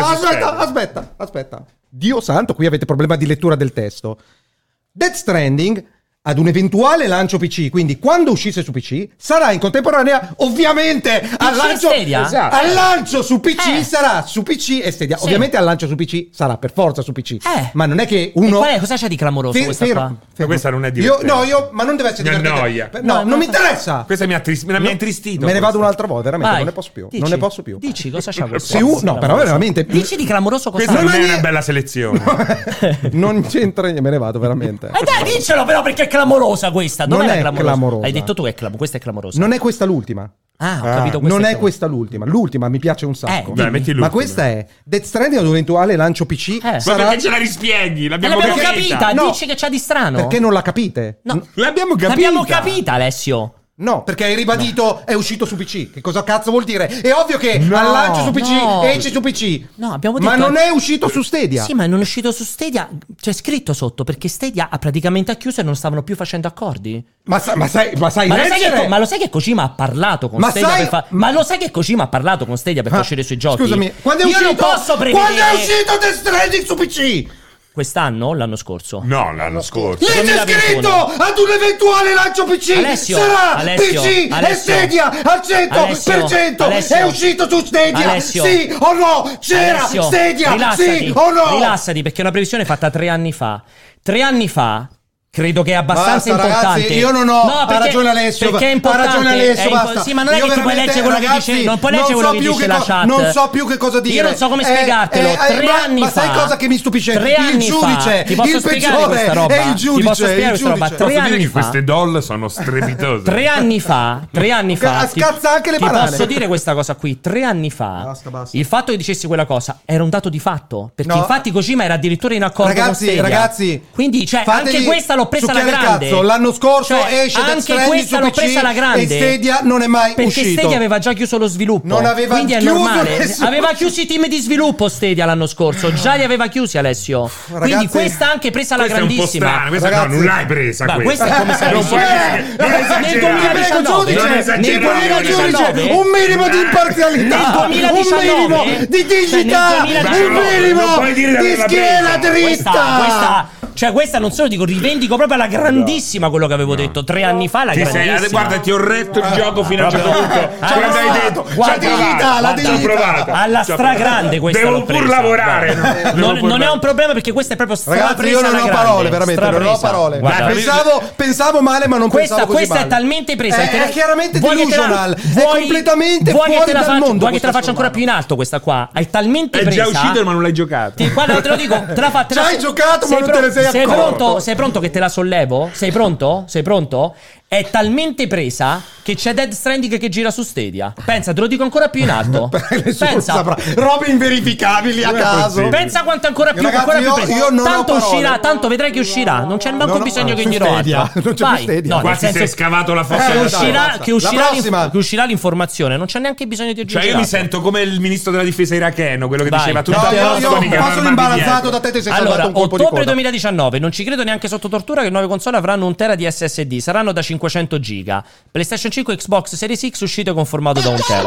aspetta. Dio santo, qui avete problema di lettura del testo. Death Stranding ad un eventuale lancio PC, quindi quando uscisse su PC sarà in contemporanea ovviamente al lancio, esatto. Al lancio su PC sarà su PC e Stadia. Sì. Ovviamente al lancio su PC sarà per forza su PC. Ma non è che uno cosa c'è di clamoroso questa qua? Ma questa non è divertente. Ma non deve essere mi divertente. annoia. Non mi interessa. Questa mi ha intristito. Me ne vado un'altra volta, veramente. Vai. Non ne posso più. Dici. Non ne posso più. Dici cosa c'ha questo? No, però veramente. Dici di clamoroso cosa questa non è una bella selezione. Non c'entra niente, me ne vado veramente. Dai, diccelo però, perché è clamorosa questa. Non è clamorosa. Hai detto tu questa è clamorosa. Non è questa l'ultima. Ho capito. Non è questa l'ultima. L'ultima mi piace un sacco. Ma questa è Death Stranding ad un eventuale lancio PC. Ma perché ce la rispieghi? L'abbiamo capita. No. Dici che c'ha di strano. Perché non la capite? No. L'abbiamo capita, Alessio. No, perché hai ribadito è uscito su PC. Che cosa cazzo vuol dire? È ovvio che al lancio su PC esce su PC. No, abbiamo detto. Ma non è uscito su Stadia. Sì, ma non è uscito su Stadia. C'è scritto sotto perché Stadia ha praticamente chiuso e non stavano più facendo accordi. Ma sai leggere? Ma lo sai che Kojima ha parlato con Stadia ma lo sai che Kojima ha parlato con Stadia per far uscire sui giochi? Scusami, quando è uscito? Non posso prevedere. Quando è uscito Death Stranding su PC? Quest'anno o l'anno scorso? No, l'anno scorso. Lì c'è scritto ad un eventuale lancio PC sarà PC e Stadia al 100%. È uscito su Stadia? Sì o no? C'era Stadia? Sì o no? Rilassati, perché è una previsione fatta 3 anni fa. 3 anni fa. Credo che è abbastanza importante. Ragazzi, io non ho. Ha ragione Alessio. Perché è importante. Ha ragione Alessio, basta. Sì, ma non è che tu puoi leggere quello che dice. Non puoi leggere quello che dice la chat. Non so più che cosa dire. Io non so come spiegartelo. 3 anni fa. Ma sai cosa che mi stupisce? 3 anni il giudice. Ti posso spiegare questa roba? È il giudice. Ti posso spiegare questa roba? 3 anni fa. Queste doll sono strepitose. 3 anni fa. Scazza anche le banane. Ti posso dire questa cosa qui. 3 anni fa. Il fatto che dicessi quella cosa era un dato di fatto. Perché infatti Kojima era addirittura in accordo con Stadia. Ragazzi. Quindi, cioè, anche questa l'ho presa alla grande. L'anno scorso esce Death Stranding su PC e Stadia non è mai perché uscito. Perché Stadia aveva già chiuso lo sviluppo. Non aveva quindi è chiuso normale. nessuno. Aveva chiuso i team di sviluppo Stadia l'anno scorso. Già li aveva chiusi, Alessio. Ragazzi, quindi questa anche presa alla grandissima. È un po' strana. Non l'hai presa questa è come se nel 2019 un minimo di imparzialità, nel 2019, un minimo di dignità, un minimo di schiena dritta. Cioè questa non solo dico, rivendico proprio alla grandissima quello che avevo detto 3 anni fa, la grandissima. Guarda, ti ho retto il gioco fino a un certo punto. Guarda, hai detto, la dignità, alla stragrande questa. Devo pur lavorare. Non è un problema perché questa è proprio strapresa. Ragazzi, io non ho parole, veramente, non ho parole. Pensavo male, ma non pensavo così male. Questa è talmente presa. È chiaramente delusional. È completamente fuori dal mondo. Vuoi che te la faccia ancora più in alto questa qua? È talmente presa. È già uscito, ma non l'hai giocato. Guarda, te lo dico, te la fa. Hai giocato, ma non te ne sei accorto. Sei pronto che te la sollevo? Sei pronto? è talmente presa che c'è Death Stranding che gira su Stadia. Pensa, te lo dico ancora più in alto. Pensa, robe inverificabili a caso. Pensa quanto ancora più, Ragazzi, ancora più presa. io non tanto ho uscirà, parole. tanto vedrai che uscirà. Non c'è manco bisogno che su dirò Stadia. altro. Non c'è più Stadia. No, Quasi si è scavato la fossa. Che uscirà l'informazione. Non c'è neanche bisogno di aggiungere. Cioè io mi sento come il ministro della difesa iracheno, quello che diceva tutta io sono imbarazzato da te sei salvato allora, un colpo di coda. ottobre 2019, non ci credo neanche sotto tortura che le nuove console avranno 1 tera di SSD, saranno da 500 giga. PlayStation 5 e Xbox Series X uscite con formato da 1 tera.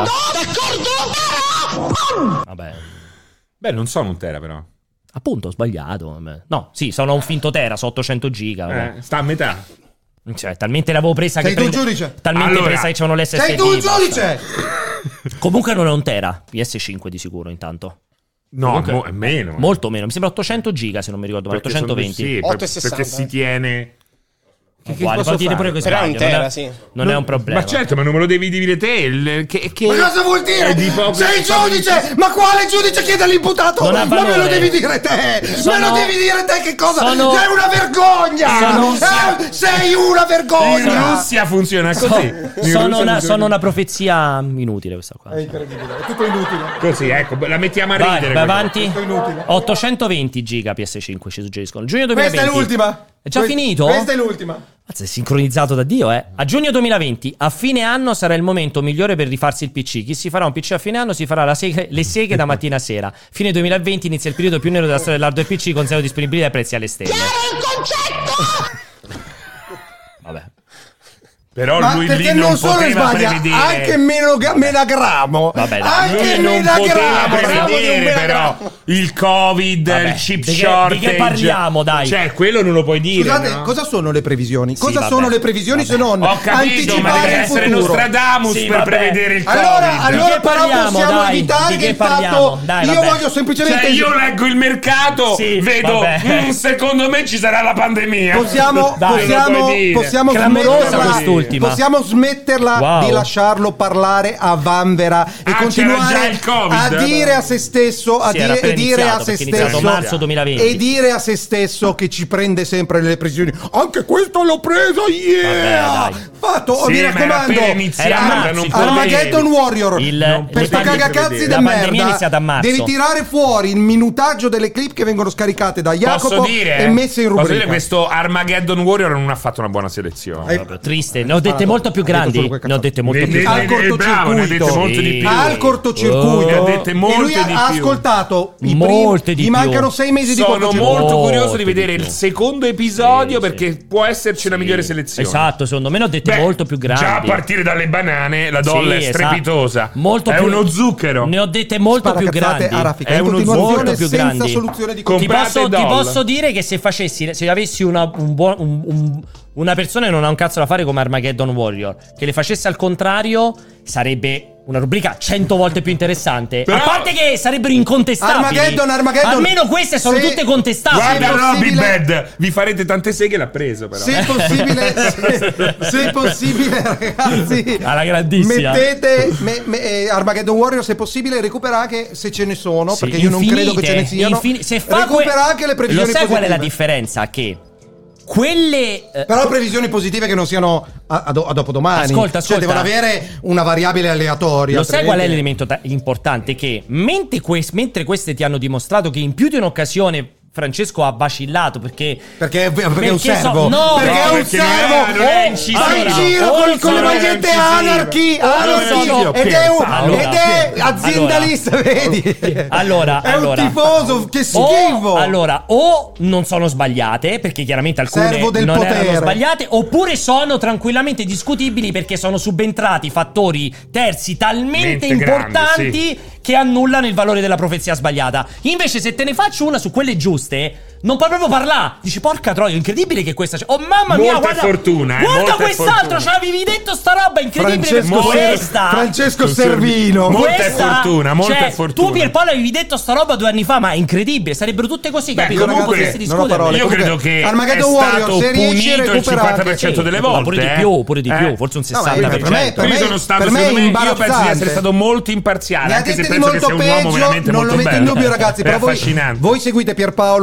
Vabbè. Beh, non sono 1 tera però. Appunto, ho sbagliato. Vabbè. No, sì, sono un finto tera, sono 800 giga. Sta a metà. Cioè, talmente l'avevo presa sei che tu giudice. talmente presa che c'erano l'SSD. Sei tu il giudice. Comunque non è 1 tera, PS5 di sicuro intanto. No, è meno. Molto meno, mi sembra 800 giga se non mi ricordo, ma 820. Sì, 8,60. Perché si tiene... Uguale, puoi dire pure questo. Però è 1 tera, sì. Non è un problema. Ma certo, ma non me lo devi dire te. Ma cosa vuol dire? Sei il giudice! Ma quale giudice chiede all'imputato? Non ha Ma valore. me lo devi dire te! Me lo devi dire te che cosa? È una vergogna! Sei una vergogna! In Russia funziona così. Sono una profezia inutile questa qua. È incredibile, è tutto inutile. Così, ecco, la mettiamo a ridere. Vai avanti. Tutto inutile. 820 giga PS5 ci suggeriscono. Giugno 2020. Questa è l'ultima. È già finito? Questa è l'ultima. Mazza, è sincronizzato da Dio, eh. A giugno 2020, a fine anno sarà il momento migliore per rifarsi il PC. Chi si farà un PC a fine anno si farà le seghe da mattina a sera. Fine 2020 inizia il periodo più nero della storia dell'hardware PC con zero disponibilità e prezzi alle stelle. Vabbè. Però ma lui perché lì non solo poteva sbaglia, prevedere. anche menagramo. Vabbè, dai. Anche Lui non poteva menagramo. prevedere però il Covid, Vabbè, il chip di che shortage. parliamo, dai? Cioè, quello non lo puoi dire. Scusate, no? cosa sono le previsioni? Sì, Cosa vabbè. sono le previsioni se non Ho capito, ma anticipare deve il essere futuro? Nostradamus Sì, per vabbè. prevedere il Covid. Allora Di che però parliamo, possiamo dai? evitare Di che che il parliamo? fatto Dai, io vabbè. voglio semplicemente Cioè, io leggo il mercato, Sì, vedo, vabbè. secondo me ci sarà la pandemia. possiamo Clamorosa quest'ultima. Possiamo smetterla Wow. di lasciarlo parlare a vanvera e c'era già continuare il Covid, a dire a se stesso Sì, era appena dire a iniziato, se perché è iniziato stesso marzo 2020. e dire a se stesso che ci prende sempre nelle previsioni. Anche questo l'ho preso, yeah! Vabbè, dai. Fatto, Sì, mi ma era raccomando. appena iniziata, Era marzo, non il potevi. Armageddon Warrior per sto potevi cagacazzi prevedere. di La pandemia è merda iniziata a marzo. devi tirare fuori il minutaggio delle clip che vengono scaricate da Jacopo Posso dire, e messe in posso rubrica. dire questo Armageddon Warrior non ha fatto una buona selezione. Proprio triste. Ne ho dette molto più grandi. Ne ho dette molto più Ne- grandi. Al bravo, ne ha dette cortocircuito. molte di più. Al cortocircuito Ne ha dette e molte lui di ha più. ascoltato i Molte primi di gli più. mancano 6 mesi di Sono cortocircuito. molto curioso di Molte vedere di più. il secondo episodio Sì, perché può esserci una migliore selezione. Esatto, secondo me ne ho dette Beh, molto più grandi. Già a partire dalle banane la dolla Sì, è esatto. strepitosa. Molto è più- uno zucchero. Ne ho dette molto più Sparacazzate grandi. a raffica, È in uno continuazione molto più senza grandi. soluzione di Ti Comprate posso, ti doll. posso dire che se avessi una persona che non ha un cazzo da fare come Armageddon Warrior, che le facesse al contrario, sarebbe una rubrica 100 volte più interessante. Però- a parte che sarebbero incontestabili. Armageddon. Almeno queste sono Se- tutte contestabili. Guarda Robby possibile- Bad, vi farete tante seghe, l'ha preso però. Se possibile, se possibile, ragazzi, Alla grandissima. mettete Armageddon Warrior. Se possibile, recupera anche se ce ne sono, Sì, perché io non credo che ce ne siano. Se fa recupera anche le previsioni Lo sai qual è la positive. differenza? Che quelle Però previsioni positive che non siano a dopodomani. Ascolta. Cioè devono avere una variabile aleatoria. Lo sai qual è altrimenti- l'elemento importante? Che mentre queste ti hanno dimostrato che in più di un'occasione Francesco ha vacillato perché è un servo. No, perché è un perché servo. non è inciso. Va in giro con le magliette anarchy. Ed è aziendalista, vedi? Allora, è un tifoso, che schifo. O non sono sbagliate, perché chiaramente alcune Servo del non potere. erano sbagliate, oppure sono tranquillamente discutibili perché sono subentrati fattori terzi talmente Mente grande, importanti che annullano il valore della profezia sbagliata. Invece se te ne faccio una su quelle giuste, non puoi proprio parlare. Dici porca troia, incredibile che questa oh mamma mia, Molta guarda fortuna, guarda molta quest'altro, fortuna. ce l'avevi detto sta roba incredibile. Francesco Servino. Molta fortuna, molta cioè, fortuna. tu Pierpaolo avevi detto sta roba 2 anni fa, ma è incredibile, sarebbero tutte così, capito? Non comunque, potresti non ho discutere. parole. Io Comunque, credo che Armageddon è Warrior, stato se riesci, punito il recupera 50% delle volte. Pure di più, forse un 60%. per me Io sono stato, per me è secondo me, io penso di imbarazzante. essere stato molto imparziale, Ne ha anche se dette di penso che molto sia un uomo peggio, veramente non molto lo metto in bello. dubbio, ragazzi. È Però affascinante. voi seguite Pierpaolo sui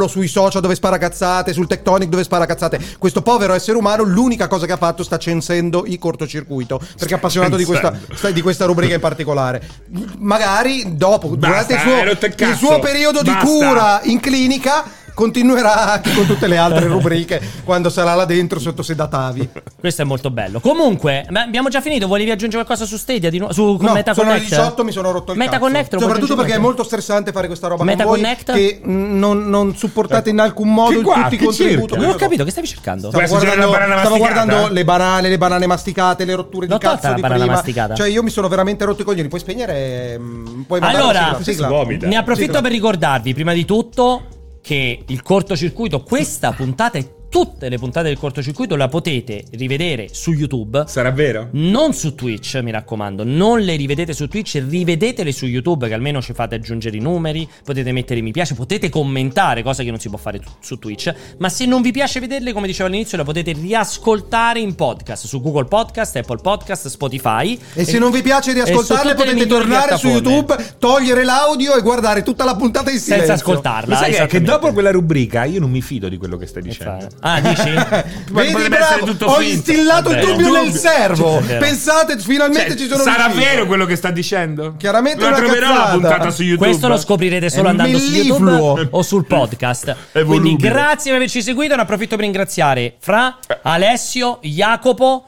social dove spara cazzate, sul Tectonic dove spara cazzate. Questo povero essere umano l'unica cosa che ha fatto sta censendo il cortocircuito, perché è appassionato di questa rubrica in particolare. Magari dopo, durante il suo periodo di cura in clinica, continuerà anche con tutte le altre rubriche quando sarà là dentro sotto sedatavi. Questo è molto bello. Comunque, abbiamo già finito. Volevi aggiungere qualcosa su Stadia? Su no, Meta sono le Connect? 18, mi sono rotto il Meta cazzo. Connect, soprattutto perché è molto stressante fare questa roba Meta con voi, Connect? che non supportate in alcun modo tutti i contributi. Non ho capito, che stavi cercando? Stavo guardando le banane masticate, le rotture di cazzo di prima. Masticata. Cioè io mi sono veramente rotto i coglioni. Puoi spegnere? Puoi allora, sigla. ne approfitto per ricordarvi prima di tutto che il cortocircuito, questa puntata e tutte le puntate del cortocircuito la potete rivedere su YouTube. Sarà vero? Non su Twitch, mi raccomando. Non le rivedete su Twitch, rivedetele su YouTube, che almeno ci fate aggiungere i numeri. Potete mettere mi piace, potete commentare, cosa che non si può fare su Twitch. Ma se non vi piace vederle, come dicevo all'inizio, la potete riascoltare in podcast su Google Podcast, Apple Podcast, Spotify. E se non vi piace riascoltarle, potete tornare su YouTube, togliere l'audio e guardare tutta la puntata in silenzio. Senza ascoltarla. Sai che dopo quella rubrica io non mi fido di quello che stai dicendo. Ah, dici? Vedi, bravo, ho instillato il dubbio nel servo. Pensate, finalmente ci sono sarà riuscito. vero quello che sta dicendo? Chiaramente la una troverò cazzata. la puntata su YouTube. Questo lo scoprirete solo andando su YouTube o sul podcast. Quindi grazie per averci seguito. Ne approfitto per ringraziare Fra, Alessio, Jacopo.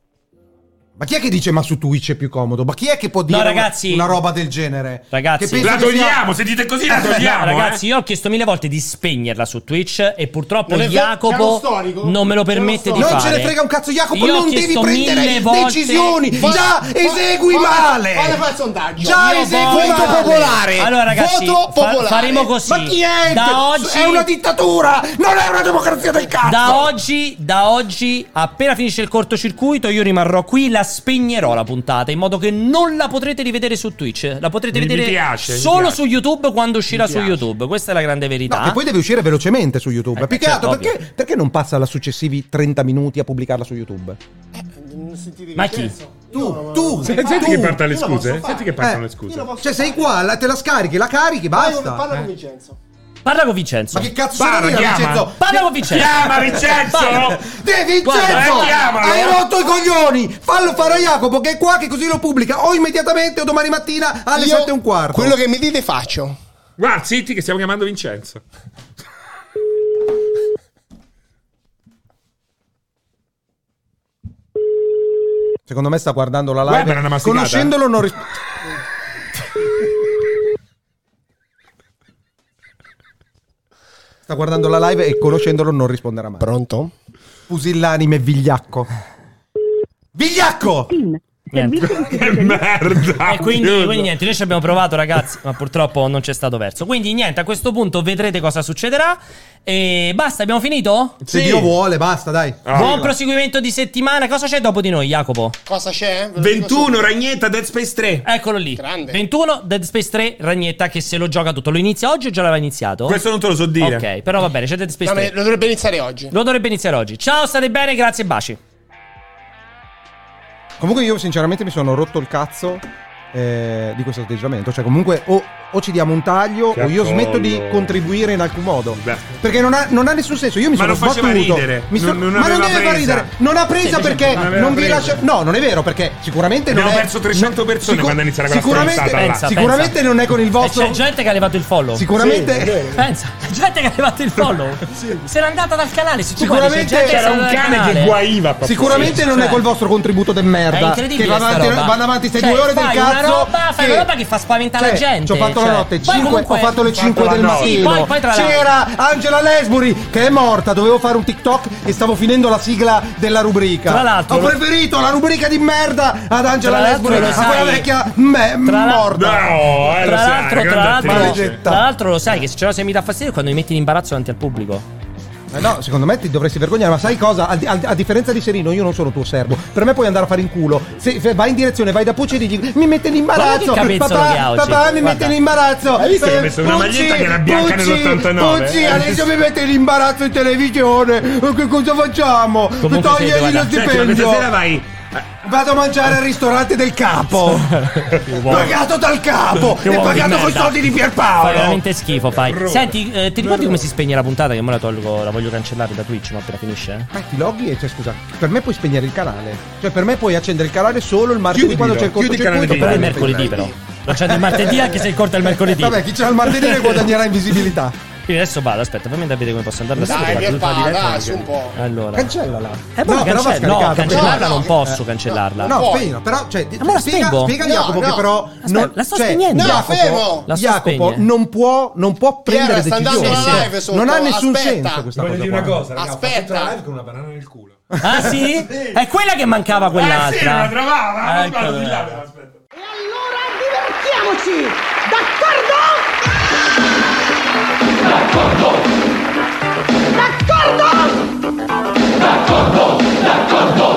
Ma chi è che dice ma su Twitch è più comodo? Ma chi è che può dire una roba del genere? Ragazzi, la togliamo, se dite così la togliamo. Ragazzi, io ho chiesto 1000 volte di spegnerla su Twitch e purtroppo Jacopo non me lo permette di fare. Non ce ne frega un cazzo, Jacopo, io non devi prendere decisioni. Già esegui male. Fai il sondaggio. Già esegui voto popolare. Allora ragazzi, voto popolare. Faremo così. Ma chi è? Da oggi è una dittatura, non è una democrazia del cazzo. Da oggi, appena finisce il cortocircuito, io rimarrò qui, la spegnerò la puntata in modo che non la potrete rivedere su Twitch. La potrete vedere solo su YouTube quando uscirà su YouTube. Questa è la grande verità. No, che poi deve uscire velocemente su YouTube. Peccato, perché non passa la successivi 30 minuti a pubblicarla su YouTube? Ma chi? Tu senti che partono le scuse? Senti che partono le scuse. Cioè sei qua, te la scarichi, la carichi, basta. Parla con Vincenzo. Parla con Vincenzo. Ma che cazzo sei, Vincenzo? Parla con Vincenzo. Chiama Vincenzo. Vincenzo, hai rotto i coglioni. Fallo fare a Jacopo che è qua, che così lo pubblica o immediatamente o domani mattina alle 7:15. Quello che mi dite faccio. Guarda, zitti che stiamo chiamando Vincenzo. Secondo me sta guardando la live. Guarda, conoscendolo non risponde. Sta guardando la live e conoscendolo non risponderà mai. Pronto? Pusillanime Vigliacco. Vigliacco! Che merda. E quindi niente, noi ci abbiamo provato ragazzi, ma purtroppo non c'è stato verso. Quindi niente, a questo punto vedrete cosa succederà. E basta, abbiamo finito? Se Dio vuole, basta, dai. Buon proseguimento di settimana. Cosa c'è dopo di noi, Jacopo? Cosa c'è? 21 Ragnetta Dead Space 3. Eccolo lì. Grande. 21 Dead Space 3 Ragnetta che se lo gioca tutto. Lo inizia oggi o già l'aveva iniziato? Questo non te lo so dire. Ok, però va bene, c'è Dead Space 3. Lo dovrebbe iniziare oggi. Lo dovrebbe iniziare oggi. Ciao, state bene, grazie e baci. Comunque io sinceramente mi sono rotto il cazzo di questo atteggiamento. Cioè comunque o ci diamo un taglio o io smetto di contribuire in alcun modo. Perché non ha nessun senso. Io mi sono sbattuto. Ridere. Ma non deve far ridere. Non ha presa perché non vi lascia. No, non è vero, perché sicuramente non è. Abbiamo perso 300 persone quando iniziare quella stronzata. Sicuramente non è con il vostro. C'è gente che ha levato il follow. Sicuramente. Pensa, c'è gente che ha levato il follow. Se n'è andata dal canale. Sicuramente c'era un cane che guaiva. Sicuramente non è col vostro contributo del merda. Che vanno avanti queste 2 ore del cazzo. Fai una roba che fa spaventare la gente. Ci ho fatto la notte 5. Ho fatto le 5 del mattino. C'era Angela Lansbury che è morta. Dovevo fare un TikTok e stavo finendo la sigla della rubrica. Tra l'altro, ho preferito la rubrica di merda ad Angela Lansbury, a quella vecchia morta. Tra l'altro lo sai che se ce la sei mi dà fastidio è quando mi metti in imbarazzo davanti al pubblico. No, secondo me ti dovresti vergognare. Ma sai cosa? A differenza di Serino, io non sono tuo servo. Per me puoi andare a fare in culo. Se vai in direzione, vai da Pucci e digli: mi mette in imbarazzo. Papà, mi mette in imbarazzo. Hai visto che hai messo una maglietta che era bianca nell'89? Pucci, adesso mi mette in imbarazzo in televisione. Che cosa facciamo? Togliergli lo stipendio. Questa sera vai Vado a mangiare al ristorante del capo. Pagato dal capo e pagato con i soldi di Pierpaolo. Fai veramente schifo, fai. Senti, ti ricordi come si spegne la puntata? Che ora la voglio cancellare da Twitch, ma appena finisce? Ti loghi e scusa, per me puoi spegnere il canale. Cioè per me puoi accendere il canale solo il martedì quando c'è il cortocircuito. Per il mercoledì però. Lo c'è il martedì anche se il corto è il mercoledì. Vabbè, chi c'ha il martedì ne guadagnerà in visibilità. Quindi adesso vado, aspetta, fammi andare a vedere come posso andare da Dai, Pierpaolo, su un po'. Allora. Cancellala. No, cancellarla non posso cancellarla. No, spegnila, però cioè spiega Jacopo che però la sto spegnendo. Jacopo non può prendere decisioni. Non ha nessun senso questa cosa. Voglio dire una cosa, ragazzi. Aspetta. Live con una banana nel culo. Ah sì? È quella che mancava quell'altra. Sì, la trovava. Ecco. Aspetta. E allora divertiamoci! D'accordo? D'accordo! D'accordo! D'accordo!